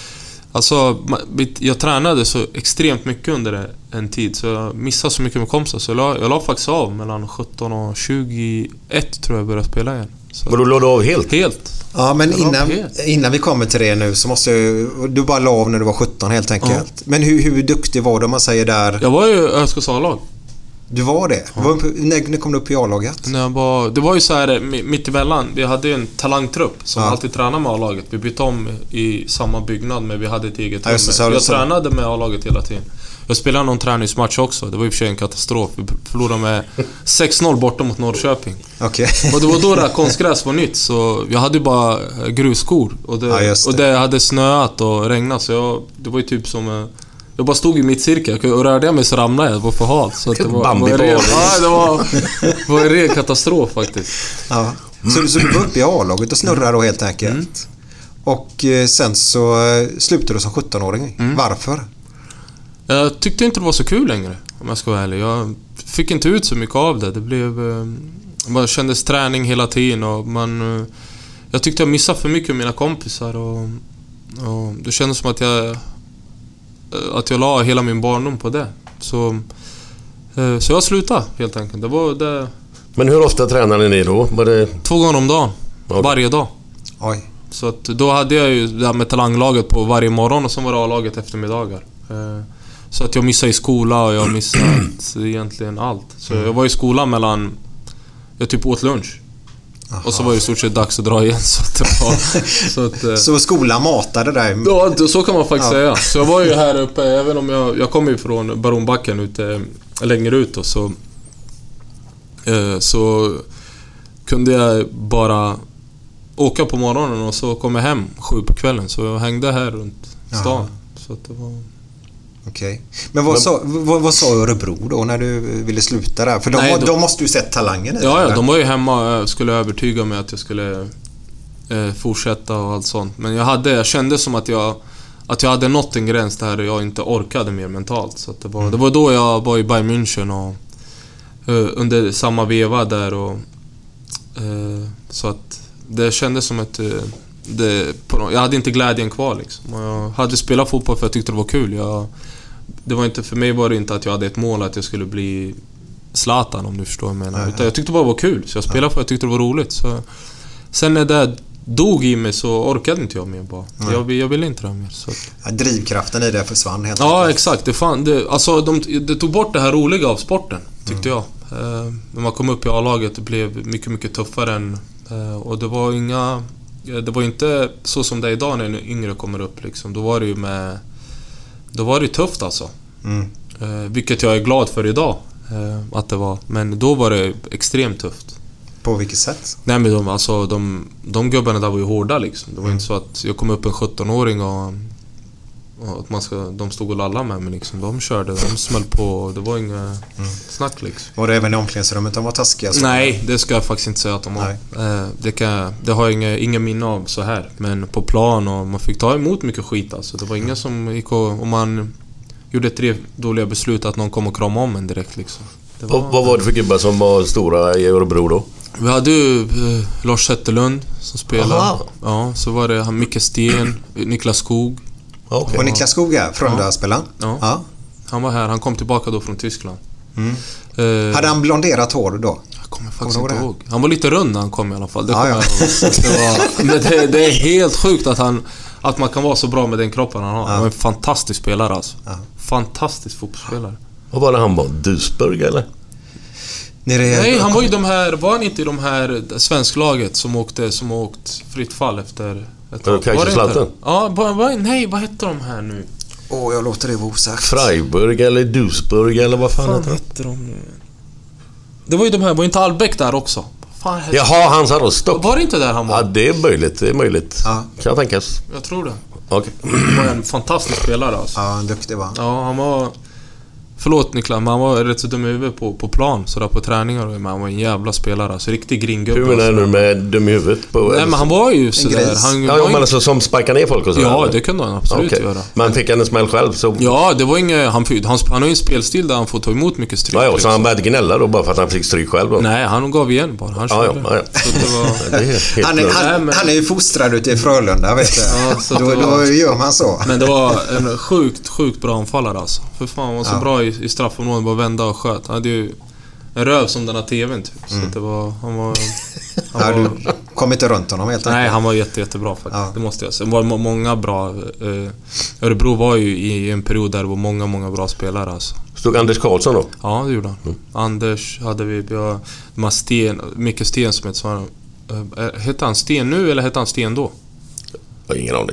jag tränade så extremt mycket under en tid, så jag missade så mycket med kompisar, så jag la faktiskt av mellan 17 och 21 tror jag började spela igen. Men du lade av helt? Helt. Ja, men innan vi kommer till det nu så måste du bara la av när du var 17 helt enkelt. Ja. Men hur duktig var du om man säger där? Jag var ju ÖSKs A-lag. Du var det? Ja. När kom du upp i A-laget? Det var ju så här mitt emellan. Vi hade ju en talangtrupp som alltid tränade med A-laget. Vi bytte om i samma byggnad, men vi hade ett eget rum. Jag tränade med A-laget hela tiden. Jag spelade någon träningsmatch också. Det var i och för sig en katastrof. Vi förlorade med 6-0 borta mot Norrköping. Okay. Och det var då det konstgräs var nytt. Så jag hade ju bara grusskor. Och det hade snöat och regnat. Så det var ju typ som... Jag bara stod i mitt cirkel och rörde jag mig så ramlade jag. Det var för halt. Så det var en ren katastrof faktiskt. Ja. Så du var uppe i A-laget och snurrade då helt enkelt. Och sen så slutade du som 17-åring. Varför? Jag tyckte inte det var så kul längre, om jag ska vara ärlig. Jag fick inte ut så mycket av det. Det blev... Man kändes träning hela tiden och jag tyckte jag missade för mycket av mina kompisar och det kändes som att jag la hela min barndom på det. Så jag slutade helt enkelt. Det var det. Men hur ofta tränade ni då? Var det... 2 gånger om dagen. Okay. Varje dag. Oj. Så att då hade jag ju det här med talanglaget på varje morgon och så var det A-laget eftermiddagar. Så att jag missade i skola och jag missade egentligen allt. Så jag var i skolan mellan... Jag typ åt lunch. Aha. Och så var det i stort sett dags att dra igen. Så skolan matade dig? Ja, så kan man faktiskt säga. Så jag var ju här uppe, även om jag kom ju från Baronbacken ute längre ut och så kunde jag bara åka på morgonen och så kom jag hem 7 på kvällen. Så jag hängde här runt stan. Så att det var... Okej. Men vad sa Örebro då när du ville sluta där? För de måste ju sett talangen i. Ja, de var ju hemma och skulle övertyga mig att jag skulle fortsätta och allt sånt. Men jag kände som att jag hade nått en gräns där jag inte orkade mer mentalt. Så att det var då jag var i Bayern München och under samma veva där och så att det kändes som att jag hade inte glädjen kvar liksom. Jag hade spelat fotboll för jag tyckte det var kul. För mig var det inte att jag hade ett mål att jag skulle bli Zlatan, om du förstår vad jag menar. Utan jag tyckte det bara var kul. Så jag spelade för jag tyckte det var roligt. Så sen när det dog i mig så orkade inte jag mer bara. Jag ville inte det mer. Så drivkraften i det försvann helt enkelt. Ja, exakt. Det tog bort det här roliga av sporten, tyckte jag. När man kom upp i A-laget det blev mycket, mycket tuffare och det var inte så som det är idag när en yngre kommer upp liksom. Då var det tufft alltså. Vilket jag är glad för idag att det var. Men då var det extremt tufft. På vilket sätt? Nej, men de gubbarna där var ju hårda liksom. Det var inte så att jag kom upp en 17-åring och att de stod och lallade med mig liksom. De körde, de smäll på. Det var inga snack liksom. Var det även i omklädningsrummet de var taskiga? Nej, det ska jag faktiskt inte säga att de var. Det har jag inga minne av så här. Men på plan och man fick ta emot mycket skit alltså. Det var inga som gick och man gjorde 3 dåliga beslut att någon kom och kramade om en direkt liksom. Vad var det för gubbar som var stora i Örebro då? Vi hade ju Lars Zetterlund som spelade. Ja, så var det Micke Sten, Niklas Skog. Okay. Och Niklas Skog är Frölunda-spelaren? Ja. Han var här, han kom tillbaka då från Tyskland. Hade han blonderat hår då? Jag kommer faktiskt inte ihåg. Han var lite rund när han kom i alla fall. Det är helt sjukt att man kan vara så bra med den kroppen han har. Han var en fantastisk spelare alltså. Fantastisk fotbollsspelare. Vad var det han var? Duisburg eller? Nej, han var ju var han inte i de här svensklaget som åkt fritt fall efter Kajserslanten? Ja, vad heter de här nu? Jag låter det vara osagt. Freiburg eller Duisburg eller vad fan heter de nu? Det var ju de här, var inte Albeck där också? Jaha, Hansa Rostock. Var det inte där han var? Ja, det är möjligt. Ja. Kan tänkas. Jag tror det. Okej. Han var en fantastisk spelare alltså. Ja, en duktig var. Ja, han var... Förlåt Niklas, men han var rätt så dum i huvudet på plan så där på träningar och han var en jävla spelare alltså, riktig gringubbe. Hur menar du med dum i huvudet på? Nej, men han var ju så där. Men alltså som sparkar ner folk och så. Ja, det kunde han absolut göra. Men fick han en smäll själv så. Ja, det var inget han har ju en spelstil där han får ta emot mycket stryk. Ja, så han började gnälla då bara för att han fick stryk själv då. Nej, han gav igen bara. Han körde. Han är ju fostrad ute i Frölunda, vet du. Ja, då gör man så. Men det var en sjukt bra anfallare alltså. För fan, han var så bra i straffområdet, bara vända och sköt. Han hade ju röv som den här tvn typ. Så att det var, han var du kom inte runt honom helt enkelt. Nej, han var jättebra faktiskt. Det måste jag säga. Det var många bra. Örebro var ju i en period där det var många bra spelare alltså. Stod Anders Karlsson då? Ja, det gjorde han. Anders hade vi Micke Sten som heter hette han Sten nu eller hette han Sten då? Jag har ingen aning.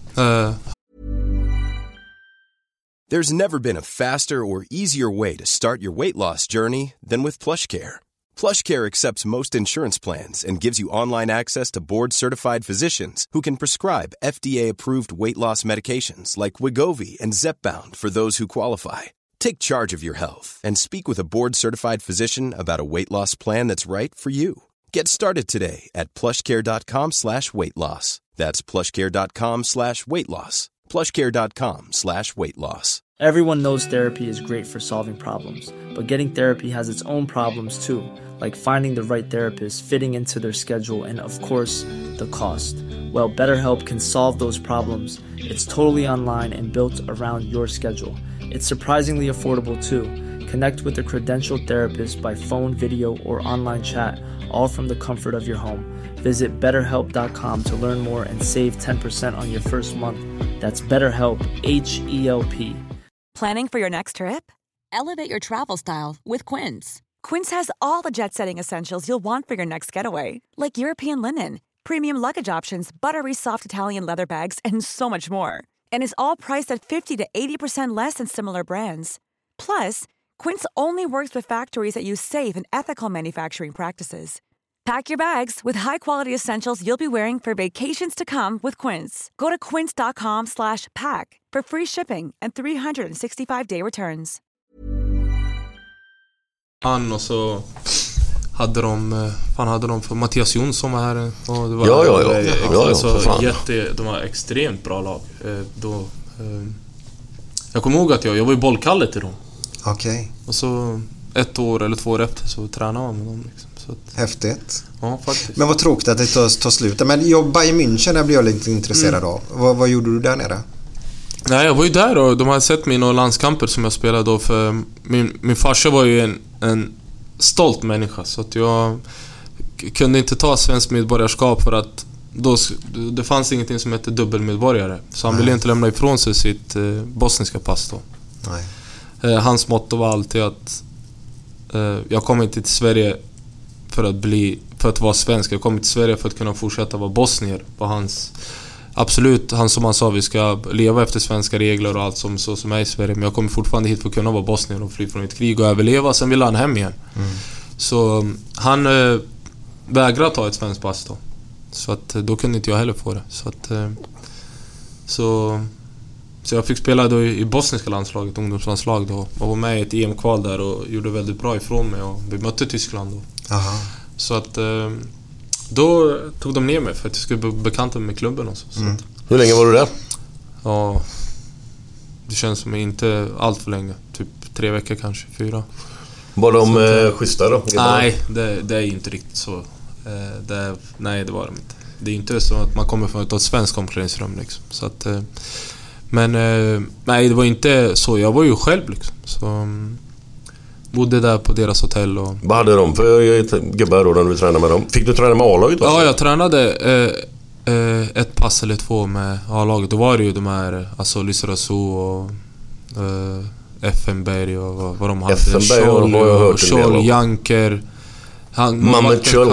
There's never been a faster or easier way to start your weight loss journey than with PlushCare. PlushCare accepts most insurance plans and gives you online access to board-certified physicians who can prescribe FDA-approved weight loss medications like Wegovy and Zepbound for those who qualify. Take charge of your health and speak with a board-certified physician about a weight loss plan that's right for you. Get started today at plushcare.com/weightloss. That's plushcare.com/weightloss. plushcare.com/weightloss. Everyone knows therapy is great for solving problems, but getting therapy has its own problems too, like finding the right therapist, fitting into their schedule, and of course, the cost. Well, BetterHelp can solve those problems. It's totally online and built around your schedule. It's surprisingly affordable too. Connect with a credentialed therapist by phone, video, or online chat, all from the comfort of your home. Visit BetterHelp.com to learn more and save 10% on your first month. That's BetterHelp, H-E-L-P. Planning for your next trip? Elevate your travel style with Quince. Quince has all the jet-setting essentials you'll want for your next getaway, like European linen, premium luggage options, buttery soft Italian leather bags, and so much more. And is all priced at 50 to 80% less than similar brands. Plus, Quince only works with factories that use safe and ethical manufacturing practices. Pack your bags with high-quality essentials you'll be wearing for vacations to come with Quince. Go to quince.com/pack for free shipping and 365-day returns. Han och så hade de för Mattias Jonsson var här och det var de var extremt bra lag. Jag kommer ihåg att jag var ju bollkalle till dem. Okej. Och så 1 år eller 2 år efter så tränade man med dem liksom. Så att, häftigt. Ja, faktiskt. Men vad tråkigt att det tar slut. Men jobba i München där blir jag lite intresserad av. Vad gjorde du där nere? Nej, jag var ju där och de hade sett mina landskamper som jag spelade då. För min farsa var ju en stolt människa. Så att jag kunde inte ta svensk medborgarskap för att det fanns ingenting som hette dubbelmedborgare. Så han ville inte lämna ifrån sig sitt bosniska pass då. Nej. Hans motto var alltid att jag kommer inte till Sverige för att vara svensk. Jag kommer till Sverige för att kunna fortsätta vara bosnier. På hans absolut, som han sa, vi ska leva efter svenska regler och allt som är i Sverige. Men jag kommer fortfarande hit för att kunna vara bosnier och fly från ett krig och överleva. Sen vill han hem igen. Så han vägrade ta ett svenskt pass då. Så att då kunde inte jag heller få det. Så jag fick spela då i bosniska landslaget, ungdomslandslag då. Och var med i ett EM-kval där och gjorde väldigt bra ifrån mig. Och vi mötte Tyskland då. Aha. Så att då tog de ner mig för att jag skulle bli bekanta med klubben också. Så att, hur länge var du där? Ja, det känns som inte allt för länge. Typ 3 veckor kanske, 4. Var de schyssta då? Nej, det är inte riktigt så. Nej, det var de inte. Det är inte så att man kommer från ett svenskt omklädningsrum liksom. Så att, men nej, det var inte så. Jag var ju själv liksom. Så bodde där på deras hotell och... Vad hade de för gubbar då när du tränade med dem? Fick du träna med A-laget då? Ja, jag tränade ett pass eller 2 med A-laget. Då var det ju de här, alltså Lissarazu och Effenberg och vad de hade. Effenberg har jag hört en del om. Janker, Mammet Scholl.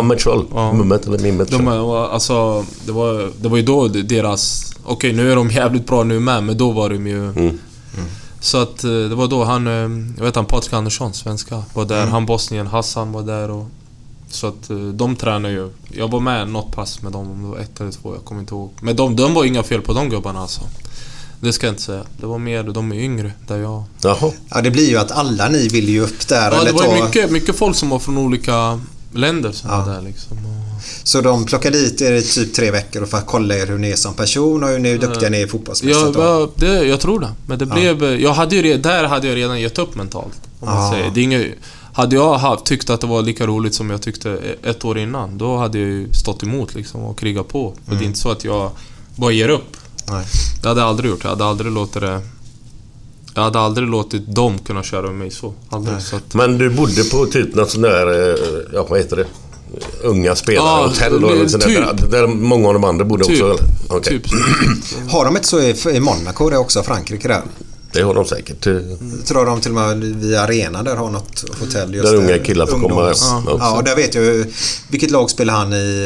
Alltså det var ju då deras... Okej, nu är de jävligt bra nu men då var de ju... Så att det var då jag vet Patrik Andersson, svenska, var där. Han Bosnien, Hassan var där och, så att de tränar ju. Jag var med något pass med dem, om det var 1 eller 2, jag kommer inte ihåg. Men de var inga fel på de gubbarna alltså. Det ska jag inte säga. Det var mer, de är yngre där jag... Jaha. Ja, det blir ju att alla ni vill ju upp där. Ja, det var ju mycket folk som var från olika länder som var där liksom. Så de plockar dit er i typ 3 veckor för att kolla er hur ni är som person och hur ni är duktiga ni är fotbollsmässigt. Jag tror det. Men det blev... Jag hade ju redan gett upp mentalt, om man säger. Det är inget, hade jag tyckt att det var lika roligt som jag tyckte 1 år innan, då hade jag ju stått emot liksom och krigat på. För det är inte så att jag bara ger upp. Nej. Det hade jag aldrig gjort. Jag hade aldrig låtit det jag hade aldrig låtit dem kunna köra med mig så. Aldrig, så att... Men du bodde på typ något sån där, vad heter det? Unga spelare, hotell och sånt där många av de andra bodde typ, också. Okay. Typ. Har de inte så i Monaco, det är också Frankrike där? Det har de säkert. Tror de till och med vid arena där har något hotell just där unga killar får komma. Ja, där vet jag vilket lag spelar han i.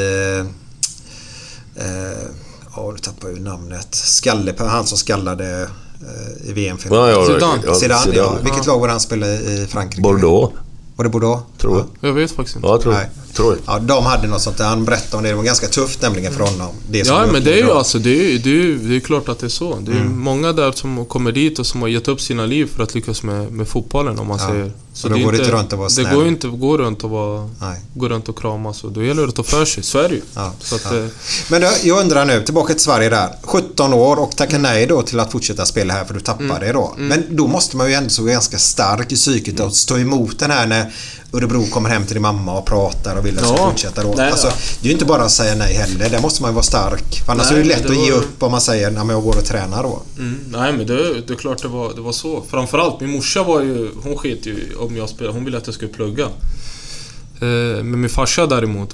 Du tappar ju namnet. Han som skallade i VM-finalen. Zidane, ja. Vilket lag var han spelade i Frankrike? Bordeaux. Var det Bordeaux? Tror jag. Jag vet faktiskt inte. Ja, jag tror. Ja, de hade något sånt där. Han berättade om det. Det var ganska tufft nämligen för honom. Men det är ju alltså, det är klart att det är så. Det är många där som kommer dit och som har gett upp sina liv för att lyckas med fotbollen, om man säger. Så då går det inte runt att vara snäll. Det går inte att gå runt och kramas. Och då gäller det att ta för sig. Så är det ju. Så att, Men jag undrar nu, tillbaka till Sverige där. 17 år och tacka nej då till att fortsätta spela här för du tappar det då. Men då måste man ju ändå så ganska stark i psyket och stå emot den här när Örebro kommer hem till din mamma och pratar och vill att ska fortsätta då. Alltså, det är ju inte bara att säga nej heller. Där måste man ju vara stark. För annars är det lätt att ge upp om man säger när jag går och tränar då. Nej, men det är klart det var så. Framförallt min morsa var ju, hon sket ju om jag spelade. Hon ville att jag skulle plugga. Men min farsa däremot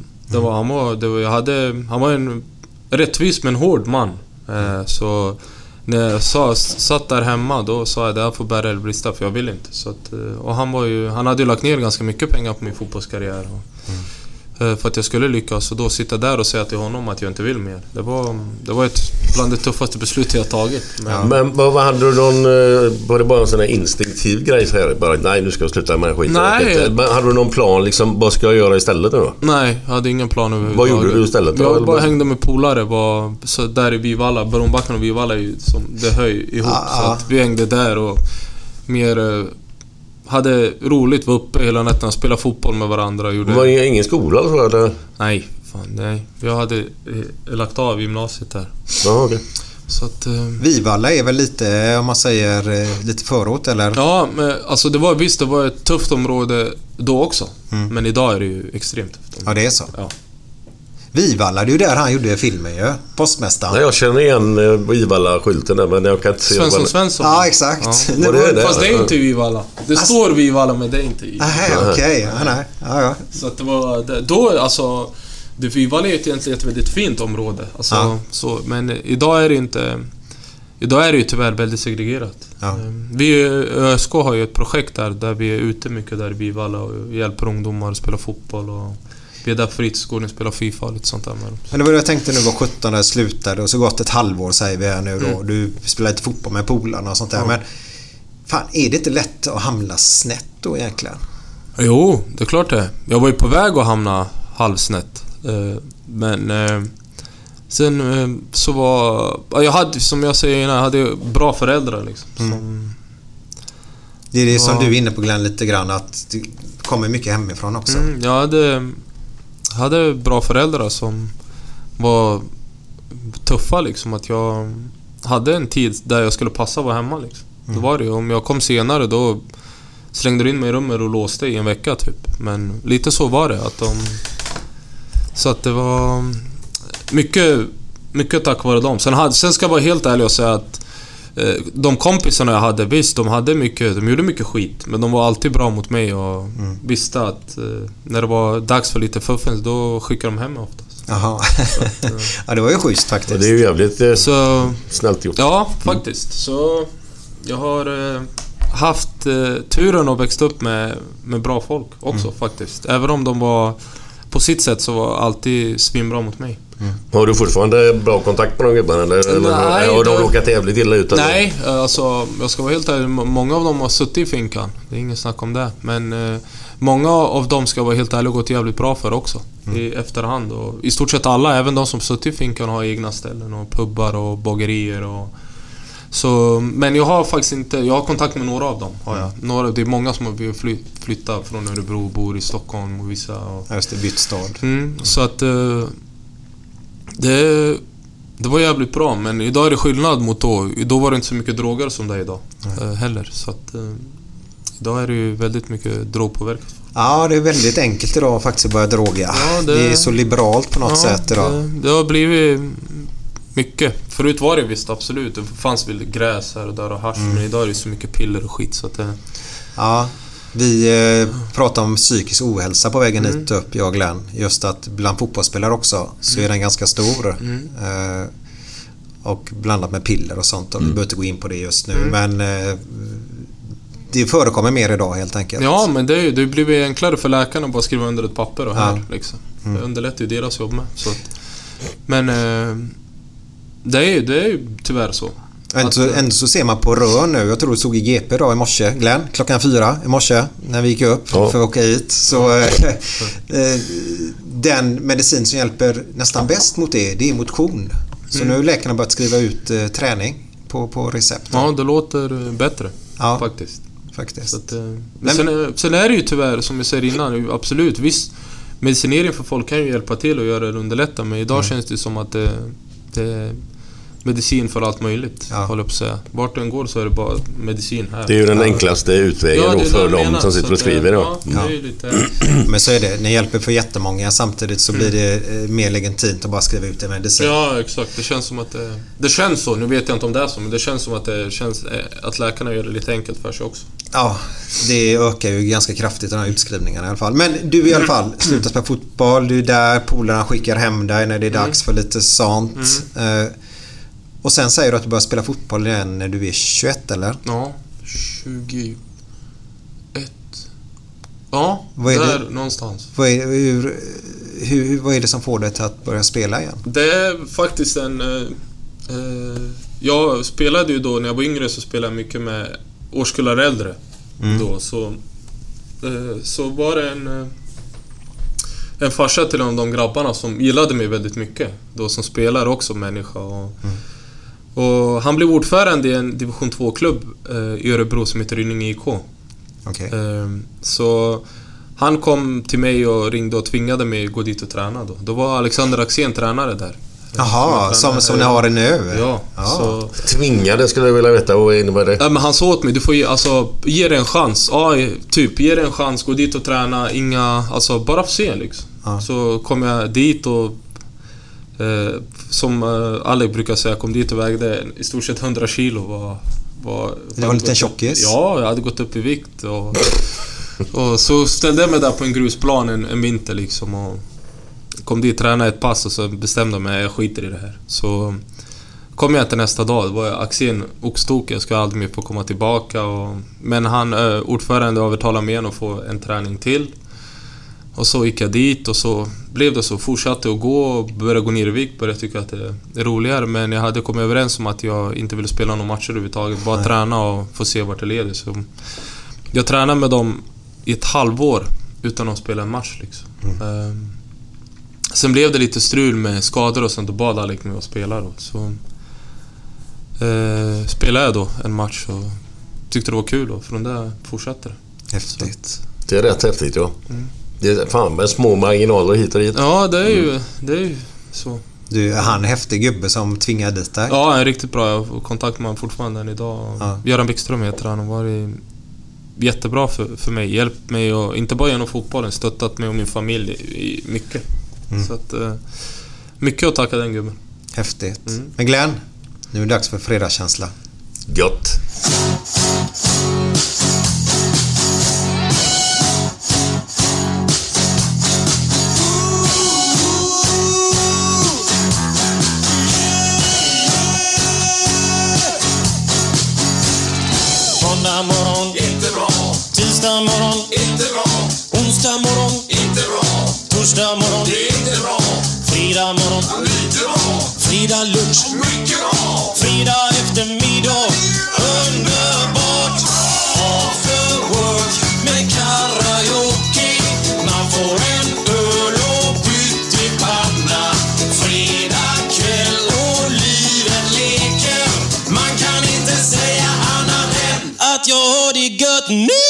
han var en rättvis men hård man. Så när jag satt där hemma, då sa jag det här får bära eller brista, för jag vill inte. Så att, och han hade ju lagt ner ganska mycket pengar på min fotbollskarriär för att jag skulle lyckas, och då sitta där och säga till honom att jag inte vill mer. Det var ett bland det tuffaste beslut jag tagit. Men vad hade du var det bara en sån här instinktiv grej så här, bara nej, nu ska jag sluta med skiten? Nej. Men hade du någon plan liksom, vad ska jag göra istället då? Nej, jag hade ingen plan överhuvudtaget. Vad gjorde du istället då? Jag bara hängde med polare, så där i Vivalla, Baronbacken och Vivalla är ju som det höj ihop, så att vi hängde där och mer hade roligt, var uppe hela nätterna, spela fotboll med varandra. Var det ingen skola så eller? Nej. Jag hade lagt av gymnasiet där. Ja, okej. Så att Vivalla är väl lite, om man säger, lite förort eller? Ja, men alltså det var ett tufft område då också. Men idag är det ju extremt tufft. Ja, det är så. Ja. Vivalla, det är ju där han gjorde filmen ju. Postmästaren. Nej, jag känner igen Vivalla-skylten där, men jag kan inte se Svensson. Ja, exakt. Ja. Fast det är inte Vivalla. Det står Vivalla, men det är inte Vivalla. Okej. Ja. Så att det var då, alltså Vivalla är egentligen ett väldigt fint område. Alltså, så, men idag är det ju tyvärr väldigt segregerat. Ja. Vi i ÖSK har ju ett projekt där vi är ute mycket där i Vivalla och hjälper ungdomar att spela fotboll, och vi är där på fritidsgården och spelar FIFA och lite sånt där med dem. Men det var jag tänkte nu var 17 när slutade och så gått ett halvår säger vi här nu då. Du spelar lite fotboll med polarna och sånt där. Men fan, är det inte lätt att hamna snett då egentligen? Jo, det är klart det. Jag var ju på väg att hamna halvsnett. Men sen så var jag hade, som jag säger innan, jag hade bra föräldrar liksom, det är det som du är inne på, Glenn, lite grann, att det kommer mycket hemifrån också. Jag hade bra föräldrar som var tuffa liksom, att jag hade en tid där jag skulle passa vara hemma liksom. Då var det, om jag kom senare då slängde du in mig i rummet och låste i en vecka typ. Men lite så var det, att så att det var mycket tack vare dem. Sen ska jag vara helt ärlig och säga att de kompisarna jag hade, visst, de gjorde mycket skit, men de var alltid bra mot mig och visste att när det var dags för lite fuffens, då skickade de hem mig oftast. Jaha. Ja, det var ju schysst faktiskt. Ja, det är ju jävligt snällt gjort. Ja, faktiskt. Så jag har haft turen att växa upp med bra folk också faktiskt. Även om de var på sitt sätt, så var alltid svinbra mot mig. Har du fortfarande bra kontakt med de gubbarna? Nej. Har de råkat jävligt illa ut? Nej, alltså jag ska vara helt ärlig. Många av dem har suttit i finkan. Det är ingen snack om det. Men många av dem ska vara helt ärlig och gått jävligt bra för också. I efterhand. Och i stort sett alla, även de som suttit i finkan, har egna ställen och pubbar och bagerier och så, men jag har faktiskt inte. Jag har kontakt med några av dem, har jag. Det är många som har flyttat från Örebro, bor i Stockholm och vissa just det, bytt stad. Så att det var jävligt bra, men idag är det skillnad mot då. Då var det inte så mycket droger som det är idag heller, så att idag är det ju väldigt mycket drogpåverkat. Ja, det är väldigt enkelt idag faktiskt att börja droga. Det är så liberalt på något sätt idag. Det har blivit Mycket. Förut var det visst absolut. Det fanns väl gräs här och där och hasch. Men idag är det så mycket piller och skit så att det... Ja, vi pratar om psykisk ohälsa på vägen hit upp, jag och Glenn. Just att bland fotbollsspelare också så är den ganska stor. Och blandat med piller och sånt. Och vi behöver inte gå in på det just nu. Men det förekommer mer idag helt enkelt. Ja, men det blir enklare för läkarna att bara skriva under ett papper och här liksom. Det underlättar ju deras jobb med. Så att, men det är ju tyvärr så. Ändå så ser man på rör nu. Jag tror du såg i GP idag i morse, Glenn, 4:00 i morse när vi gick upp för att åka hit. Så den medicin som hjälper nästan bäst mot det är motion. Så nu har läkarna börjat skriva ut träning på recept. Ja, det låter bättre faktiskt. Så att, sen är det ju tyvärr, som vi säger innan, absolut, visst, medicinering för folk kan ju hjälpa till och göra det underlätta, men idag känns det som att det medicin för allt möjligt, håller på att säga. Vart den går så är det bara medicin här. Det är ju den enklaste utvägen då för dem som sitter och skriver. Det är lite... Men så är det, ni hjälper för jättemånga, samtidigt så blir det mer legitimt att bara skriva ut en medicin. Ja, exakt. Det känns som att det känns så, nu vet jag inte om det är så, men det känns som att läkarna gör det lite enkelt för sig också. Ja, det ökar ju ganska kraftigt den här utskrivningen i alla fall. Men du i alla fall slutar spela fotboll, du är där, polarna skickar hem dig när det är dags för lite sånt. Och sen säger du att du börjar spela fotboll igen när du är 21, eller? Ja, 21. Ja, vad är där det? Någonstans. Vad är det som får dig till att börja spela igen? Det är faktiskt jag spelade ju då, när jag var yngre så spelade jag mycket med årskullar äldre. Då, så var det en farsa till de grabbarna som gillade mig väldigt mycket. Då, som spelar också människa. Och han blev ordförande i en division 2-klubb i Örebro som heter Rynninge IK. Okay. Så han kom till mig och ringde och tvingade mig att gå dit och träna. Då var Alexander Axén tränare där. Jaha, som ni har det nu? Ja. Så... Tvingade skulle jag vilja veta, vad innebär det? Ja, men han sa åt mig, du får ge det en chans. Ja, typ, ge det en chans, gå dit och träna. Bara för se liksom. Så kom jag dit och som Alex brukar säga, kom dit och vägde i stort sett 100 kilo. Det var en liten tjockis? Ja, jag hade gått upp i vikt. Och så ställde jag mig där på en grusplan en vinter liksom, och kom dit, tränade ett pass och så bestämde jag mig, jag skiter i det här. Så kom jag till nästa dag, det var Axén oxtok, jag ska aldrig mer få komma tillbaka. Men han, ordförande, övertalade mig att få en träning till. Och så gick jag dit och så blev det så, fortsatte att gå och började gå ner i vikt, började tycka att det är roligare. Men jag hade kommit överens om att jag inte ville spela någon matcher överhuvudtaget, bara träna och få se vart det leder. Så jag tränade med dem i ett halvår utan att spela en match liksom. Sen blev det lite strul med skador och sånt, och bad Alex med att spela då. Så spelade jag då en match och tyckte det var kul, och från där fortsatte det. Häftigt. Det är rätt häftigt, ja. Det är fan med små marginaler hit och dit. Ja, det är ju så. Du, han är häftig gubbe som tvingar dit dig. Ja, han är riktigt bra. Jag har kontakt med honom fortfarande än idag. Göran Bäckström heter han och varit jättebra för mig. Hjälpt mig, och inte bara genom fotbollen, stöttat mig och min familj i mycket. Så att mycket att tacka den gubben. Häftigt. Men Glenn, nu är det dags för fredagskänsla. Gott. Måndag morgon, inte bra. Tisdag morgon, inte bra. Onsdag morgon, inte bra. Torsdag morgon, det är inte bra. Fredag morgon, lite bra. Fredag lunch, mycket bra. Fredag eftermiddag, underbart. After work med karaoke. Man får en öl och pyttipanna. Fredag kväll och livet leker. Man kan inte säga annat än att jag har det gött nu.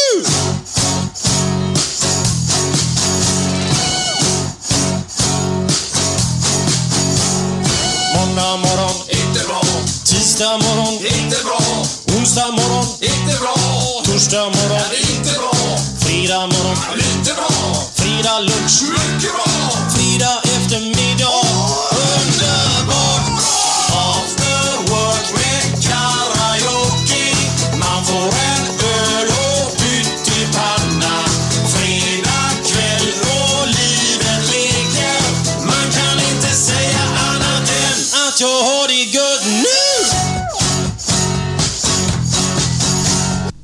Måndag morgon, inte bra. Tisdag morgon, inte bra. Onsdag morgon, inte bra. Torsdag morgon, inte bra. Fredag morgon, lite bra. Fredag lunch, mycket bra. Fredag eftermiddag, underbart bra.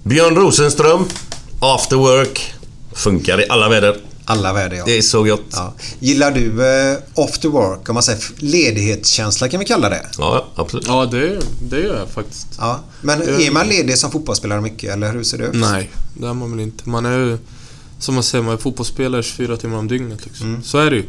Björn Rosenström, After Work. Funkar i alla väder. Alla väder, ja. Det är så gott. Ja. Gillar du after work, om man säger ledighetskänsla kan vi kalla det? Ja, absolut. Ja, det gör jag faktiskt. Ja. Men är man ledig som fotbollsspelare mycket, eller hur ser det ut? Nej, det är man väl inte. Man är ju, som man säger, man är fotbollsspelare 24 timmar om dygnet liksom. Så är det ju.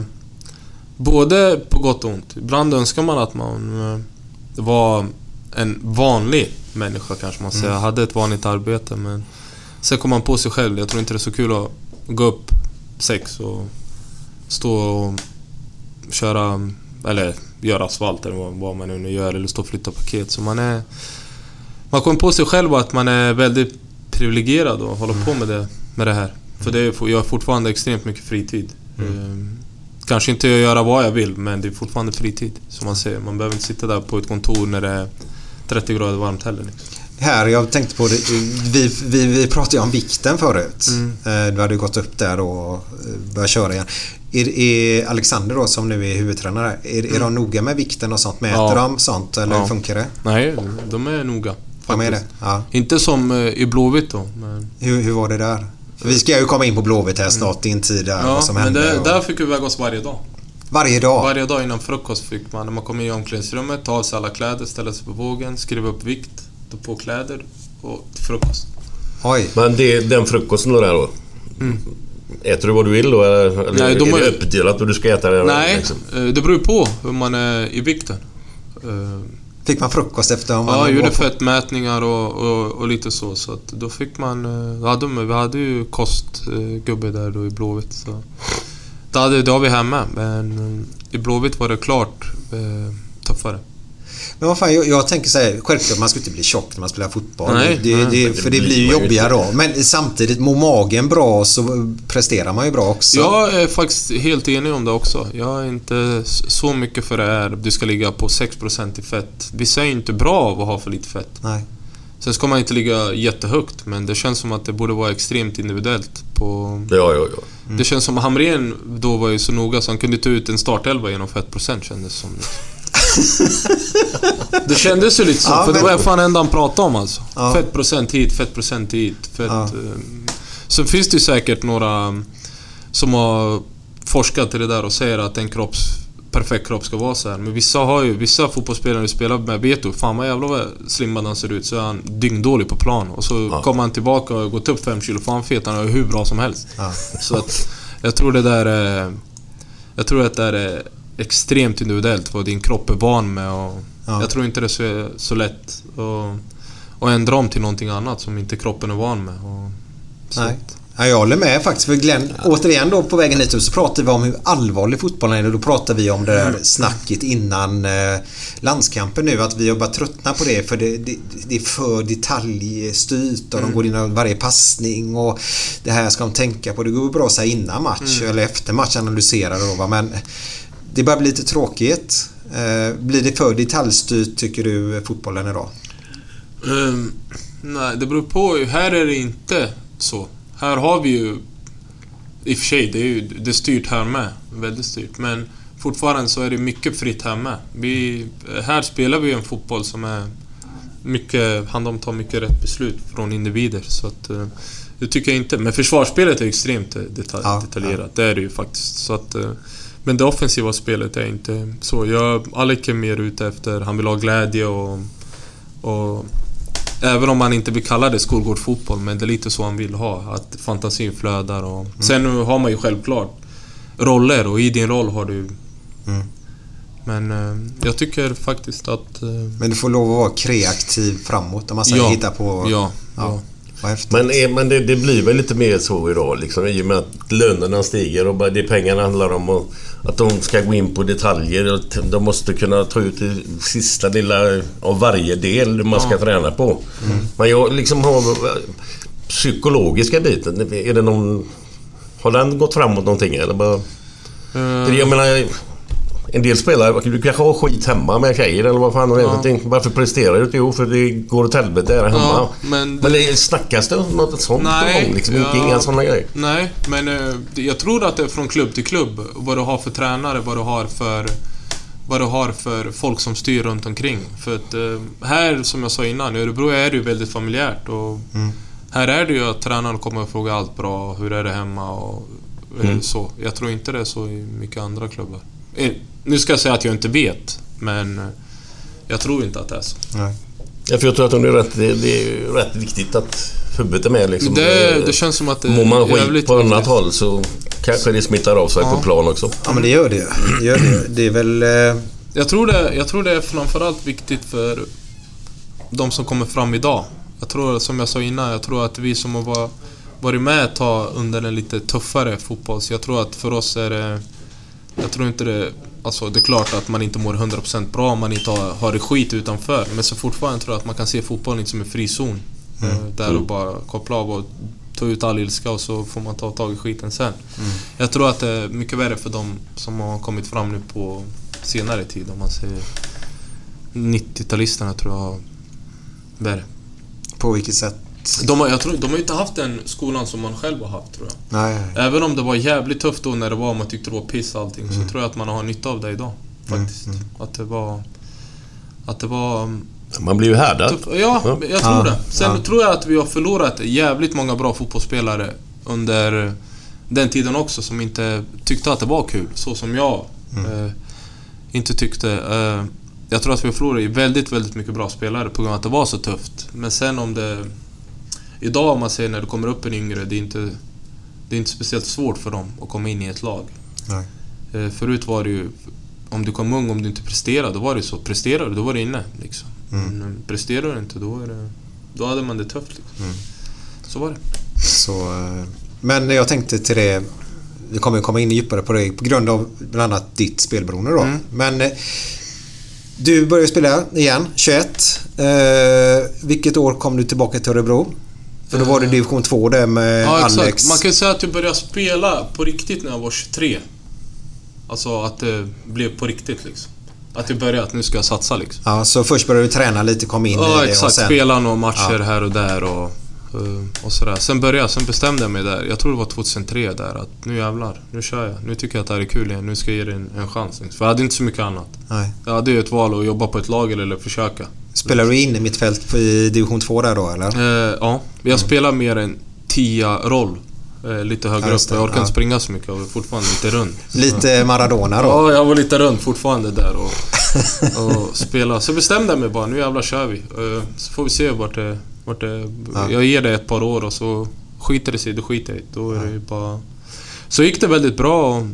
Både på gott och ont. Ibland önskar man att man var en vanlig människa, kanske man säger. Hade ett vanligt arbete, men sen kommer man på sig själv. Jag tror inte det är så kul att gå upp 6 och stå och köra eller göra asfalt eller vad man nu gör, eller stå och flytta paket. Så man kommer på sig själv att man är väldigt privilegierad och håller på med det här. För jag har fortfarande extremt mycket fritid. Kanske inte göra vad jag vill, men det är fortfarande fritid, som man säger. Man behöver inte sitta där på ett kontor när det är 30 grader varmt heller liksom. Här, jag tänkte på det, vi pratade ju om vikten förut. Du hade gått upp där och börjat köra igen. Är Alexander då, som nu är huvudtränare, är de noga med vikten och sånt? Mäter de sånt, eller hur funkar det? Nej, de är noga. De är det? Ja. Inte som i Blåvitt då. Men... Hur var det där? För vi ska ju komma in på Blåvitt här snart, din tid där, vad som hände. Men där fick vi väga oss varje dag. Varje dag? Varje dag innan frukost fick man, när man kom in i omklädningsrummet, ta av sig alla kläder, ställa sig på vågen, skriva upp vikt, ta på kläder och frukost. Oj. Men den frukosten då där då? Äter du vad du vill då? Eller nej, är det uppdelat och du ska äta det? Nej, liksom? Det beror på hur man är i vikten. Fick man frukost efter? Ja, jag gjorde fettmätningar och lite så att då fick man... Vi hade ju kostgubbe där då i Blåvitt. Så. Det har vi hemma, men i Blåvitt var det klart tuffare. Men vad fan, jag tänker så här, självklart man ska inte bli tjock när man spelar fotboll. Nej, för det blir ju jobbigare då. Men samtidigt, mår magen bra så presterar man ju bra också. Jag är faktiskt helt enig om det också. Jag är inte så mycket för det här. Du ska ligga på 6% i fett. Vissa är inte bra av att ha för lite fett. Nej. Sen ska man inte ligga jättehögt, men det känns som att det borde vara extremt individuellt på... Ja. Det känns som att Hamrén då var ju så noga så han kunde ta ut en startelva genom fettprocent, kändes som. Det kändes ju lite så, för det var fan enda han pratade om alltså. Fettprocent hit, fettprocent hit. Så finns det ju säkert några som har forskat i det där och säger att en perfekt kropp ska vara så här. Men vissa fotbollsspelare vi spelar med vet du, fan vad jävla slimmad han ser ut, så är han dyngdålig på plan. Och så kommer han tillbaka och gått upp 5 kilo, fan fet, han är hur bra som helst. Så att jag tror att det är extremt individuellt vad din kropp är van med, och jag tror inte det är så lätt att ändra om till någonting annat som inte kroppen är van med. Nej. Ja, jag håller med faktiskt, för Glenn, återigen då på vägen hit så pratar vi om hur allvarlig fotbollen är, och då pratar vi om det där snacket innan landskampen nu, att vi har bara tröttnat på det, för det är för detaljstyrt och de går in i varje passning och det här ska de tänka på. Det går bra så här innan match eller efter match analysera då, men det börjar bli lite tråkigt. Blir det för detaljstyrt, tycker du, fotbollen idag? Nej, det beror på. Här är det inte så. Här har vi ju, i och för sig, det är styrt här med, väldigt styrt, men fortfarande så är det mycket fritt här med. Här spelar vi en fotboll som är mycket, han tar mycket rätt beslut från individer, så att det tycker jag inte. Men försvarsspelet är extremt detaljerat, det är det ju faktiskt. Så att, men det offensiva spelet är inte så. Alec är mer ute efter, han vill ha glädje och även om man inte vill kalla det skolgårdsfotboll, men det är lite så han vill ha, att fantasin flödar och sen har man ju självklart roller, och i din roll har du men jag tycker faktiskt att men du får lov att vara kreativ framåt om man ska hitta på men det blir väl lite mer så idag liksom, i och med att lönerna stiger och det pengarna handlar om, och att de ska gå in på detaljer, och de måste kunna ta ut det sista lilla av varje del man ska träna på. Men jag liksom har psykologiska biten, är det har den gått framåt någonting eller bara jag menar, en del spelare, du kanske har skit hemma med tjejer eller vad fan det är någonting. Varför presterar du inte? Jo, för det går åt helvete där hemma. Men det snackas det om något sånt? Nej, liksom, inga sådana grejer. Nej, men jag tror att det är från klubb till klubb, vad du har för tränare, vad du har för vad du har för folk som styr runt omkring. För att här, som jag sa innan, i Örebro är det ju väldigt familjärt. Och här är det ju att tränaren kommer att fråga allt bra, hur är det hemma och så. Jag tror inte det är så i mycket andra klubbar. Nu ska jag säga att jag inte vet, men jag tror inte att det är så. Nej. Ja, för jag tror att det är rätt viktigt att huvudet är med liksom. Det känns som att det mår man skit på annat håll så kanske det smittar av sig på plan också. Ja, men det gör det. Det är väl... Jag tror det är framförallt viktigt för de som kommer fram idag. Jag tror, som jag sa innan, jag tror att vi som har varit med ett tag under en lite tuffare fotboll, så jag tror att för oss är det... Jag tror inte det... Alltså det är klart att man inte mår 100% bra om man inte har det skit utanför. Men så fortfarande tror jag att man kan se fotbollen som en frizon. Där och bara koppla av och ta ut all ilska och så får man ta tag i skiten sen. Jag tror att det är mycket värre för de som har kommit fram nu på senare tid. Om man säger 90-talisterna tror jag har värre. På vilket sätt? De har ju inte haft den skolan som man själv har haft, tror jag. Nej. Även om det var jävligt tufft då när det var, man tyckte det var piss och allting, så tror jag att man har nytta av det idag faktiskt. Att det var man blir ju härdad. Ja, jag tror det. Sen tror jag att vi har förlorat jävligt många bra fotbollsspelare under den tiden också, som inte tyckte att det var kul, så som jag inte tyckte. Jag tror att vi har förlorat väldigt, väldigt mycket bra spelare på grund av att det var så tufft. Men sen om det... Idag om man ser när det kommer upp en yngre, det är inte speciellt svårt för dem att komma in i ett lag. Nej. Förut var det ju, om du kom ung, om du inte presterade, då var det så. Presterade, då var det inne liksom. Men presterade du inte, då hade man det tufft liksom. Så var det. Så, men jag tänkte till det, vi kommer komma in djupare på det på grund av bland annat ditt spelberoende då. Men du började spela igen, 21. Vilket år kom du tillbaka till Örebro? För då var det division 2 där med Alex. Exakt. Man kan säga att jag började spela på riktigt när jag var 23. Alltså att det blev på riktigt liksom. Att jag började, att nu ska jag satsa liksom. Ja, så först började du träna lite, kom in i det. Exakt, och sen spela några matcher här och där och sådär. Sen bestämde jag mig där, jag tror det var 2003 där, att nu jävlar, nu kör jag. Nu tycker jag att det här är kul igen, nu ska jag ge det en chans. För jag hade inte så mycket annat. Nej. Jag hade ju ett val att jobba på ett lag eller försöka. Spelar du in i mittfält i division 2 där då, eller? Ja, jag spelar mer en 10-roll. Lite högre upp. Jag orkar inte springa så mycket och fortfarande lite runt. Lite Maradona då? Ja, jag var lite runt fortfarande där och spela. Så bestämde jag mig bara, nu jävlar kör vi. Så får vi se vart det jag ger det ett par år och så skiter det sig, då skiter jag. Då är det bara... Så gick det väldigt bra och,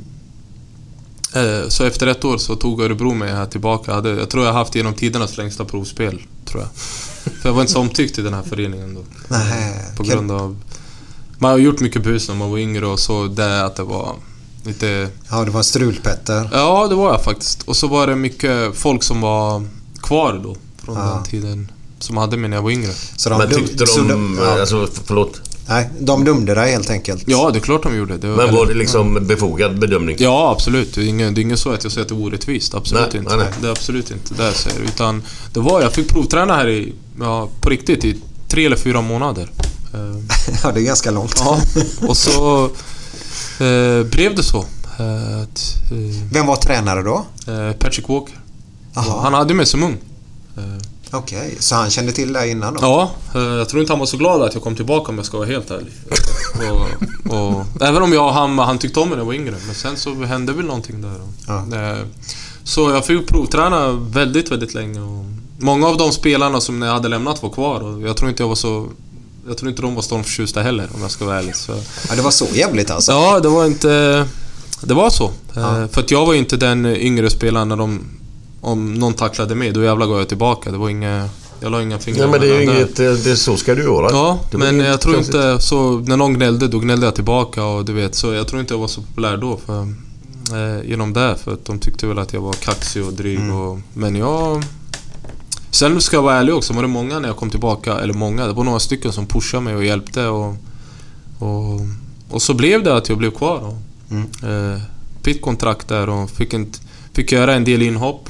så efter ett år så tog Örebro mig här tillbaka. Jag tror jag har haft genom tidernas längsta provspel, tror jag. För jag var inte så omtyckt i den här föreningen då. På grund av... Man har gjort mycket bus när man var yngre och så det att det var lite... Ja, det var strulpetter. Ja, det var jag faktiskt. Och så var det mycket folk som var kvar då från den tiden, som hade mig när jag var yngre. Så men tyckte de... Alltså, förlåt. Nej, de dömde dig helt enkelt. Ja, det är klart de gjorde. Men var det liksom befogad bedömning? Ja, absolut. Det är ingen så att jag säger att det är orättvist. Absolut inte. Nej. Det är absolut inte det jag säger. Utan det var, jag fick provträna här på riktigt i 3 eller 4 månader. Ja, det är ganska långt. Ja, och så blev det så. Vem var tränare då? Patrick Walker. Han hade mig som ung. Okej, så han kände till det innan då? Ja, jag tror inte han var så glad att jag kom tillbaka, om jag ska vara helt ärlig. och även om han tyckte om mig när jag var yngre. Men sen så hände väl någonting där. Så jag fick provträna väldigt, väldigt länge. Och många av de spelarna som jag hade lämnat var kvar. Och jag tror inte de var stormförtjusta heller, om jag ska vara ärlig. Så. Ja, det var så jävligt alltså? Ja, det var så. För att jag var inte den yngre spelaren när om någon tacklade mig, då jävla går jag tillbaka. Det var jag la inga fingrar. Nej, men det är inget, det så ska du göra. Ja, men jag tror inte så, när någon gnällde, då gnällde jag tillbaka och du vet, så jag tror inte jag var så populär då för, genom det, för att de tyckte väl att jag var kaxig och dryg men sen ska jag vara ärlig också, var det många när jag kom tillbaka, eller många, det var några stycken som pushade mig och hjälpte och så blev det att jag blev kvar och fick kontrakt där och fick göra en del inhopp.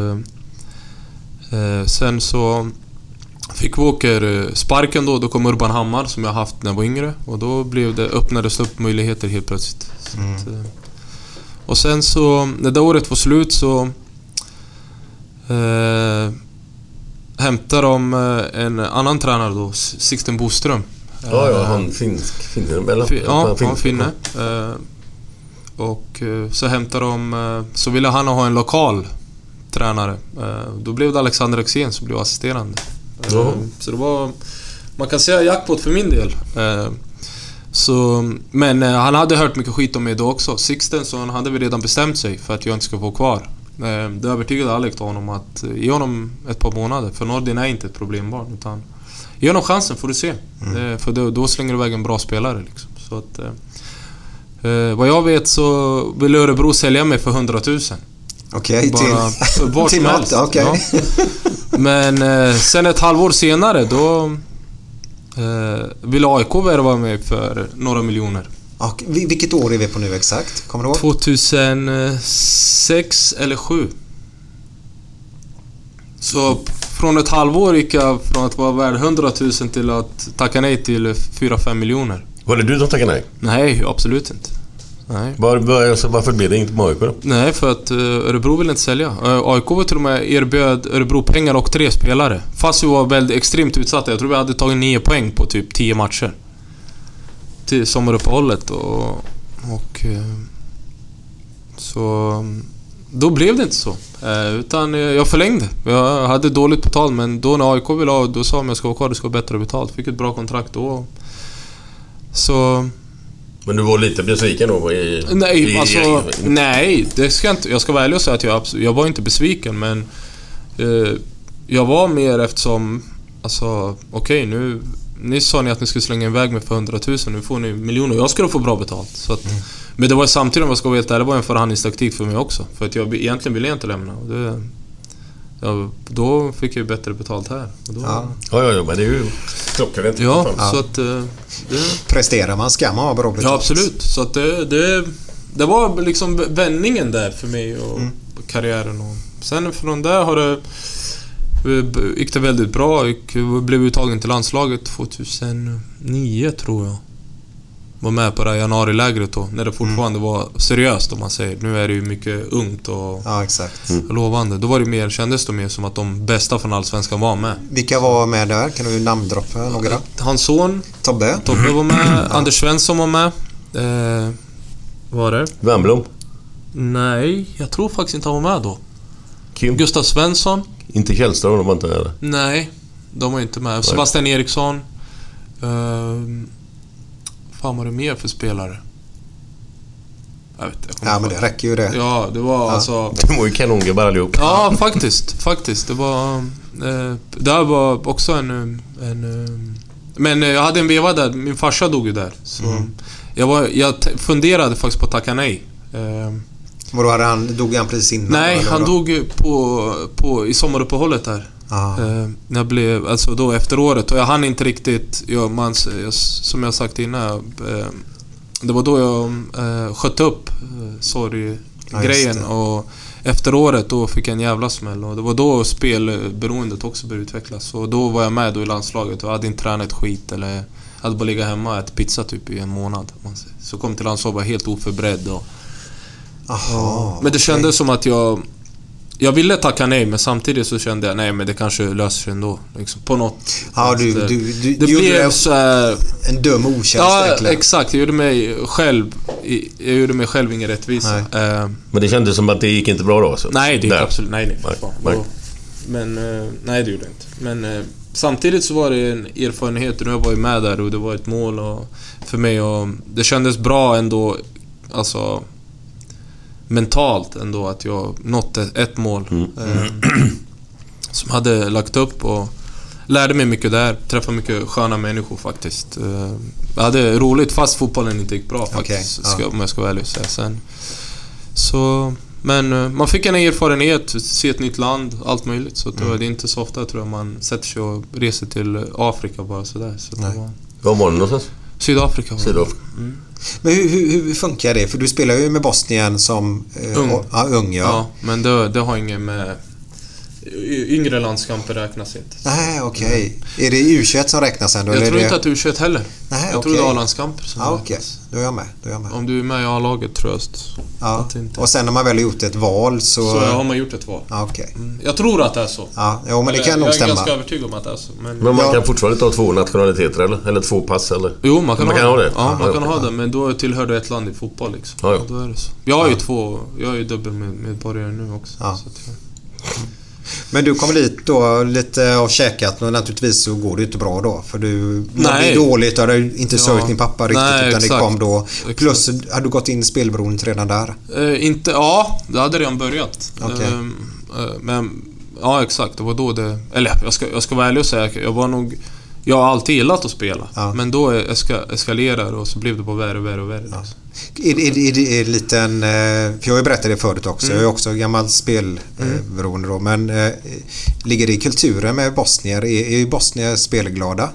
Sen så fick Walker sparken då kom Urban Hammar som jag haft när jag var yngre, och då öppnades upp möjligheter helt plötsligt. Och sen så när det året var slut så Hämtar de en annan tränare då, Sixten Boström. Ja, han finne eller? Han finne. Och så hämtar de, så ville han ha en lokal tränare. Då blev det Alexander Axén som blev assisterande. Så det var, man kan säga jackpot för min del. Men han hade hört mycket skit om mig då också. Sixten, så han hade väl redan bestämt sig för att jag inte ska få kvar. Det övertygade Alex honom att ge honom ett par månader. För Nordin är inte ett problembarn, utan ge honom chansen, får du se. För då slänger du iväg en bra spelare liksom. Så att vad jag vet så vill Örebro sälja mig för 100 000. Okej, till Matt, okej. Ja. Men sen ett halvår senare då ville AIK värva mig för några miljoner. Och vilket år är vi på nu exakt? Kommer du ihåg? 2006 eller 2007. Så från ett halvår gick jag från att vara värd 100 000 till att tacka nej till 4-5 miljoner. Var det du som tackade nej? Nej, absolut inte. Nej. Varför blev det inte med AIK då? Nej, för att Örebro ville inte sälja. AIK var till och med erbjöd Örebro pengar och 3 spelare. Fast vi var väldigt extremt utsatta. Jag tror vi hade tagit 9 poäng på typ 10 matcher. Till sommaruppehållet så då blev det inte så. Utan jag förlängde. Jag hade dåligt betalt, men då när AIK ville ha, då sa om jag ska vara kvar, det ska vara bättre betalt. Fick ett bra kontrakt då. Så... Men du var lite besviken då? Nej, det ska inte. Jag ska vara ärlig och säga att jag var inte besviken, men jag var mer eftersom okej, nu ni sa ni att ni skulle slänga iväg med för 100 000, nu får ni miljoner. Jag skulle få bra betalt. Så att, men det var samtidigt, om jag ska vara helt ärlig, det var en förhandlingstaktik för mig också. För att jag egentligen ville inte lämna. Då fick jag ju bättre betalt här. Ja, men det är ju klockrent. Ja, så att... Presterar man, ska man ha bra betalt. Ja, absolut. Så att det var liksom vändningen där för mig och karriären. Och sen från där gick det väldigt bra. Jag blev uttagen till landslaget 2009 tror jag. Var med på det januarilägret då, när det fortfarande var seriöst om man säger. Nu är det ju mycket ungt och lovande. Då var det mer, kändes det mer som att de bästa från Allsvenskan var med. Vilka var med där? Kan du namndroppa några? Hans son Tobbe var med. Anders Svensson var med. Var det? Wernbloom? Nej, jag tror faktiskt inte han var med då. Kim? Gustav Svensson? Inte Källström, de var inte med. Nej, de var inte med. Nej. Sebastian Eriksson. Fan var det mer för spelare? Jag vet inte. Ja, men det räcker ju det. Ja, det var alltså... Det var ju kanongubbar allihop. Ja, faktiskt. Det var... där var också en... Men jag hade en veva där. Min farsa dog ju där. Så jag funderade faktiskt på att tacka nej. Dog han precis innan? Nej, han dog i sommaruppehållet där. Jag blev, alltså då efter året, och jag hann inte riktigt, som jag sagt innan, det var då jag sköt upp sorggrejen, och efter året då fick jag en jävla smäll, och det var då spelberoendet också började utvecklas, och då var jag med då i landslaget och hade inte tränat skit, eller hade bara ligga hemma och ätit pizza typ i en månad. Så kom till landslaget och var helt oförberedd men det kändes som att jag ville tacka nej, men samtidigt så kände jag nej, men det kanske löser sig ändå liksom, på något. Ja, det blev så en dum okänsla. Ja, exakt. Jag gjorde mig själv ingen rättvisa. Men det kändes som att det gick inte bra då så. Nej, det gick absolut nej. Men nej, det gjorde det inte. Men samtidigt så var det en erfarenhet, och jag var ju med där och det var ett mål för mig, och det kändes bra ändå, alltså mentalt ändå, att jag nått ett mål som hade lagt upp, och lärde mig mycket där, träffade mycket sköna människor faktiskt. Jag hade roligt fast fotbollen inte gick bra faktiskt, om jag ska väl säga sen. Så, men man fick en erfarenhet, se ett nytt land, allt möjligt, så det är inte så ofta tror jag man sätter sig och reser till Afrika bara sådär. Så var var det någonstans? Sydafrika. Men hur funkar det? För du spelar ju med Bosnien som ung. Ja, men det har inget med... Yngre landskamper räknas inte. Nej, okej. Är det U21 som räknas ändå? Jag eller tror är inte att U21 heller. Nej, jag tror det är A-landskamper som räknas. Okej. Då är jag med. Om du är med i A-laget tror jag att inte. Och sen när man väl har gjort ett val så har man gjort ett val. Okej. Jag tror att det är så. Ja, men det kan nog stämma. Jag är ganska övertygad om att det är så. Men man kan fortfarande ta 2 nationaliteter eller 2 pass eller? Jo, man kan ha det. Ja, man kan ha det, men då tillhör du ett land i fotboll liksom. Ja. Då är det så. Jag har ju 2, jag är ju dubbelmedborgare nu också. Ja. Så att Men du kommer dit då lite och käkat, men naturligtvis så går det inte bra då, för du mådde dåligt och hade inte sörjt din pappa riktigt. Nej, utan exakt. Det kom då. Plus hade du gått in i spelberoendet redan där? Det hade redan börjat. Okay. Men ja, exakt, det var då det, eller jag ska vara ärlig och säga, jag har alltid gillat att spela, men då eskalerade och så blev det bara värre och värre. Ja. Är det liten, för jag har ju berättat det förut också, jag är också gammal spelberoende då, men ligger det i kulturen med bosnier? Är bosnier spelglada?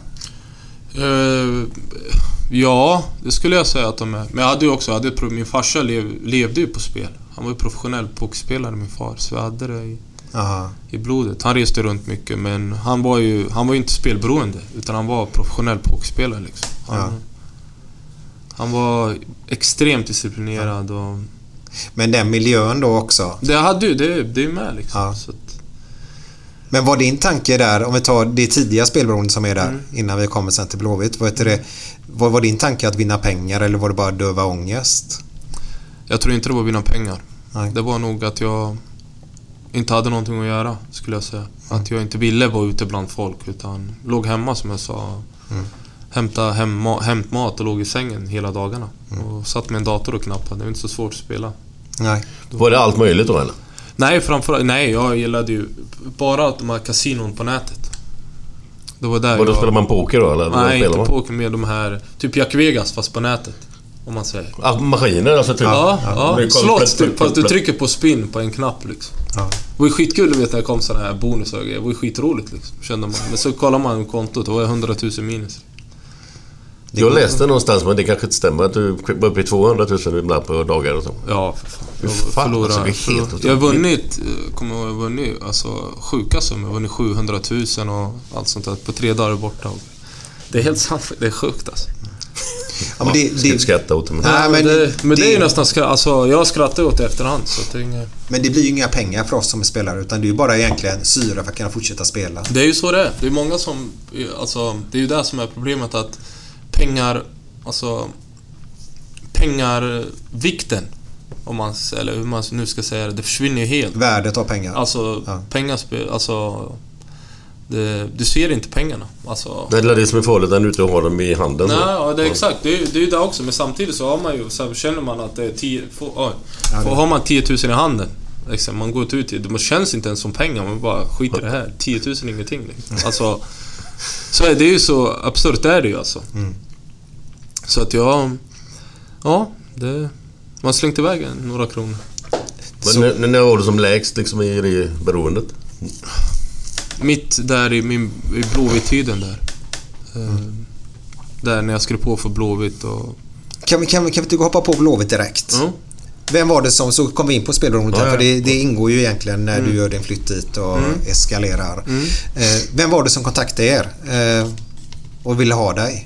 Ja, det skulle jag säga att de är. Men jag hade min farsa levde ju på spel. Han var ju professionell pokerspelare, min far, så jag hade det i blodet. Han reste runt mycket, men han var ju inte spelberoende, utan han var professionell pokerspelare liksom. Han var extremt disciplinerad och... Men den miljön då också? Det är med liksom. Ja. Så att... Men var din tanke där, om vi tar det tidiga spelberoendet som är där, innan vi kommer sen till Blåvitt, var din tanke att vinna pengar eller var det bara döva ångest? Jag tror inte det var vinna pengar. Nej. Det var nog att jag inte hade någonting att göra, skulle jag säga. Att jag inte ville vara ute bland folk, utan låg hemma, som jag sa. Hämt mat och låg i sängen hela dagarna. Och satt med en dator och knappade. Det är inte så svårt att spela. Nej. Var det allt möjligt då eller? Nej, jag gillade ju bara de här kasinon på nätet. Det var där. Då spelar man poker då eller? Nej, inte poker, med de här typ Jack Vegas fast på nätet, om man säger. Maskiner alltså typ. Ja. Slott typ, fast du trycker på spin på en knapp liksom. Ja. Det var ju skitkul när det kom såna här bonusar. Det var ju skitroligt liksom, kände man. Men så kollar man kontot, det var 100 000 minus. Jag läste någonstans, men det kanske inte stämmer, att du var uppe i 200 000 ibland på dagar och så. Ja, för fan. Jag har vunnit alltså sjuka summor. Jag har vunnit 700 000 och allt sånt där på 3 dagar borta. Det är helt sant, det är sjukt alltså. Ja, men det skratta åt men det är ju nästan alltså jag skrattar åt det efterhand, så det är inga... Men det blir ju inga pengar för oss som är spelare, utan det är ju bara egentligen syra för att kunna fortsätta spela. Det är ju så det är. Det är många som alltså, det är ju det som är problemet, att pengarvikten, om man, eller hur man nu ska säga det försvinner ju helt. Värdet av pengar. Alltså pengarspel, alltså du ser inte pengarna. Alltså, det är det som är farligt, när du inte har dem i handen. Nej, ja, det är exakt. Det är ju det också. Men samtidigt så har man ju, så känner man att det är har man 10 000 i handen liksom, man går ut det känns inte ens som pengar, man bara skiter det här. 10 000 ingenting liksom. Alltså, så är det ju så absurt, är det ju alltså. Så att man slängt iväg några kronor. Men när var det som lägst liksom i det beroendet? Mitt där i Blåvitt-tiden där. Där när jag skrev på för Blåvitt och... Kan vi inte hoppa på Blåvitt direkt? Vem var det som, så kom vi in på spelberoendet här, för det ingår ju egentligen när du gör din flytt dit och eskalerar. Vem var det som kontaktade er och ville ha dig?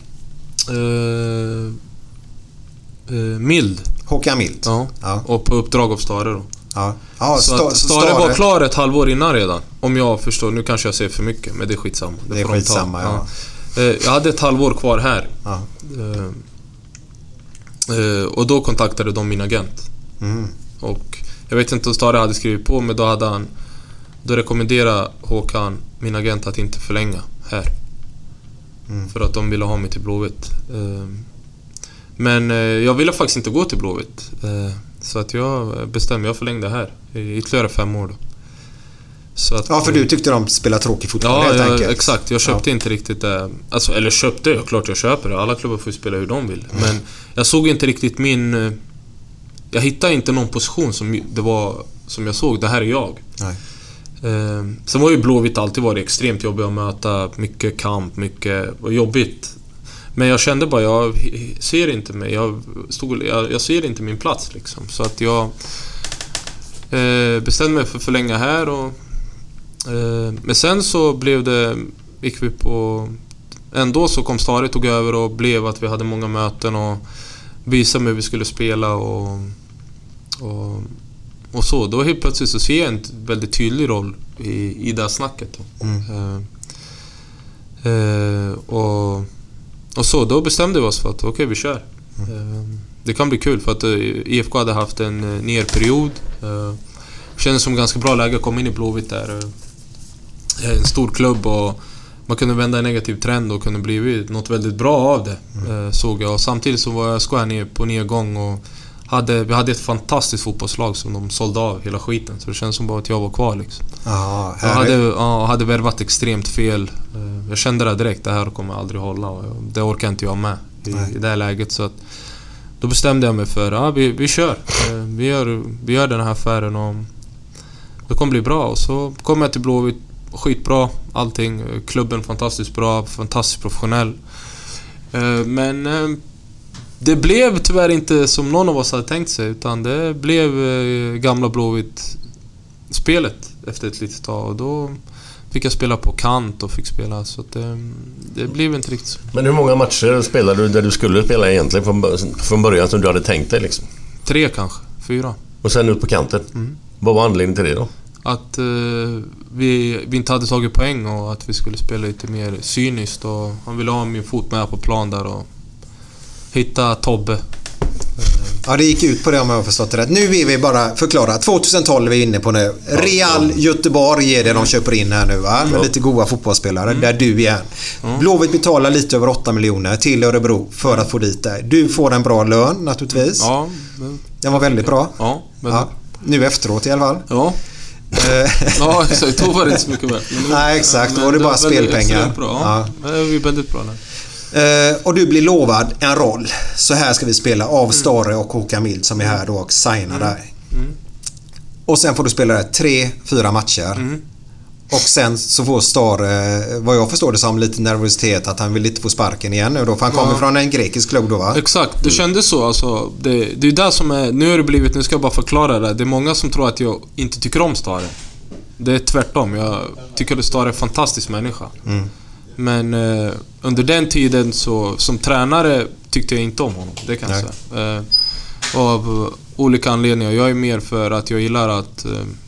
Mild. Håkan Mild. Ja. Och på uppdrag av Stare då. Ja, Stare var klar ett halvår innan redan. Om jag förstår, nu kanske jag säger för mycket, men det är skitsamma. Det är skitsamma, ja. Jag hade ett halvår kvar här. Och då kontaktade de min agent. Och jag vet inte om Stare hade skrivit på, men då rekommenderade Håkan min agent att inte förlänga här. För att de ville ha mig till Blåvitt. Men jag ville faktiskt inte gå till Blåvitt. Så att jag bestämde, jag förlängde här i ytterligare 5 år då. Så att, för du tyckte de spelade tråkig fotboll helt enkelt. Exakt, jag köpte inte riktigt det. Alltså, eller köpte, klart jag köper det. Alla klubbar får spela hur de vill. Men jag såg inte riktigt jag hittade inte någon position som jag såg, det här är jag. Nej. Sen var ju Blåvitt alltid varit extremt jobbigt att möta. Mycket kamp, mycket jobbigt. Men jag kände bara, jag ser inte mig. Jag ser inte min plats liksom. Så att jag bestämde mig för att förlänga här. Och Men sen så blev det, gick vi på, ändå så kom Stare, tog över och blev att vi hade många möten och visade mig hur vi skulle spela och så. Då helt plötsligt så ser jag en väldigt tydlig roll i det här snacket då. Och så då bestämde vi oss för att okej, vi kör. Det kan bli kul för att IFK hade haft en nerperiod. Kändes som ganska bra läge att komma in i Blåvitt där. En stor klubb och man kunde vända en negativ trend och kunde bli något väldigt bra av det, såg jag. Och samtidigt så var jag ner på nedgång och vi hade ett fantastiskt fotbollslag som de sålde av hela skiten. Så det känns som bara att jag var kvar liksom. Jag hade värvat extremt fel. Jag kände det direkt, det här kommer jag aldrig hålla och det orkar inte jag med i det här läget. Så att då bestämde jag mig för vi kör. Vi gör den här affären och det kommer bli bra. Och så kom jag till Blåvitt, skitbra allting. Klubben fantastiskt bra, fantastiskt professionell. Men det blev tyvärr inte som någon av oss hade tänkt sig, utan det blev gamla Blåvitt-spelet efter ett litet tag. Och då fick jag spela på kant och fick spela, så att det blev inte riktigt så. Men hur många matcher spelade du där du skulle spela egentligen från början som du hade tänkt dig liksom? 3 kanske, 4. Och sen ut på kanten. Vad var anledningen till det då? Att vi inte hade tagit poäng och att vi skulle spela lite mer cyniskt, och han ville ha min fot med på plan där och hitta Tobbe. Ja, det gick ut på det om jag har förstått det rätt. Nu vill vi bara förklara. 2012 är vi inne på nu. Real Göteborg är det de köper in här nu, va? Med lite goda fotbollsspelare. Där du är. Blåvitt betalar lite över 8 miljoner till Örebro för att få dit det. Du får en bra lön naturligtvis. Ja. Den var väldigt bra. Ja. Nu efteråt i alla fall. Ja. Ja, exakt. Då var det inte så mycket värt. Nej, exakt. Då var det bara spelpengar. Ja. Det är väldigt bra. Och du blir lovad en roll. Så här ska vi spela av Stare och Håkan Mild som är här då och signar där. Och sen får du spela 3-4 matcher. Och sen så får Stare, vad jag förstår det som, lite nervositet att han vill inte få sparken igen nu då, för han kommer från en grekisk klubb då, va? Exakt, det kändes så alltså. Det är ju där som är, nu ska jag bara förklara det. Det är många som tror att jag inte tycker om Stare. Det är tvärtom, jag tycker att Stare är en fantastisk människa. Men under den tiden så, som tränare tyckte jag inte om honom, det kan jag säga. Av olika anledningar. Jag är mer för att jag gillar att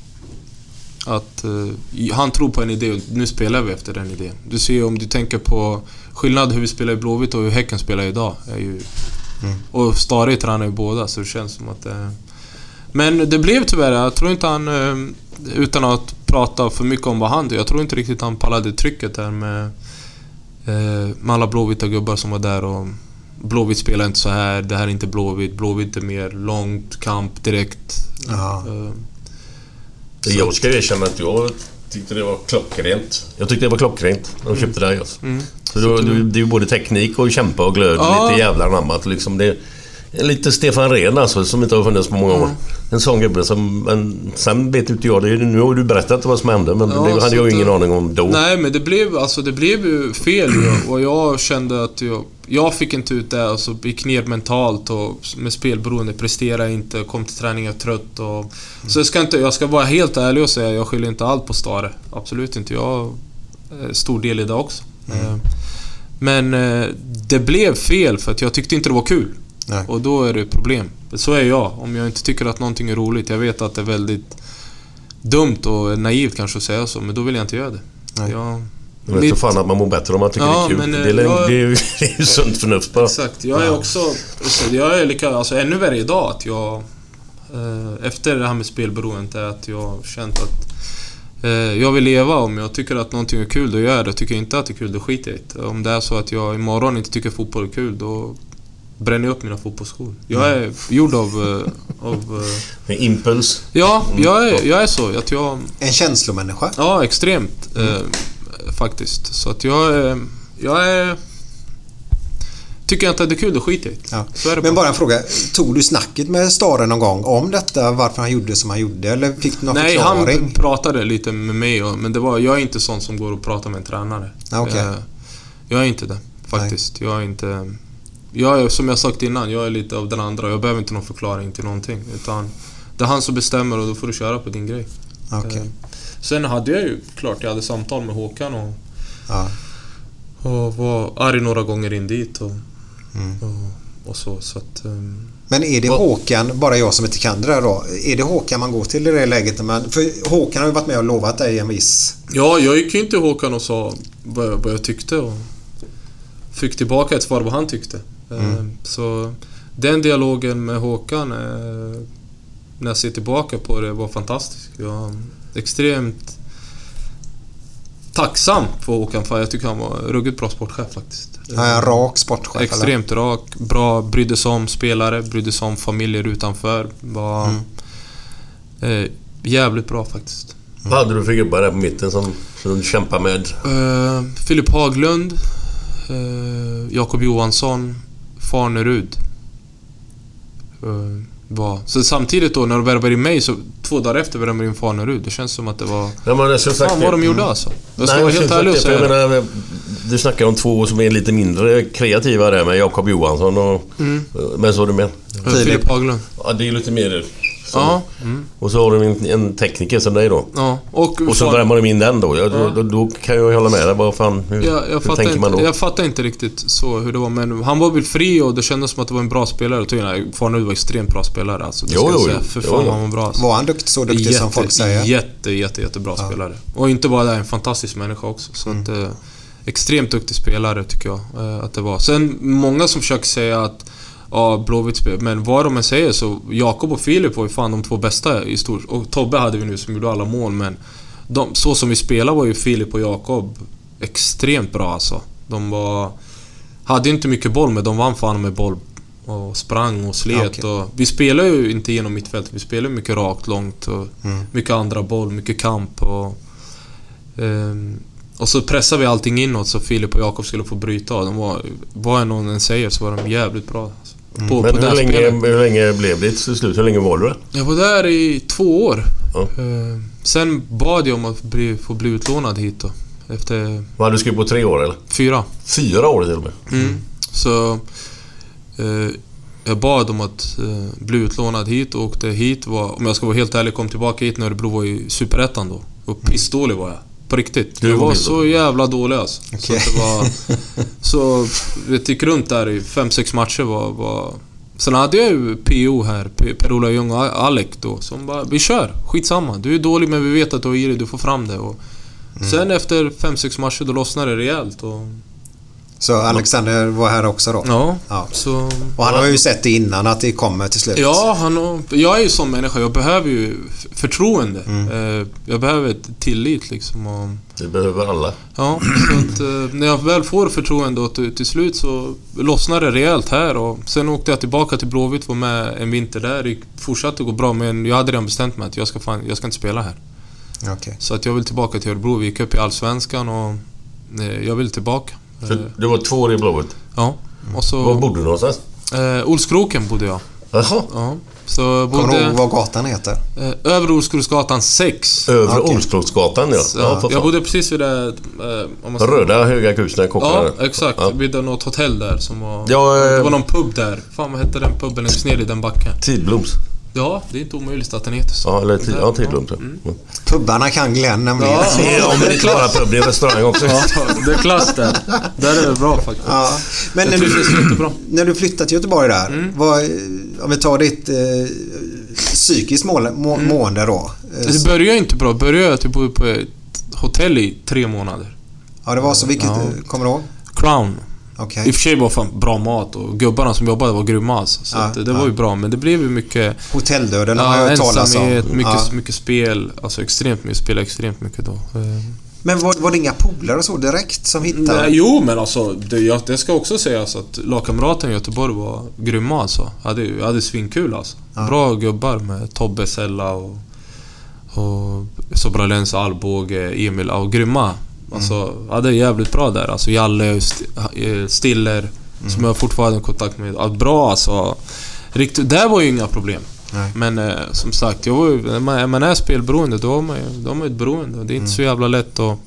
han tror på en idé och nu spelar vi efter den idén. Du ser, om du tänker på skillnad hur vi spelar i Blåvitt och hur Häcken spelar idag är ju, och Stare tränar ju båda, så det känns som att men det blev tyvärr, jag tror inte han, utan att prata för mycket om vad han, jag tror inte riktigt han pallade trycket där med alla Blåvita gubbar som var där, och Blåvitt spelar inte så här, det här är inte Blåvitt är mer långt kamp direkt. Jag ska erkänna att jag tyckte det var klockrent. Jag tyckte det var klockrent när de köpte det. Så det är ju både teknik och kämpa och glöd, lite jävla annat liksom. Det är lite Stefan Rehn alltså, som inte har funnits på många år. En sån gubbe som, men sen vet inte jag det, nu har du berättat vad som hände, men det hade jag ingen aning om då. Nej, men det blev ju fel och jag kände att jag fick inte ut det, alltså gick ner mentalt och med spelberoende, presterade inte, kom till träningen trött och så jag ska vara helt ärlig och säga, jag skyller inte allt på Stare, absolut inte, jag är stor del i det också. Men det blev fel för att jag tyckte inte det var kul. Nej. Och då är det ett problem. Så är jag, om jag inte tycker att någonting är roligt. Jag vet att det är väldigt dumt och naivt kanske att säga så, men då vill jag inte göra det. Jag vet fan att man mår bättre om man tycker det är kul. Men, det är ju sunt förnuft bara. Exakt, jag är också, jag är lika, alltså ännu värre idag att jag efter det här med spelberoendet är att jag har känt att jag vill leva. Om jag tycker att någonting är kul, då gör jag det. Tycker jag inte att det är kul, då skiter jag i. Om det är så att jag imorgon inte tycker fotboll är kul, då bränner jag upp mina fotbollsskor. Jag är gjord av impuls. Ja, jag är så att jag en känslomänniska. Ja, extremt faktiskt. Så att jag är tycker jag inte att det är kul, då skiter jag i. Men bara en fråga, tog du snacket med Stare någon gång om detta, varför han gjorde som han gjorde, eller fick du någon förklaring? Nej, han pratade lite med mig men jag är inte sån som går och pratar med en tränare. Jag är inte det faktiskt. Nej. Jag är, som jag sagt innan, jag är lite av den andra. Jag behöver inte någon förklaring till någonting, utan det är han som bestämmer och då får du köra på din grej. Sen hade jag ju klart, jag hade samtal med Håkan och var arg några gånger in dit och så att, men är det Håkan, bara jag som inte kan det där då, är det Håkan man går till i det läget för Håkan har ju varit med och lovat dig en viss... Ja, jag gick ju inte till Håkan och sa vad jag tyckte och fick tillbaka ett svar vad han tyckte. Så den dialogen med Håkan när jag ser tillbaka på det var fantastisk. Jag var extremt tacksam för Håkan, för jag tycker han var ruggigt bra sportchef faktiskt. Ja, en rak sportchef. Extremt eller? rak, bra, brydde sig om spelare, brydde sig om familjer utanför. Var jävligt bra faktiskt. Vad hade du för gubbar där på mitten som du kämpar med? Filip Haglund, Jakob Johansson, Farnerud. Så samtidigt då när de värvade in mig, så 2 dagar efter värvade in Farnerud. Det känns som att det var... Ja, men det fan vad de gjorde alltså. Jag ska vara helt ärlig och säga det. Menar, du snackar om 2 som är lite mindre kreativa där med Jakob Johansson och... Men så är du med? Filip Haglund. Ja, det är lite mer... Ja. Och så har du en tekniker som dig då. Ja. Och så drar man in den då. Då kan jag hålla med dig. Vad fan, hur tänker man då? Jag fattar inte riktigt så hur det var. Men han var väl fri och det kändes som att det var en bra spelare. Jag Farnerud var extremt bra spelare alltså. För fan han var bra alltså. Var han så duktig som folk säger? Jättebra spelare. Och inte bara det, en fantastisk människa också. Så att, extremt duktig spelare tycker jag att det var. Sen många som försöker säga att Blåvitt spel. Men vad de än säger så Jakob och Filip var ju fan de 2 bästa i stort. Och Tobbe hade vi nu som gjorde alla mål. Men så som vi spelade var ju Filip och Jakob extremt bra alltså. De hade inte mycket boll, men de vann fan med boll och sprang och slet. Okay. Och vi spelar ju inte genom mittfältet. Vi spelar mycket rakt, långt och mycket andra boll, mycket kamp och så pressar vi allting inåt så Filip och Jakob skulle få bryta. De vad någon än säger så var de jävligt bra alltså. Men hur länge blev det till slut? Hur länge var du där? Jag var där i 2 år. Sen bad jag om att få bli utlånad hit då. Efter... Vad hade du skrivit på 3 år eller? 4. 4 år till och med? Så jag bad om att bli utlånad hit och åkte hit. Om jag ska vara helt ärlig, kom tillbaka hit när Örebro var i Superettan då. Och pissdålig var jag. På riktigt. Det var så jävla dålig alltså. Okay. Så det gick runt där i 5-6 matcher var... Sen hade jag ju PO här, Per-Ola Ljung och Alec då, som bara, vi kör, skitsamma. Du är dålig men vi vet att du har i dig, du får fram det. Och sen efter 5-6 matcher då lossnade det rejält. Så Alexander var här också då? Ja. Så, och han har ju sett det innan att det kommer till slut. Ja, jag är ju som människa. Jag behöver ju förtroende. Jag behöver ett tillit liksom. Och, det behöver alla. Ja, så att, när jag väl får förtroende och till slut så lossnar det rejält här. Och sen åkte jag tillbaka till Blåvitt, var med en vinter där. Det fortsatte gå bra, men jag hade redan bestämt mig att jag ska inte spela här. Okay. Så att jag vill tillbaka till Örebro. Vi gick upp i Allsvenskan och jag vill tillbaka. Så du var 2 år i Blåvitt? Ja. Och så, var bodde du någonstans? Olskroken bodde jag. Jaha. Ja. Så kommer du ihåg vad gatan heter? Övre Olskroksgatan 6. Övre Olskroksgatan, ja. Ja, jag bodde precis vid det... Röda höga husen kopplade. Ja, exakt. Vid något hotell där som var... det var någon pub där. Fan, vad hette den pubben längst ner i den backen? Tidbloms. Ja, det är inte omöjligt att den heter så. Ja, eller Tidbloms. Pubbarna kan Glenn nämligen. Ja, men det är klart pub, det är restaurang också. Ja, det är klass där. Där är det bra faktiskt. Ja. Men när du flyttade till Göteborg där, om vi tar ditt psykiskt mående då. Det började inte bra. Började typ på ett hotell i 3 månader. Ja, det var så. Vilket kommer du ihåg? Crown. Okay. I och för sig var fan bra mat och gubbarna som jobbade var grymma alltså. Så det var ju bra, men det blev ju mycket hotelldöden har jag hört talas om. Mycket spel, alltså extremt mycket då. Men var det inga polare så direkt som hittade? Nej, jo, men alltså det ska också sägas att lagkamraten i Göteborg var grymma alltså. Hade svinkul alltså. Bra gubbar med Tobbe Sella och Sobralens, Alvbåge, Emil och grymma. Alltså, det är jävligt bra där. Alltså Jalle, Stiller som jag fortfarande har kontakt med. Bra alltså. Riktigt, där var ju inga problem. Nej. Men som sagt, man är spelberoende, då är man ett beroende. Det är inte så jävla lätt att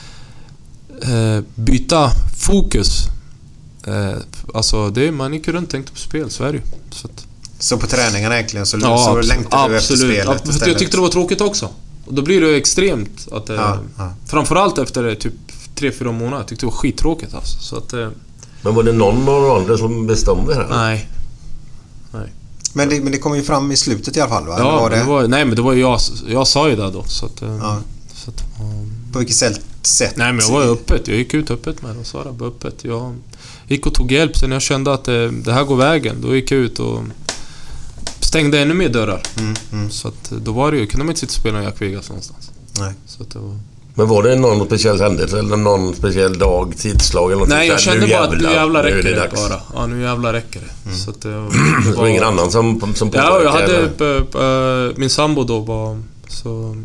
byta fokus. Alltså man gick runt och tänkte på spel, så är det ju. Så på träningarna egentligen så längtar du efter spelet istället. Jag tyckte det var tråkigt också. Och då blir det extremt att framförallt efter typ 3-4 månader. Jag tyckte det var skittråkigt alltså. Så att, men var det någon av de andra som bestämde det här? Nej. Men det kom ju fram i slutet i alla fall, va? Ja, men det var jag sa ju det då. Så att, så att, på vilket sätt? Nej, men jag var öppet. Jag gick ut öppet med det och sa det öppet. Jag gick och tog hjälp sen jag kände att det här går vägen. Då gick jag ut och stängde ännu mer dörrar. Så att då var det ju, kunde man inte sitta och spela Jack Vegas någonstans. Nej. Så att det var... Men var det någon speciell händelse eller någon speciell dag, tidslag eller något? Nej, jag kände bara att nu jävla räcker det bara. Ja, nu jävla räcker det. Så att det var ingen annan som ja, jag hade min sambo då var så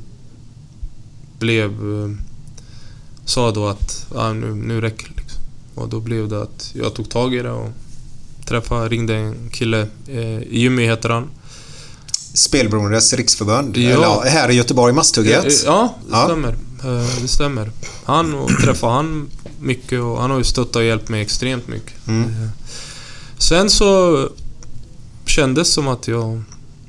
sa då att nu räcker det liksom. Och då blev det att jag tog tag i det och ringde en kille, Jimmy heter han. Spelberoendes riksförbund. Ja. Här i Göteborg, Masthugget. Ja, det stämmer. Träffade han mycket och han har ju stöttat och hjälpt mig extremt mycket. Sen så kändes som att jag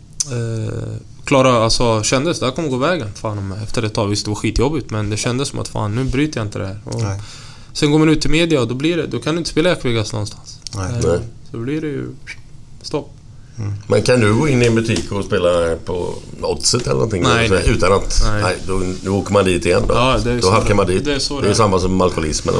kändes det här kommer gå vägen fan, efter ett tag. Visst, det var skitjobbigt, men det kändes som att fan, nu bryter jag inte det här. Och sen går man ut till media och då kan du inte spela Jack Vegas någonstans. Nej. Så blir det ju stopp. Men kan du gå in i en butik och spela på Oddset eller någonting? Nej. Utan att då åker man dit igen då. Ja, då hackar man dit. Det är samma som alkoholismen.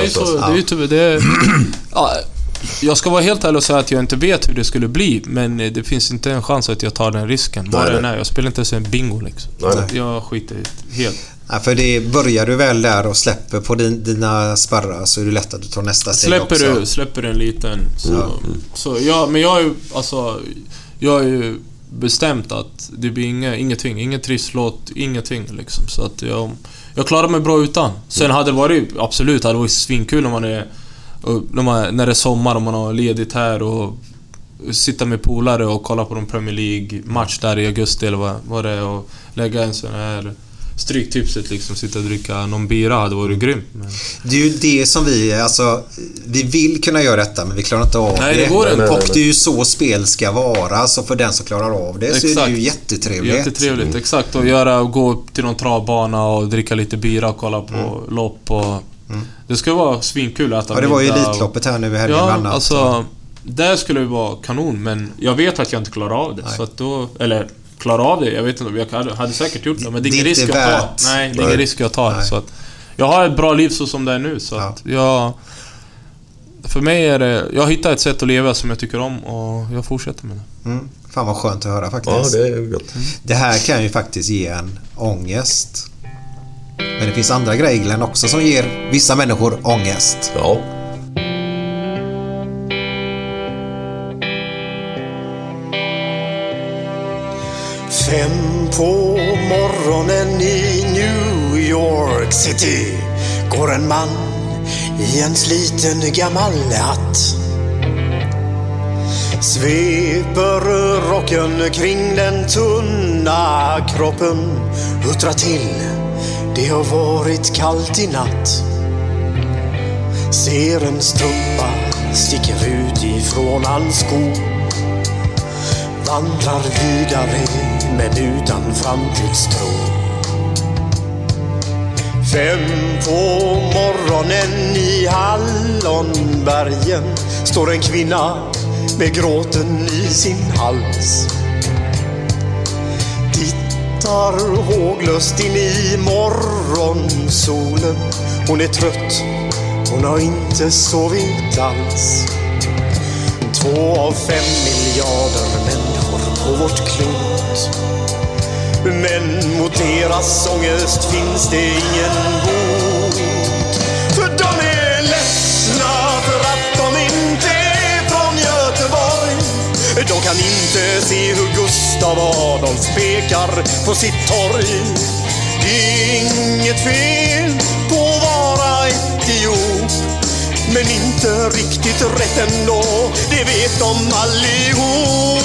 Jag ska vara helt ärlig och säga att jag inte vet hur det skulle bli, men det finns inte en chans att jag tar den risken. Jag spelar inte ens en bingo liksom. Jag skiter helt. Ja, för det börjar du väl där och släpper på dina spärrar, så är det lätt att du tar nästa steg också. Släpper en liten men jag är ju bestämt att det blir ingenting, ingen trisslåt, ingenting liksom, så att jag klarar mig bra utan. Sen hade det varit svinkul när det är sommar och man har ledigt här och sitta med polare och kolla på de Premier League match där i augusti eller vad det är, och lägga en sån här stryktipset liksom, sitta och dricka någon bira hade varit grymt. Men... Det är ju det som vi vill kunna göra detta, men vi klarar inte av det. Och det är ju så spel ska vara, så för den som klarar av det exakt. Så är det ju jättetrevligt. Exakt, och gå till någon travbana och dricka lite bira och kolla på lopp och det ska vara svinkul att det var ju Elitloppet här nu i helgen bland annat. Alltså det skulle ju vara kanon, men jag vet att jag inte klarar av det. Så att då, eller klara av det, jag vet inte, jag hade säkert gjort det, men det är ingen risk jag tar. Nej, det är ingen risk jag tar. Så att jag har ett bra liv så som det är nu, så att för mig är det, jag hittar ett sätt att leva som jag tycker om och jag fortsätter med det. Fan vad skönt att höra faktiskt. Ja, det är gott. Det här kan ju faktiskt ge en ångest. Men det finns andra grejer, Glenn, också som ger vissa människor ångest. Ja. Fem på morgonen i New York City går en man i en sliten gammal hatt. Sveper rocken kring den tunna kroppen, huttrar till, det har varit kallt i natt. Ser en strumpa sticker ut ifrån hans sko, vandrar vidare men utan framtidstro. 5 på morgonen i Hallonbergen står en kvinna med gråten i sin hals. Tittar håglöst in i morgonsolen. Hon är trött, hon har inte sovit alls. 2 av 5 miljarder människor på vårt klot, men mot deras ångest finns det ingen bot. För de är ledsna för att de inte är från Göteborg. De kan inte se hur Gustav Adolf pekar på sitt torg. Det är inget fel på att vara etiop, men inte riktigt rätt ändå, det vet de allihop.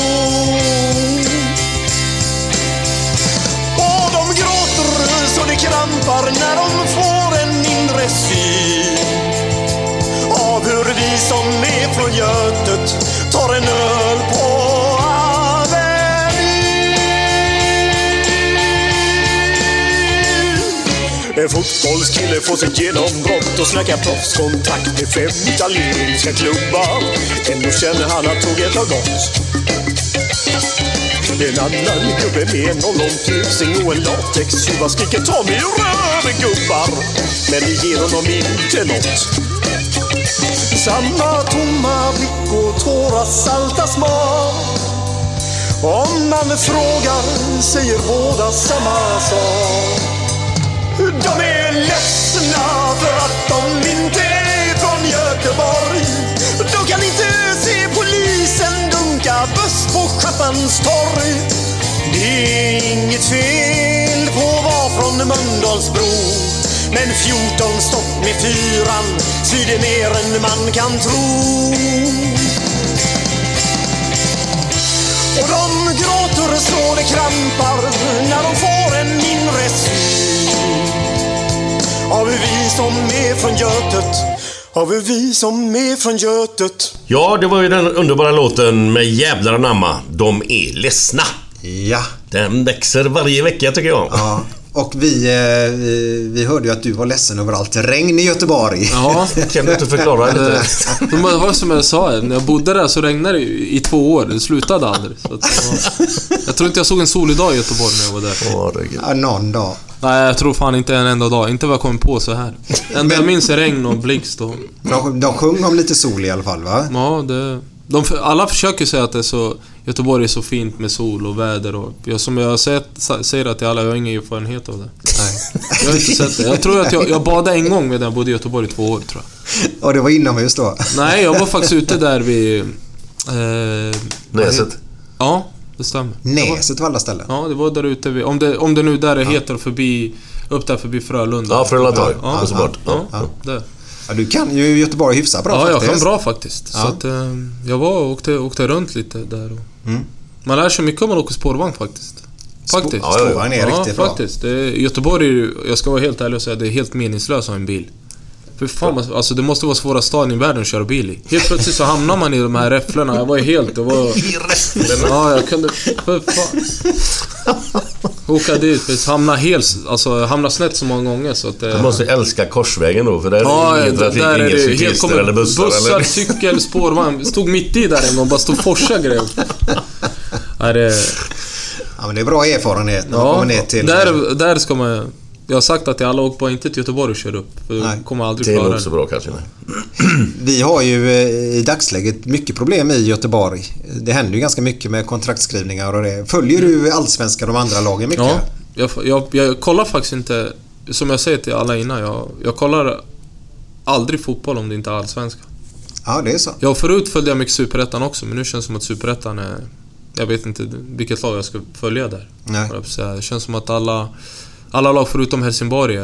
Och de gråter så det krampar när de får en mindre syn av hur vi som är från Götet tar en öl på Avenyn. En fotbollskille får sitt genombrott och snackar proffskontakt med 5 italienska klubbar. Ändå känner han att tåget har gått. En annan gubbe med en ollontusing och en latextjuva skriker ta mig röver gubbar. Men det ger honom inte något. Samma tomma blick och tårar salta smak. Om man frågar säger båda samma sak. De är ledsna för att de inte är från Göteborg. De kan inte se polisen dunka buss på Schappans torg. Det är inget fel på att vara från Mölndalsbro. Men 14 stopp med 4:an svider mer än man kan tro. Och de gråter så det krampar när de får en mindre syn. Har vi som är från Götet, har vi som är från Götet. Ja, det var ju den underbara låten med jävlar anamma. De är ledsna. Ja. Den växer varje vecka tycker jag. Ja. Och vi hörde ju att du var ledsen över allt regn i Göteborg. Ja, kan du inte förklara lite? Det var som jag sa, när jag bodde där så regnade det i 2 år. Det slutade aldrig. Så jag tror inte jag såg en solig dag i Göteborg när jag var där. Ja, någon dag. Nej, jag tror fan inte en enda dag. Inte vad jag kom på så här. Enda jag minns är regn och blixt. Och... De sjöng om lite sol i alla fall, va? Ja, alla försöker säga att det är så, Göteborg är så fint med sol och väder och som jag säger att till alla, jag har ingen erfarenhet av det. Nej. Jag har inte sett det. Jag tror att jag badade en gång medan jag bodde i Göteborg i 2 år, tror jag. Och det var inomhus då? Nej, jag var faktiskt ute där vid Näset. Ja, det stämmer. Näset var alla ställen? Ja, det var där ute vid, om det nu där är heter förbi, upp där förbi Frölunda. Ja, Frölunda. Ja, det. Ja, du kan ju Göteborg hyfsat bra faktiskt. Ja, jag kan bra faktiskt. Ja. Så att jag var och åkte runt lite där. Man lär sig mycket om man åker spårvagn faktiskt. Faktiskt. Spårvagn är riktigt bra. Faktiskt. Göteborg, jag ska vara helt ärlig och säga, det är helt meningslöst av en bil. För fan, alltså det måste vara svåra staden i världen att köra bil i. Helt plötsligt så hamnar man i de här räfflorna. Jag var helt... Ja, jag kunde... För fan. Åka dit, hamna snett så många gånger så att du måste älska korsvägen då, för där är ingen trafik, där ingen cyklister eller bussar eller... cykel, spårvagn. Stod mitt i där en gång, bara stod forsa grejer. Ja, men det är bra erfarenhet när man kommer ner till... Där ska man... Jag har sagt att jag alla åker bara inte till Göteborg och kör upp. För kommer aldrig klara det. Det är nog så bra kanske. Vi har ju i dagsläget mycket problem i Göteborg. Det händer ju ganska mycket med kontraktskrivningar och det. Följer du allsvenska de andra lagen mycket? Ja, jag kollar faktiskt inte, som jag säger till alla innan, jag kollar aldrig fotboll om det inte är allsvenska. Ja, det är så. Förut följde jag mycket Superettan också, men nu känns det som att Superettan är... Jag vet inte vilket lag jag ska följa där. Nej. Det känns som att alla lag förutom Helsingborg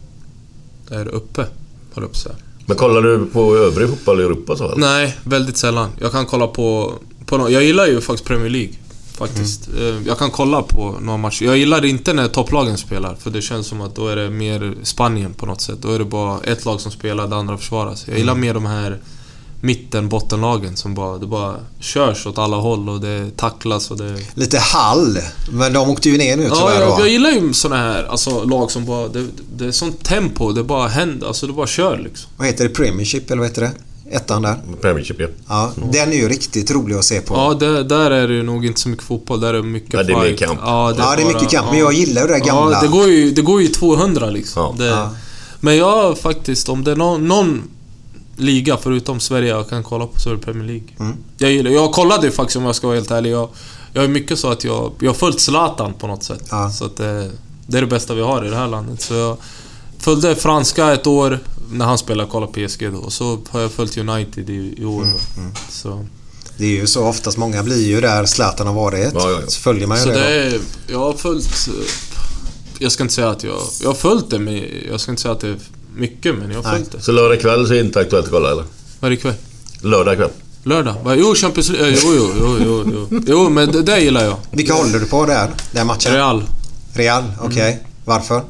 är uppe, håller jag på att säga. Men kollar du på övrig fotboll i Europa så? Eller? Nej, väldigt sällan. Jag kan kolla på jag gillar ju faktiskt Premier League faktiskt. Jag kan kolla på några matcher. Jag gillar inte när topplagen spelar, för det känns som att då är det mer Spanien på något sätt. Då är det bara ett lag som spelar, det andra försvaras. Jag gillar mer de här bottenlagen som det bara körs åt alla håll och det tacklas och det... Lite hall, men de åkte ju ner nu tyvärr. Ja, jag gillar ju såna här lag som bara... Det är sånt tempo, det bara händer, alltså det bara kör liksom. Vad heter det? Premiership, eller vad heter det? Ettan där? Premiership, ja. Den är ju riktigt rolig att se på. Ja, där är det ju nog inte så mycket fotboll, där är det mycket fight. Det är mycket kamp. Ja, det är mycket kamp, men jag gillar ju det där gamla. Ja, det går ju 200 liksom. Men jag faktiskt, om det är någon liga förutom Sverige jag kan kolla på, så är det Premier League. Jag kollade ju faktiskt, om jag ska vara helt ärlig, jag är mycket så att jag har följt Zlatan på något sätt. Så att det är det bästa vi har i det här landet. Så jag följde franska ett år när han spelade, kolla PSG då, och så har jag följt United i år. Så det är ju så, oftast många blir ju där Zlatan har varit. Så följer man ju så det. Jag har följt, jag ska inte säga att jag har följt det, men jag ska inte säga att det är mycket, men jag har följt det. Så lördag kväll så är det inte aktuellt att kolla, eller? Vad är det kväll? Lördag kväll. Lördag? Jo, Champions League. Jo, men det gillar jag. Vilka håller du på där? Den matchen? Real, okej. Varför?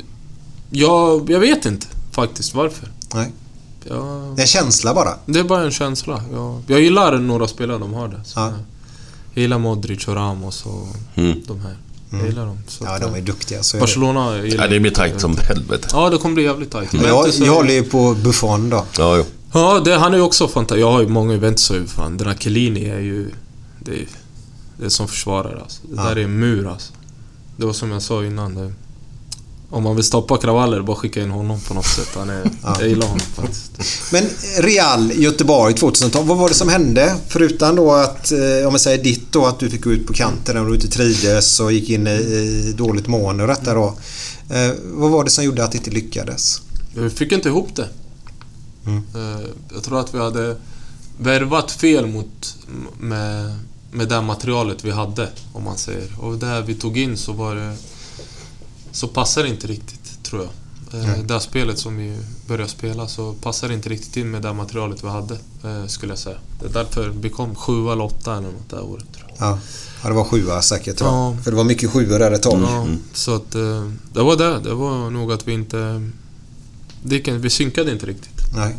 Jag vet inte faktiskt varför. Nej. Det är en känsla bara. Det är bara en känsla. Jag gillar några spelare de har det. Jag gillar Modric och Ramos och de här. Jag gillar dem. Så ja, de är duktiga. Så Barcelona det blir tajt som helvete. Ja, det kommer bli jävligt tajt. Jag håller ju på Buffon då. Ja, han är ju också fantastisk. Jag har ju många event så fan. Den här Chiellini är ju... Det är som försvarare alltså. Det där är en mur alltså. Det var som jag sa innan. Om man vill stoppa kravaller, bara skicka in honom på något sätt. Jag gillar honom faktiskt. Men Real Göteborg 2012, vad var det som hände? Förutom då att, om man säger ditt då, att du fick gå ut på kanten och du inte trivdes och gick in i dåligt mående och detta då. Vad var det som gjorde att det inte lyckades? Vi fick inte ihop det. Jag tror att vi hade värvat fel med det materialet vi hade, om man säger. Och det vi tog in så passar det inte riktigt, tror jag. Det här spelet som vi började spela så passar det inte riktigt in med det materialet vi hade, skulle jag säga. Det är därför vi kom 7 eller 8 eller något där året, tror jag. Ja, det var 7 säkert, tror jag. För det var mycket 7 där ett tag. Så att det var det. Det var nog att vi inte... Vi synkade inte riktigt. Nej.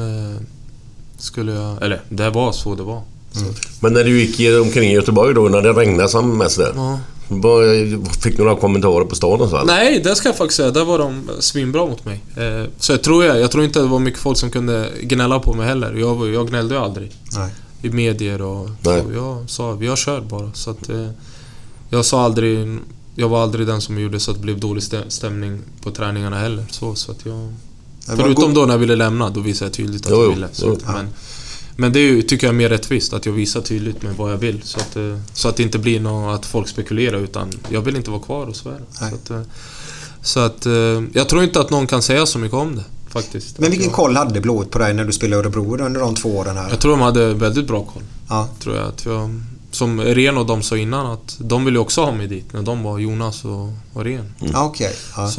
Det var så det var. Men när du gick omkring i Göteborg då, när det regnade som mest där, fick du några kommentarer på staden så? Nej, det ska jag faktiskt säga. Där var de svinbra mot mig. Så jag tror inte det var mycket folk som kunde gnälla på mig heller. Jag gnällde ju aldrig. Nej. I medier och så. Jag sa, vi kör bara. Så att jag sa aldrig... Jag var aldrig den som gjorde så att det blev dålig stämning på träningarna heller. Så att jag... Förutom då när jag ville lämna, då visade jag tydligt att jag ville. Men det är ju, tycker jag, mer rättvist att jag visar tydligt med vad jag vill. Så att det inte blir något att folk spekulerar, utan jag vill inte vara kvar och så är det. Så att jag tror inte att någon kan säga så mycket om det, faktiskt. Men vilken koll hade Blåvitt på dig när du spelade Örebro under de 2 åren här? Jag tror de hade väldigt bra koll. Tror jag. Att som Ren och de sa innan, att de ville också ha mig dit när de var Jonas och Ren. Okej.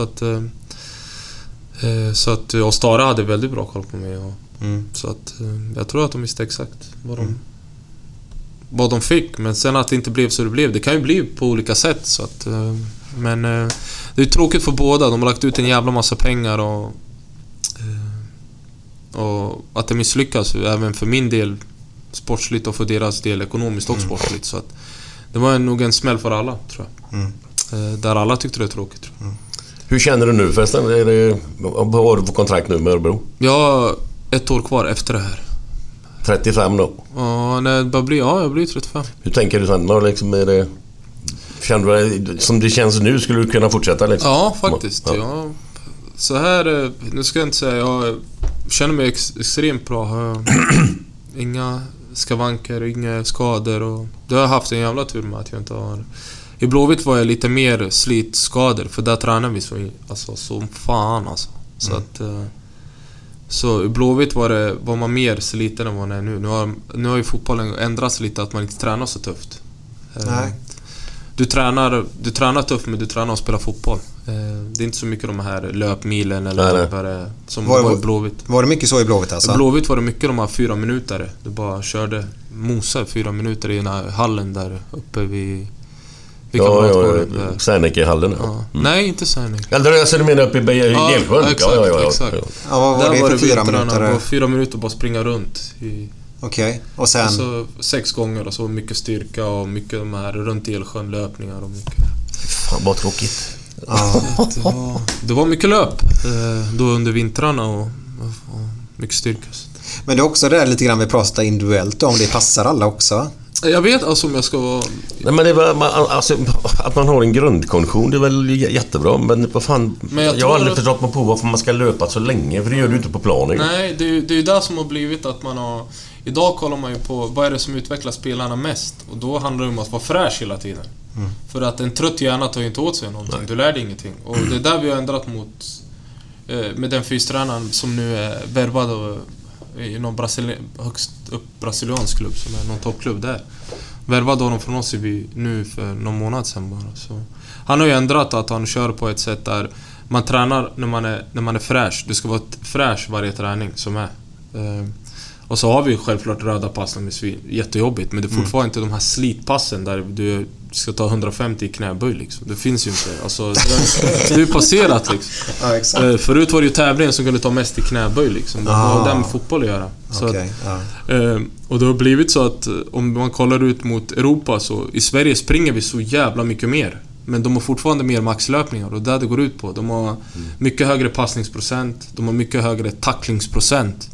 Så att och Stara hade väldigt bra koll på mig. Så att jag tror att de visste exakt vad de fick. Men sen att det inte blev så det blev. Det kan ju bli på olika sätt. Så att, men det är tråkigt för båda. De har lagt ut en jävla massa pengar och att det misslyckas även för min del sportsligt och för deras del ekonomiskt och sportsligt. Så att det var nog en smäll för alla, tror jag. Där alla tyckte det är tråkigt, tror jag. Hur känner du nu förresten? Vad har du på kontrakt nu med Örebro? Jag har 1 år kvar efter det här. 35 då? Ja, jag blir 35. Hur tänker du sen då? Liksom, känner du som det känns nu, skulle du kunna fortsätta? Liksom? Ja, faktiskt. Ja. Så här, nu ska jag inte säga, jag känner mig extremt bra. Inga skavanker, inga skador. Och det har jag haft en jävla tur med att jag inte har... I Blåvitt var jag lite mer slitskador, för där tränar vi som fan alltså. Så i Blåvitt var man mer sliten än vad man är nu. Nu har ju fotbollen ändrats lite, att man inte tränar så tufft. Nej. Du tränar tufft, men du tränar och spelar fotboll. Det är inte så mycket de här löpmilen eller som var i Blåvitt. Var det mycket så i Blåvitt alltså? I Blåvitt var det mycket de här 4 minuter. Du bara körde mosa 4 minuter i den här hallen där uppe vid... Särnäcke-hallen. Nej, inte Särnäcke. Eller jag ser du menar uppe i Gelsjön. Exakt. Vad var det för 4 minuter? Det var 4 minuter bara springa runt. Okej. Och sen? Så 6 gånger och så mycket styrka och mycket de här runt Gelsjön löpningar och mycket. Fan, vad tråkigt. Det var mycket löp då under vintrarna och mycket styrka. Men det är också det där lite grann vi pratar individuellt om det passar alla också. Jag vet alltså om jag ska vara... Nej, men det är alltså, att man har en grundkondition, det är väl jättebra. Men vad fan, jag har aldrig förstått mig på varför man ska löpa så länge. För det gör du inte på planen. Nej, det är ju det som har blivit att man har... Idag kollar man ju på vad är det som utvecklar spelarna mest. Och då handlar det om att vara fräsch hela tiden. För att en trött hjärna tar ju inte åt sig någonting. Du lär dig ingenting. Och det är där vi har ändrat mot med den fystränaren som nu är värvad i någon högst upp brasiliansk klubb som är någon toppklubb där. Värvade honom från oss nu för någon månad sedan bara. Så han har ju ändrat att han kör på ett sätt där man tränar när man är fräsch. Du ska vara fräsch varje träning som är. Och så har vi självklart röda pass som är jättejobbigt, men det är fortfarande inte de här slitpassen där du ska ta 150 i knäböj liksom. Det finns ju inte. Alltså, det är ju passerat liksom. Ja, exakt. Förut var det ju tävlingen som kunde ta mest i knäböj liksom. Det har det med fotboll att göra. Så okay, och det har blivit så att om man kollar ut mot Europa, så i Sverige springer vi så jävla mycket mer. Men de har fortfarande mer maxlöpningar och det går ut på. De har mycket högre passningsprocent. De har mycket högre tacklingsprocent.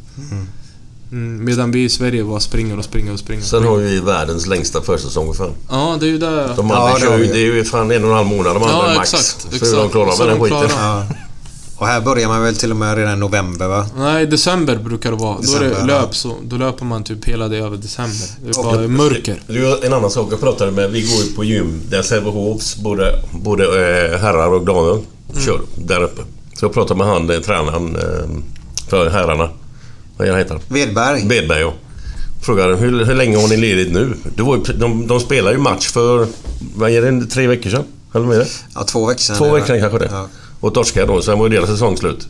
Medan vi i Sverige bara springer. Sen har vi världens längsta försäsong för. Ja, det är ju där. Det är ju fan 1,5 månad de andra max. Exakt. Så de klarar väl den skiten. Ja. Och här börjar man väl till och med redan i november, va? Nej, december brukar det vara. Då är det löp, så då löper man typ hela det över december. Det är bara mörker. En annan sak jag pratade med, vi går ut på gym där Sävehofs både herrar och damer kör där uppe. Så jag pratade med han, tränaren för herrarna. Vad heter han? Vedberg, ja. Frågade hur länge har ni ledigt nu? De spelar ju match för, vad är det, 3 veckor sedan? Eller vad är det? Ja, 2 veckor sedan. 2 veckor sedan kanske det. Ja. Och torskade då, sen var ju deras säsong slut.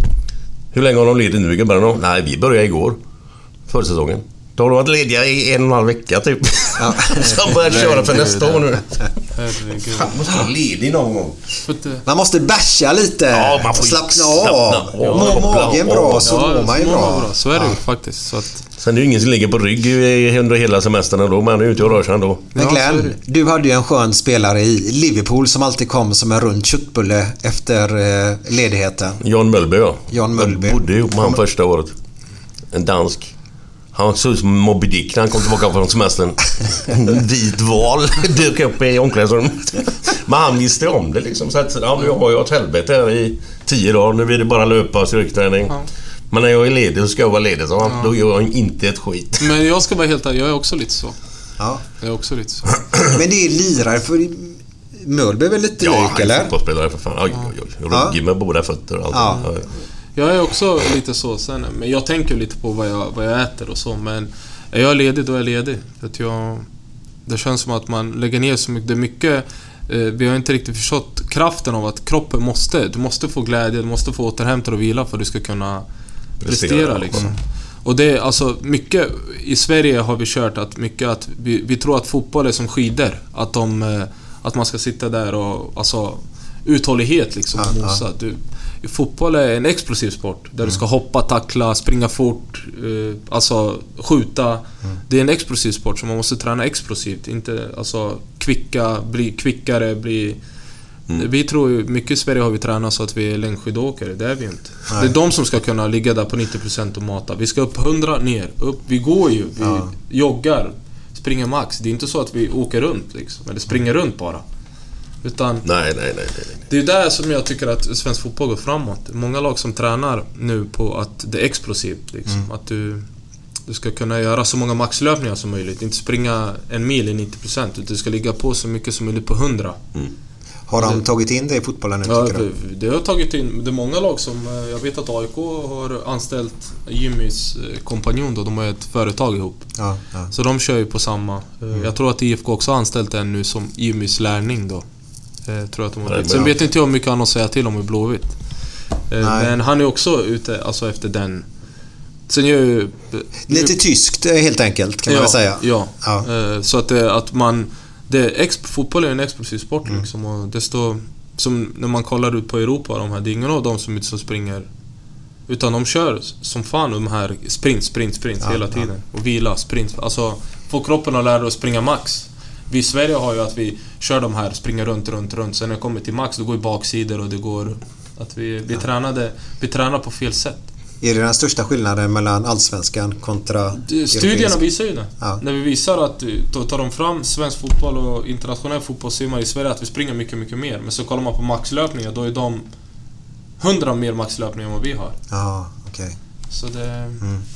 Hur länge har de ledigt nu? Nej, vi började igår. För säsongen. Då har de varit lediga i 1,5 vecka typ. Ja. Så börjar köra för nästa år nu. Fan, måste vara ledig någon gång. Man måste bärsa lite. Ja, man får slappna av. Mår magen bra så mår man ju bra. Så är det ju faktiskt. Så att... Sen är det ju ingen som ligger på rygg under hela semestern då. Man är ute och rör sig ändå. Men Glenn, du hade ju en skön spelare i Liverpool som alltid kom som en rund köttbulle efter ledigheten. Jan Mölby, ja. Jan Mölby. Jag bodde ihop med han första året. En dansk. Han såg ut som Moby Dick när han kom tillbaka från semestern. En vit val dök upp i omklädningsrummet. Men han visste om det liksom. Så att, nu har jag ett helvete här i 10 dagar. Nu blir det bara löpa och styrketräning. Ja. Men när jag är ledig så ska jag vara ledig. Så då gör jag inte ett skit. Men jag ska vara helt ärlig, jag är också lite så. Ja. Jag är också lite så. Men det är lirare för Mölby är väl lite lik, eller? Ja, fotbollsspelare för fan. Ruggig med båda fötter och allt. Ja. Jag är också lite så sen, men jag tänker lite på vad jag äter och så, men är jag ledig då är jag ledig. För att det känns som att man lägger ner så mycket, det är mycket vi har inte riktigt förstått kraften av att kroppen du måste få glädje, du måste få återhämta och vila för att du ska kunna prestera liksom. Och det är alltså mycket i Sverige har vi kört att vi tror att fotboll är som skidor, att man ska sitta där och alltså uthållighet liksom och mosa. Fotboll är en explosiv sport där du ska hoppa, tackla, springa fort, alltså skjuta. Det är en explosiv sport som man måste träna explosivt, inte alltså bli kvickare, vi tror ju mycket i Sverige har vi tränat så att vi är längdskidåkare, det är vi inte. Nej. Det är de som ska kunna ligga där på 90% och mata. Vi ska upp 100 ner, upp, vi går ju, vi joggar, springer max. Det är inte så att vi åker runt liksom, eller springer runt bara. Utan nej. Det är där som jag tycker att svensk fotboll går framåt. Många lag som tränar nu på att det är explosivt liksom. Att du ska kunna göra så många maxlöpningar som möjligt. Inte springa 1 mil i 90%, utan du ska ligga på så mycket som möjligt på 100. Har de tagit in det i fotbollen nu, tycker du? Det har tagit in. Det är många lag som, jag vet att AIK har anställt Jimmys kompanjon då, de har ett företag ihop. Ja. Så de kör ju på samma. Jag tror att IFK också har anställt en nu som Jimmys lärning då. Tror att de har. Sen vet inte jag hur mycket han har att säga till om i Blåvitt. Men han är också ute alltså efter den. Sen lite tyskt helt enkelt kan man väl säga. Ja. Så att man fotboll är en explosiv sport liksom, och det står som när man kollar ut på Europa det är ingen av dem som springer, utan de kör som fan de här sprint hela tiden och vila, sprint, alltså få kroppen att lära att springa max. Vi i Sverige har ju att vi kör de här, springer runt, sen när det kommer till max då går i baksidor och det går att vi tränar på fel sätt. Är det den största skillnaden mellan allsvenskan kontra studierna visar ju det. När vi visar att då tar de fram svensk fotboll och internationell fotboll, ser man i Sverige att vi springer mycket, mycket mer. Men så kollar man på maxlöpningar, då är de 100 mer maxlöpningar än vad vi har. Ja, okej. Så det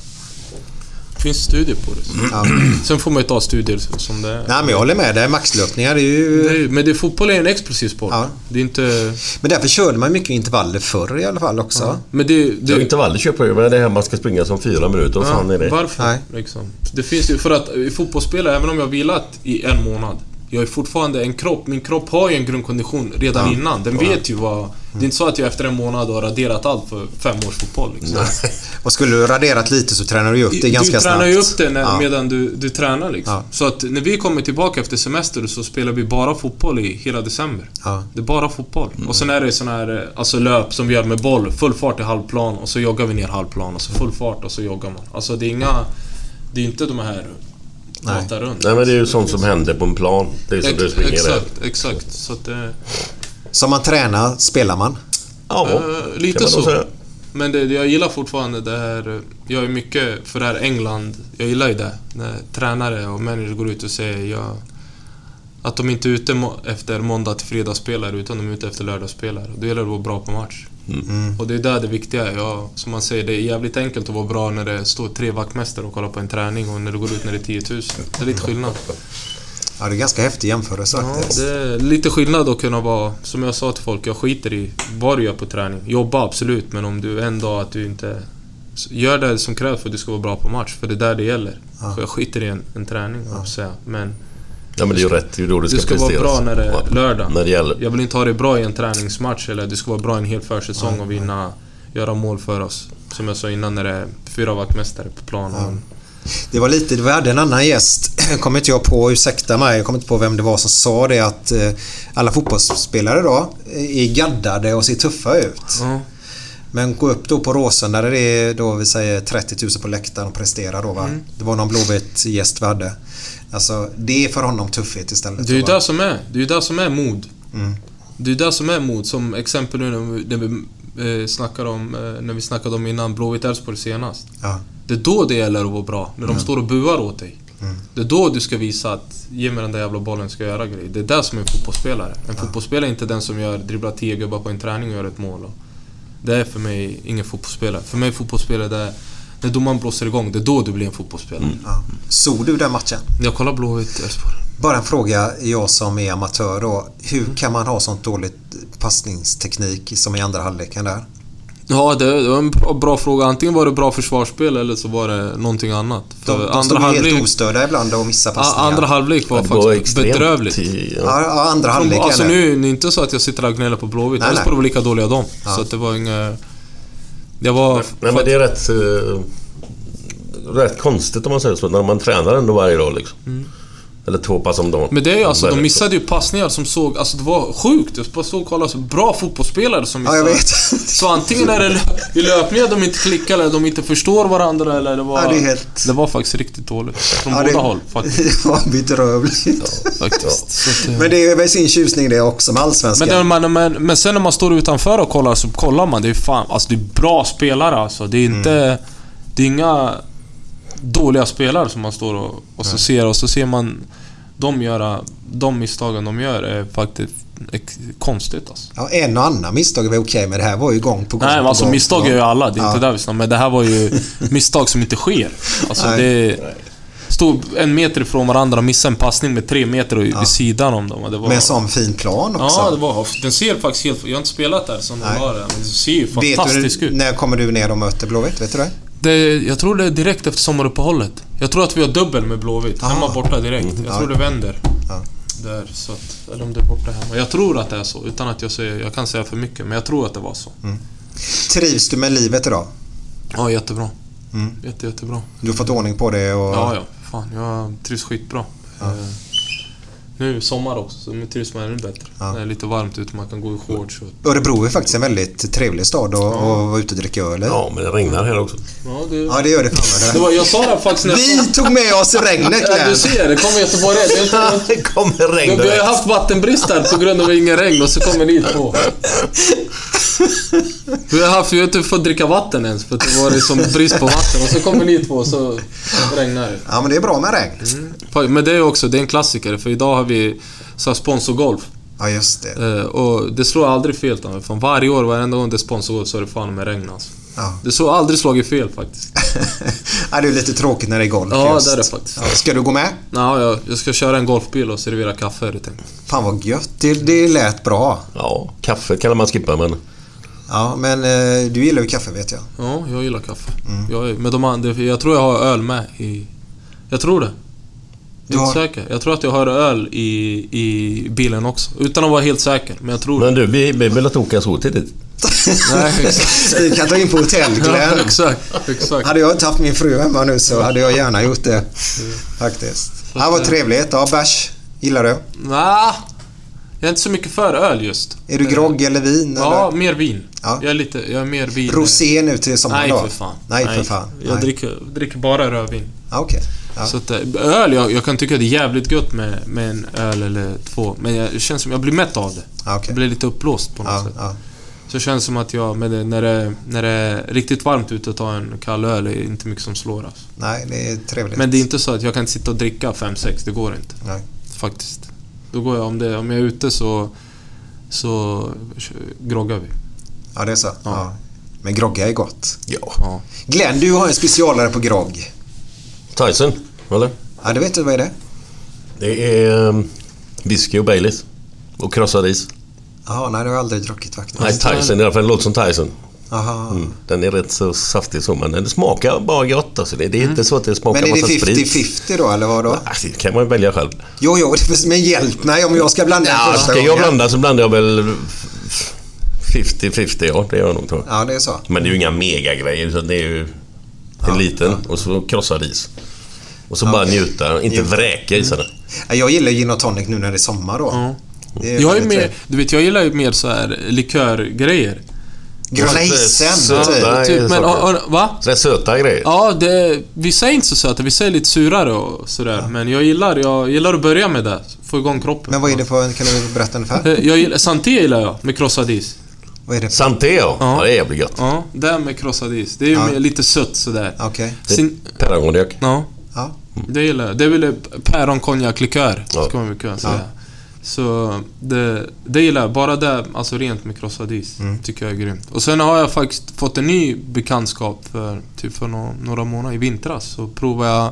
finns studier på det. Sen får man ju ta studier som det är. Nej, men jag håller med dig. Maxlöpningar är ju... Men fotboll är en explosiv sport. Det är inte... Men därför körde man mycket intervaller förr i alla fall också. Men intervaller köper ju, men det här man ska springa som 4 minuter. Och fan är det? Varför? Liksom. Det finns ju, för att i fotbollsspelare, även om jag har vilat i 1 månad, jag är fortfarande min kropp har ju en grundkondition redan innan. Den vet ju vad... Det är inte så att jag efter 1 månad har raderat allt för 5 års fotboll liksom. Och skulle du raderat lite så tränar du upp det ganska snabbt. Du tränar ju upp det medan du tränar liksom. Så att när vi kommer tillbaka efter semester så spelar vi bara fotboll i hela december. Det är bara fotboll. Och sen är det sån här alltså löp som vi gör med boll, full fart i halvplan och så joggar vi ner halvplan och så full fart och så joggar man. Alltså det är inte de här prata runt. Nej, men det är ju sånt som händer på en plan. Det är som du springer exakt. Så att som man tränar, spelar man? Ja, lite så. Men jag gillar fortfarande det här. Jag är mycket för det här England. Jag gillar ju det. När tränare och manager går ut och säger att de inte är ute efter måndag till fredagsspelare, utan de är ute efter lördagsspelare. Då gäller det att vara bra på match. Och det är där det viktiga är. Som man säger, det är jävligt enkelt att vara bra när det står 3 vaktmästare och kollar på en träning, och när du går ut när det är 10 000. Det är lite skillnad. Ja, det är ganska häftig jämförelse faktiskt. Det är lite skillnad att kunna vara, som jag sa till folk, jag skiter i vad du gör på träning. Jobba absolut, men om du en dag att du inte gör det som krävs för att du ska vara bra på match, för det är där det gäller. Så jag skiter i en träning, men ja, men det är ju rätt, det är då det ska presteras. vara bra när det är lördag. När det gäller. Jag vill inte ha det bra i en träningsmatch, eller du ska vara bra i en hel försäsong och vinna, göra mål för oss. Som jag sa innan, när det är 4 vaktmästare på planen. Det var lite, vi hade en annan gäst, kommer inte jag på, ursäkta mig, jag kommer inte på vem det var som sa det, att alla fotbollsspelare då är gaddade och ser tuffa ut. Men gå upp då på Råsunda där det är då, vi säger 30 000 på läktaren och prestera då, va? Det var någon Blåvitt gäst vi hade. Alltså, det är för honom tuffhet istället. Det är ju det som är. Det är ju det som är mod. Det är ju det som är mod. Som exempel nu när vi snackade om, när vi snackade om innan Blåvitt Elfsborg senast. Det är då det gäller att vara bra. När de står och buar åt dig. Det är då du ska visa att ge mig den där jävla bollen, ska göra grejer. Det är det som är en fotbollsspelare. En fotbollsspelare är inte den som dribblar 10 gubbar på en träning och gör ett mål. Det är för mig ingen fotbollsspelare. För mig är fotbollsspelare det är när domaren blåser igång. Det är då du blir en fotbollsspelare. Såg du den matchen? Jag kollar Blåvitt Elfsborg. Bara en fråga, jag som är amatör då. Hur kan man ha sånt dåligt passningsteknik som i andra halvleken där? Ja, det var en bra fråga. Antingen var det bra försvarsspel eller så var det någonting annat. De stod helt ostörda ibland och missade passningar. Andra halvlek var faktiskt bedrövligt. Ja, andra halvlek. Alltså nu är det inte så att jag sitter och gnäller på Blåvitt. Elfsborg var lika dåliga dem. Så att det var inga... Det var... Nej, men det är rätt konstigt om man säger så, när man tränar ändå varje dag liksom. Eller 2 pass om dagen. Men det är ju alltså, de missade ju passningar som såg, alltså det var sjukt. Jag bara såg och kollade, så bra fotbollsspelare som missade. Ja, jag vet. Så antingen är det i löpningar de inte klickar, eller de inte förstår varandra, eller det var, det var faktiskt riktigt dåligt från båda håll faktiskt. Det var bedrövligt. Faktiskt. Så men det är väl sin tjusning det också med allsvenskan. Men sen när man står utanför och kollar, så kollar man, det är fan, alltså det är bra spelare alltså. Det är inte det är inga dåliga spelare som man står och så ser, och så ser man de misstagen de gör är faktiskt konstigt alltså. Ja, en och annan misstag var okej, men det här var ju gång på gång. Nej, men alltså misstag gör ju alla, det är inte där vi snackar, men det här var ju misstag som inte sker. Alltså det stod 1 meter ifrån varandra och missade en passning med 3 meter vid sidan om dem. Det var... Med sån fin plan också. Ja, det var, den ser faktiskt helt... Jag har inte spelat där som den var där, men det ser ju fantastiskt ut. När kommer du ner och möter Blåvitt, vet du det? Jag tror det är direkt efter sommaruppehållet. Jag tror att vi har dubbel med Blåvitt. Hemma borta direkt. Jag tror det vänder. Där, så att, eller om det är borta hemma. Jag tror att det är så. Utan att jag kan säga för mycket. Men jag tror att det var så. Trivs du med livet idag? Ja, jättebra. Jättebra. Du har fått ordning på det och... Ja. Fan, jag trivs skitbra. Nu är sommar också, så nu trivs man ännu bättre. Det är lite varmt ute, man kan gå i shorts. Örebro är faktiskt en väldigt trevlig stad och vara ute och dricka öl. Ja, men det regnar här också. Ja, det gör det fan. Jag sa det faktiskt vi tog med oss regnet. Du ser, det kommer Göteborg. Det kommer regn. Vi har haft vattenbrist där på grund av ingen regn, och så kommer ni på. Vi har inte fått dricka vatten ens, för det var liksom brist på vatten. Och så kommer ni två, så regnar det. Ja, men det är bra med regn. Men det är också, det är en klassiker. För idag har vi så sponsorgolf. Ja, just det. Och det slår aldrig fel då. Från varje år, varenda gång det är sponsorgolf, så är det fan med regn alltså. Det slår aldrig slagit fel faktiskt. Ja, det är lite tråkigt när det är golf. Ja, just. Det är det faktiskt. Ska du gå med? Ja, jag ska köra en golfbil och servera kaffe. Fan vad gött, det lät bra. Ja, kaffe kan man skippa, men... Ja, men du gillar ju kaffe, vet jag. Ja, jag gillar kaffe. Jag tror jag har öl med i... Jag tror det. Jag är inte säker. Jag tror att jag har öl i bilen också. Utan att vara helt säker, men jag tror men du, vi vill att åka så tidigt. Nej, exakt. Vi kan ta in på hotell, Glenn. Exakt. Hade jag inte haft min fru hemma nu, så hade jag gärna gjort det. Faktiskt. Ja, vad trevligt. Ja, bärs. Gillar du? Nej. Jag är inte så mycket för öl just. Är du grogg eller vin? Ja, eller? Mer vin. Ja. Jag är mer vin. Rosé nu till sommaren då? Nej, för fan. Jag dricker bara rödvin. Okej. Ja. Så att, öl, jag kan tycka det är jävligt gott med en öl eller två. Men det känns som jag blir mätt av det. Okay. Jag blir lite uppblåst på något sätt. Ja. Så det känns som att jag när det är riktigt varmt ute och tar en kall öl är inte mycket som slår alltså. Nej, det är trevligt. Men det är inte så att jag kan sitta och dricka 5-6, det går inte. Nej. Faktiskt. Då går jag, om jag är ute så groggar vi. Ja, det är så. Ja. Men grogga är gott. Ja. Glenn, du har en specialare på grogg. Tyson, eller? Ja, det vet du vad är det? Det är whisky och Baileys. Och krossad is. Ja, nej, det har jag aldrig druckit faktiskt. Nej, Tyson, i alla fall en låt som Tyson. Aha. Den är rätt så saftig så, men den smakar bara gott alltså. Det är inte så att det smakar massa sprit. Men är det 50-50 då, eller vad då? Det kan man välja själv. Jo, men hjälp mig om jag ska blanda första gången. Ska jag blanda så blandar jag väl 50-50, ja, det gör jag nog tror jag. Ja, det är så. Men det är ju inga megagrejer, så det är ju en liten och så krossad is. Och så bara njuta, inte vräka isarna. Jag gillar gin och tonic nu när det är sommar då. Ja. Jag är mer, du vet, jag gillar ju mer så här likörgrejer. Gröna isen typ, men va? Så det är söta grejer. Ja, vissa är inte så söta, vissa är lite surare och sådär. Ja. Men jag gillar att börja med det, få igång kroppen. Men vad är det för, kan du berätta ungefär? Santé gillar jag, med krossad is. Vad är det? Santé, ja, det är jävligt gott. Ja, det är med krossad is. Det är ju lite sött sådär. Okej. Päronkonjak. Ja. Det gillar jag. Det är väl päronkonjaklikör, ska man väl kunna säga. Så det gillar jag. Bara det, alltså rent med krossad is, tycker jag är grymt. Och sen har jag faktiskt fått en ny bekantskap för några månader i vintras. Så provade jag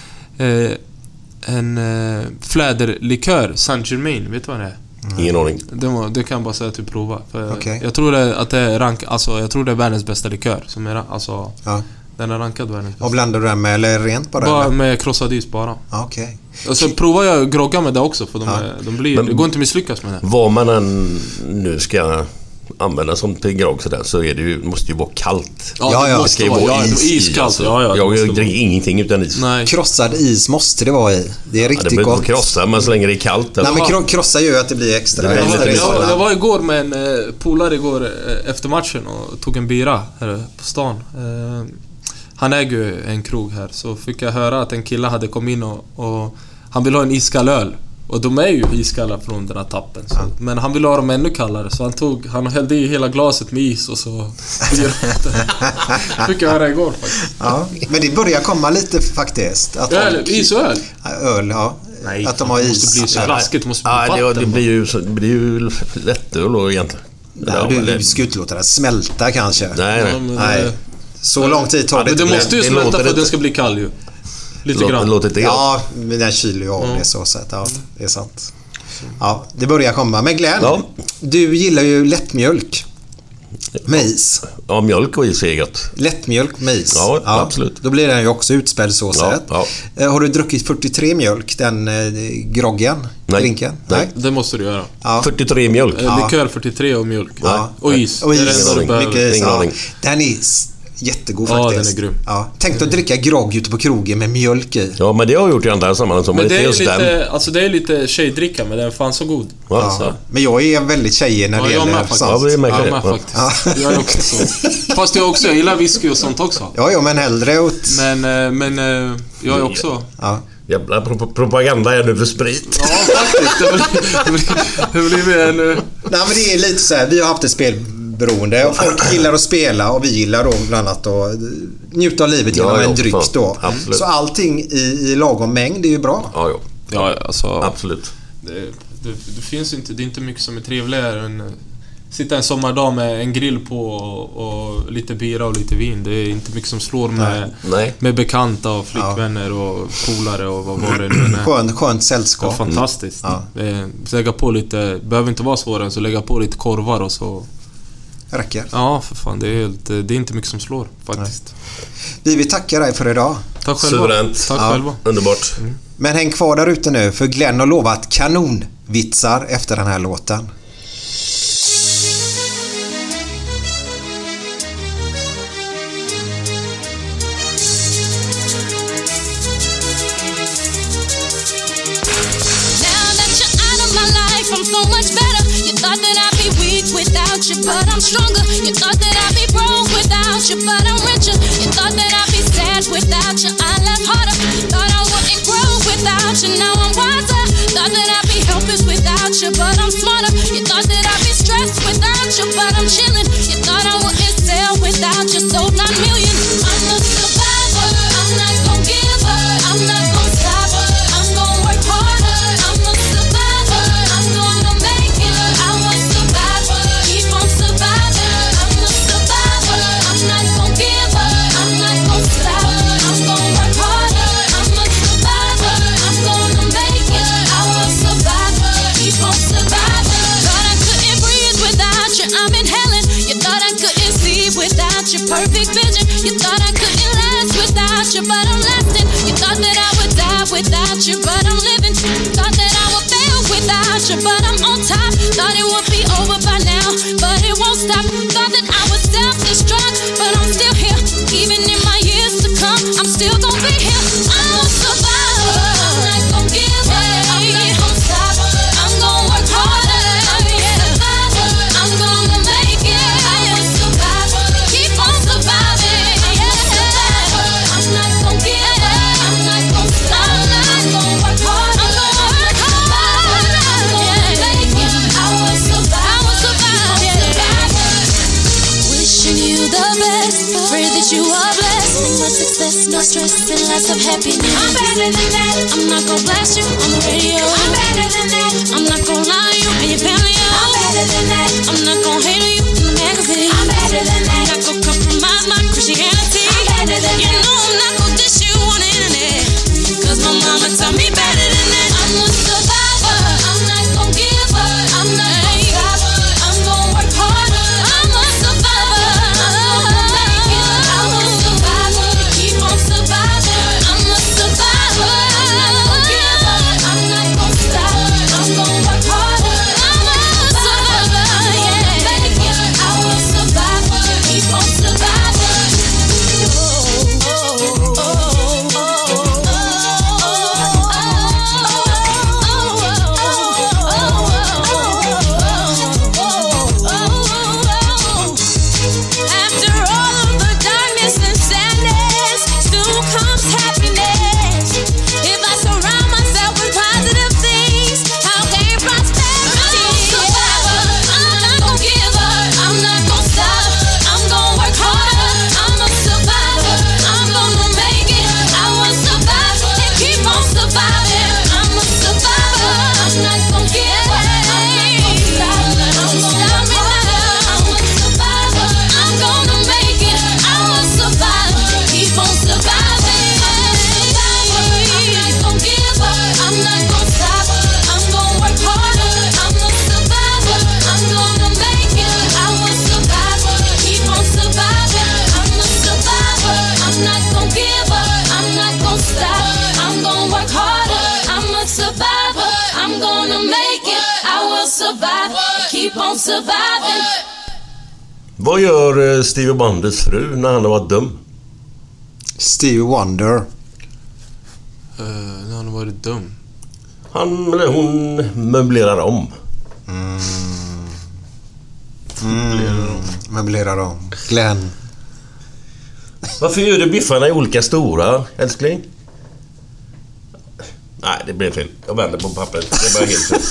en fläderlikör, Saint Germain, vet du vad det är? Ingen aning. Det kan jag bara säga att du provar. Jag tror att det är jag tror det är världens bästa likör som är, alltså den är rankad världens bästa. Och blandar du den med eller rent bara? Bara med krossad is bara. Okej. Och så provar jag grogga med det också, för det går inte misslyckas med det. Vad man än nu ska använda som till grogg så där, så är det måste ju vara kallt. Det ska ju vara iskallt. Alltså. Jag dricker ingenting utan is. Nej. Krossad is måste det vara i. Det är riktigt gott. Det krossa, men så länge det är kallt. Nej, men krossa gör att det blir extra. Jag var igår med en polare efter matchen och tog en bira här på stan. Han äger en krog här, så fick jag höra att en kille hade kommit in och han vill ha en iskall öl. Och de är ju iskalla från den här tappen så. Men han ville ha dem ännu kallare, så han hällde i hela glaset med is och så fick jag höra igår faktiskt. Ja, men det börjar komma lite faktiskt att is och öl? Öl, ja. Nej, att de har is. Måste bli så flaskigt, måste bli vatten. Det blir ju lättöl då egentligen. Du ska inte låta det smälta kanske. Nej. Så lång tid tar det inte. Det måste ju smälta för att den ska bli kall ju. Lite grann. Ja, men den kyler ju av det så sätt. Ja, det är sant. Ja, det börjar komma. Men Glenn, du gillar ju lättmjölk med is. Ja, mjölk och is är gott. Lättmjölk med is. Ja, absolut. Då blir den ju också utspädd så sätt. Har du druckit 43 mjölk, den groggen, drinken? Nej, det måste du göra. 43 mjölk. Likör 43 och mjölk. Och is. Och is. Mycket is. Den är jättegod faktiskt. Ja, den är grym. Tänk att dricka grogg ute på krogen med mjölk i. Ja, men det har jag gjort i andra sammanhang. Men det är lite, alltså det är lite tjejdricka, men den är fan så god. Men jag är väldigt tjejig när det gäller faktiskt. Jag är också så. Fast jag gillar whisky och sånt också. Ja, men hellre åt... Men jag är också... Jävla propaganda är nu för sprit. Ja, faktiskt. Det blir en... Nej, men det är lite så här. Vi har haft ett spelberoende och folk gillar att spela och vi gillar då bland annat att njuta av livet genom en dryck då. Absolut. Så allting i lagom mängd är ju bra. Ja, alltså... Absolut. Det finns inte... Det är inte mycket som är trevligare än... Sitta en sommardag med en grill på och lite bira och lite vin. Det är inte mycket som slår med bekanta och flickvänner och polare och vad var det nu är. Skönt sällskap. Ja, fantastiskt. Lägga på lite, behöver inte vara svårare än så lägga på lite korvar och så. Räcker. Ja, för fan. Det är inte mycket som slår faktiskt. Vi vill tacka dig för idag. Tack själva. Suveränt. Tack själva. Underbart. Men häng kvar där ute nu, för Glenn har lovat kanonvitsar efter den här låten. But I'm stronger. You thought that I'd be broke without you, but I'm richer. You thought that I'd be sad without you. I laugh harder. Thought I would perfect vision. You thought I couldn't last without you, but I'm lasting. You thought that I would die without you, but I'm living. Thought that I would fail without you, but I'm on top. Thought it would be over by now, but it won't stop. Thought that I would self-destruct, but I'm still here. Even in my years to come, I'm still gonna be here. I'm a survivor. I'm not gonna give up. I'm not gonna stop. I'm gonna work harder. I'm a survivor. I'm gonna make it. I'm a survivor. Keep on surviving. I'm a survivor. I'm not gonna give up. I'm not gonna stop. I'm gonna work hard. I'm gonna work hard. I'm gonna make it. I will survive. I will survive. Wishing you the best. Pray that you are blessed. Much success, no stress, and lots of happiness. I'm better than that. I'm not gonna blast you on the radio. I'm better than that. I'm not gonna lie to you and your family. I'm better than that. I'm not gonna hate on you in the magazine. I'm better than that. I'm not gonna compromise my Christianity. I'm better than that. You know I'm not gonna dish you on the internet. Cause my mama taught me better than that. I'm a survivor. I'm not gonna give up. I'm not gonna stop. I'm gonna work harder. I'm a survivor. I'm gonna make it. I'm a survivor. Keep on surviving. I'm a survivor. I'm not gonna give up. I'm not gonna stop. I'm gonna work harder. I'm a survivor. Yeah. Make it. I will survive. Keep on surviving. After all of the darkness and sadness, soon comes happiness. If I surround myself with positive things, I'll gain prosperity. I'm a survivor. I'm not gonna give up. I'm not gonna stop. I'm gonna work harder. I'm a survivor. I'm gonna make it. I will survive and keep on surviving. I'm a survivor. I'm not gonna give up. I'm not gonna stop. I'm gonna work harder. I'm a survivor. I'm gonna make it. I will survive. Keep on surviving. I'm not gonna give up. I'm not gonna stop. I'm gonna work harder. I'm a survivor. I'm gonna make it. I will survive. Keep on surviving. I'm a survivor. I'm not gonna give up. I'm not gonna stop. I'm gonna work harder. I'm a survivor. I'm gonna make it. I will survive. Keep on surviving. Vad gör Stevie Wonders fru när han har varit dum? Stevie Wonder. När han har varit dum. Han eller hon möblerar om. Möblerar om. Glenn. Varför gör du biffarna i olika stora, älskling? Nej, det blev fel. Jag vänder på pappret. Det är bara helt fel.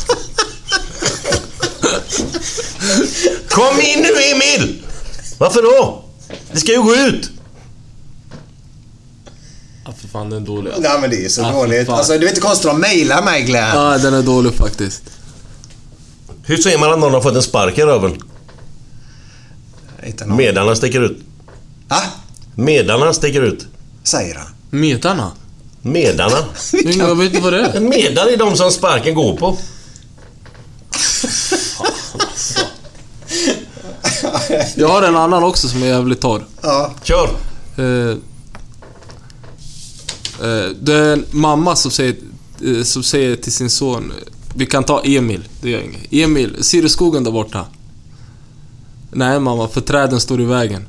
Kom in nu, Emil! Varför då? Det ska ju gå ut. Ja, för fan, den är dålig. Nej, men det är så dåligt. Alltså, det är inte konstigt att mejla mig, Glenn. Ja, den är dålig faktiskt. Hur säger man att någon har fått en spark i röven? Medarna sticker ut. Medarna sticker ut. Säger han. Medarna? Medarna. Jag vet inte vad det är. En medar är de som sparken går på. Jag har en annan också som är jävligt torr. Ja. Kör. Det är en mamma som säger till sin son, vi kan ta Emil, det gör inget. Emil, ser du skogen där borta? Nej mamma, för träden står i vägen.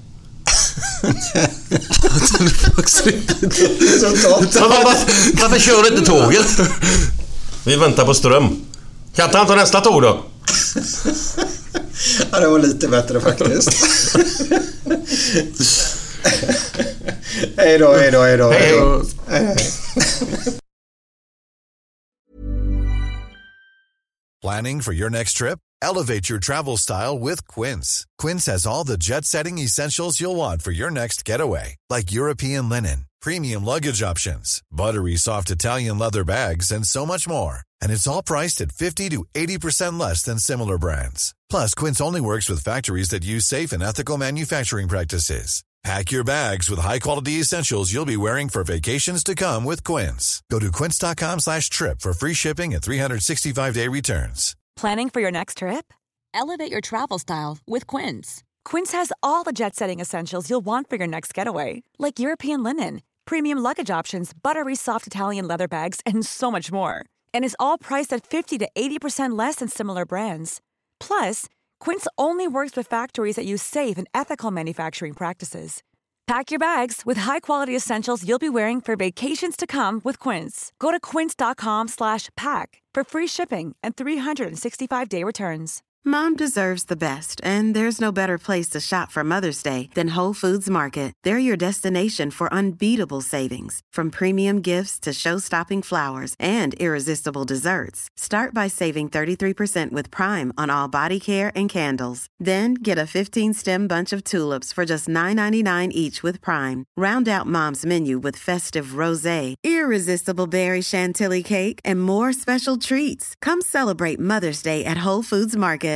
Varför kör du inte tåget? Vi väntar på ström. Kan inte han ta nästa tåg då? Ja, det var lite bättre faktiskt. Hej då. Planning for your next trip? Elevate your travel style with Quince. Quince has all the jet-setting essentials you'll want for your next getaway, like European linen, premium luggage options, buttery soft Italian leather bags, and so much more. And it's all priced at 50 to 80% less than similar brands. Plus, Quince only works with factories that use safe and ethical manufacturing practices. Pack your bags with high-quality essentials you'll be wearing for vacations to come with Quince. Go to quince.com/trip for free shipping and 365-day returns. Planning for your next trip? Elevate your travel style with Quince. Quince has all the jet-setting essentials you'll want for your next getaway, like European linen, premium luggage options, buttery soft Italian leather bags, and so much more. And is all priced at 50 to 80% less than similar brands. Plus, Quince only works with factories that use safe and ethical manufacturing practices. Pack your bags with high-quality essentials you'll be wearing for vacations to come with Quince. Go to quince.com/pack for free shipping and 365-day returns. Mom deserves the best, and there's no better place to shop for Mother's Day than Whole Foods Market. They're your destination for unbeatable savings, from premium gifts to show-stopping flowers and irresistible desserts. Start by saving 33% with Prime on all body care and candles. Then get a 15-stem bunch of tulips for just $9.99 each with Prime. Round out Mom's menu with festive rosé, irresistible berry chantilly cake, and more special treats. Come celebrate Mother's Day at Whole Foods Market.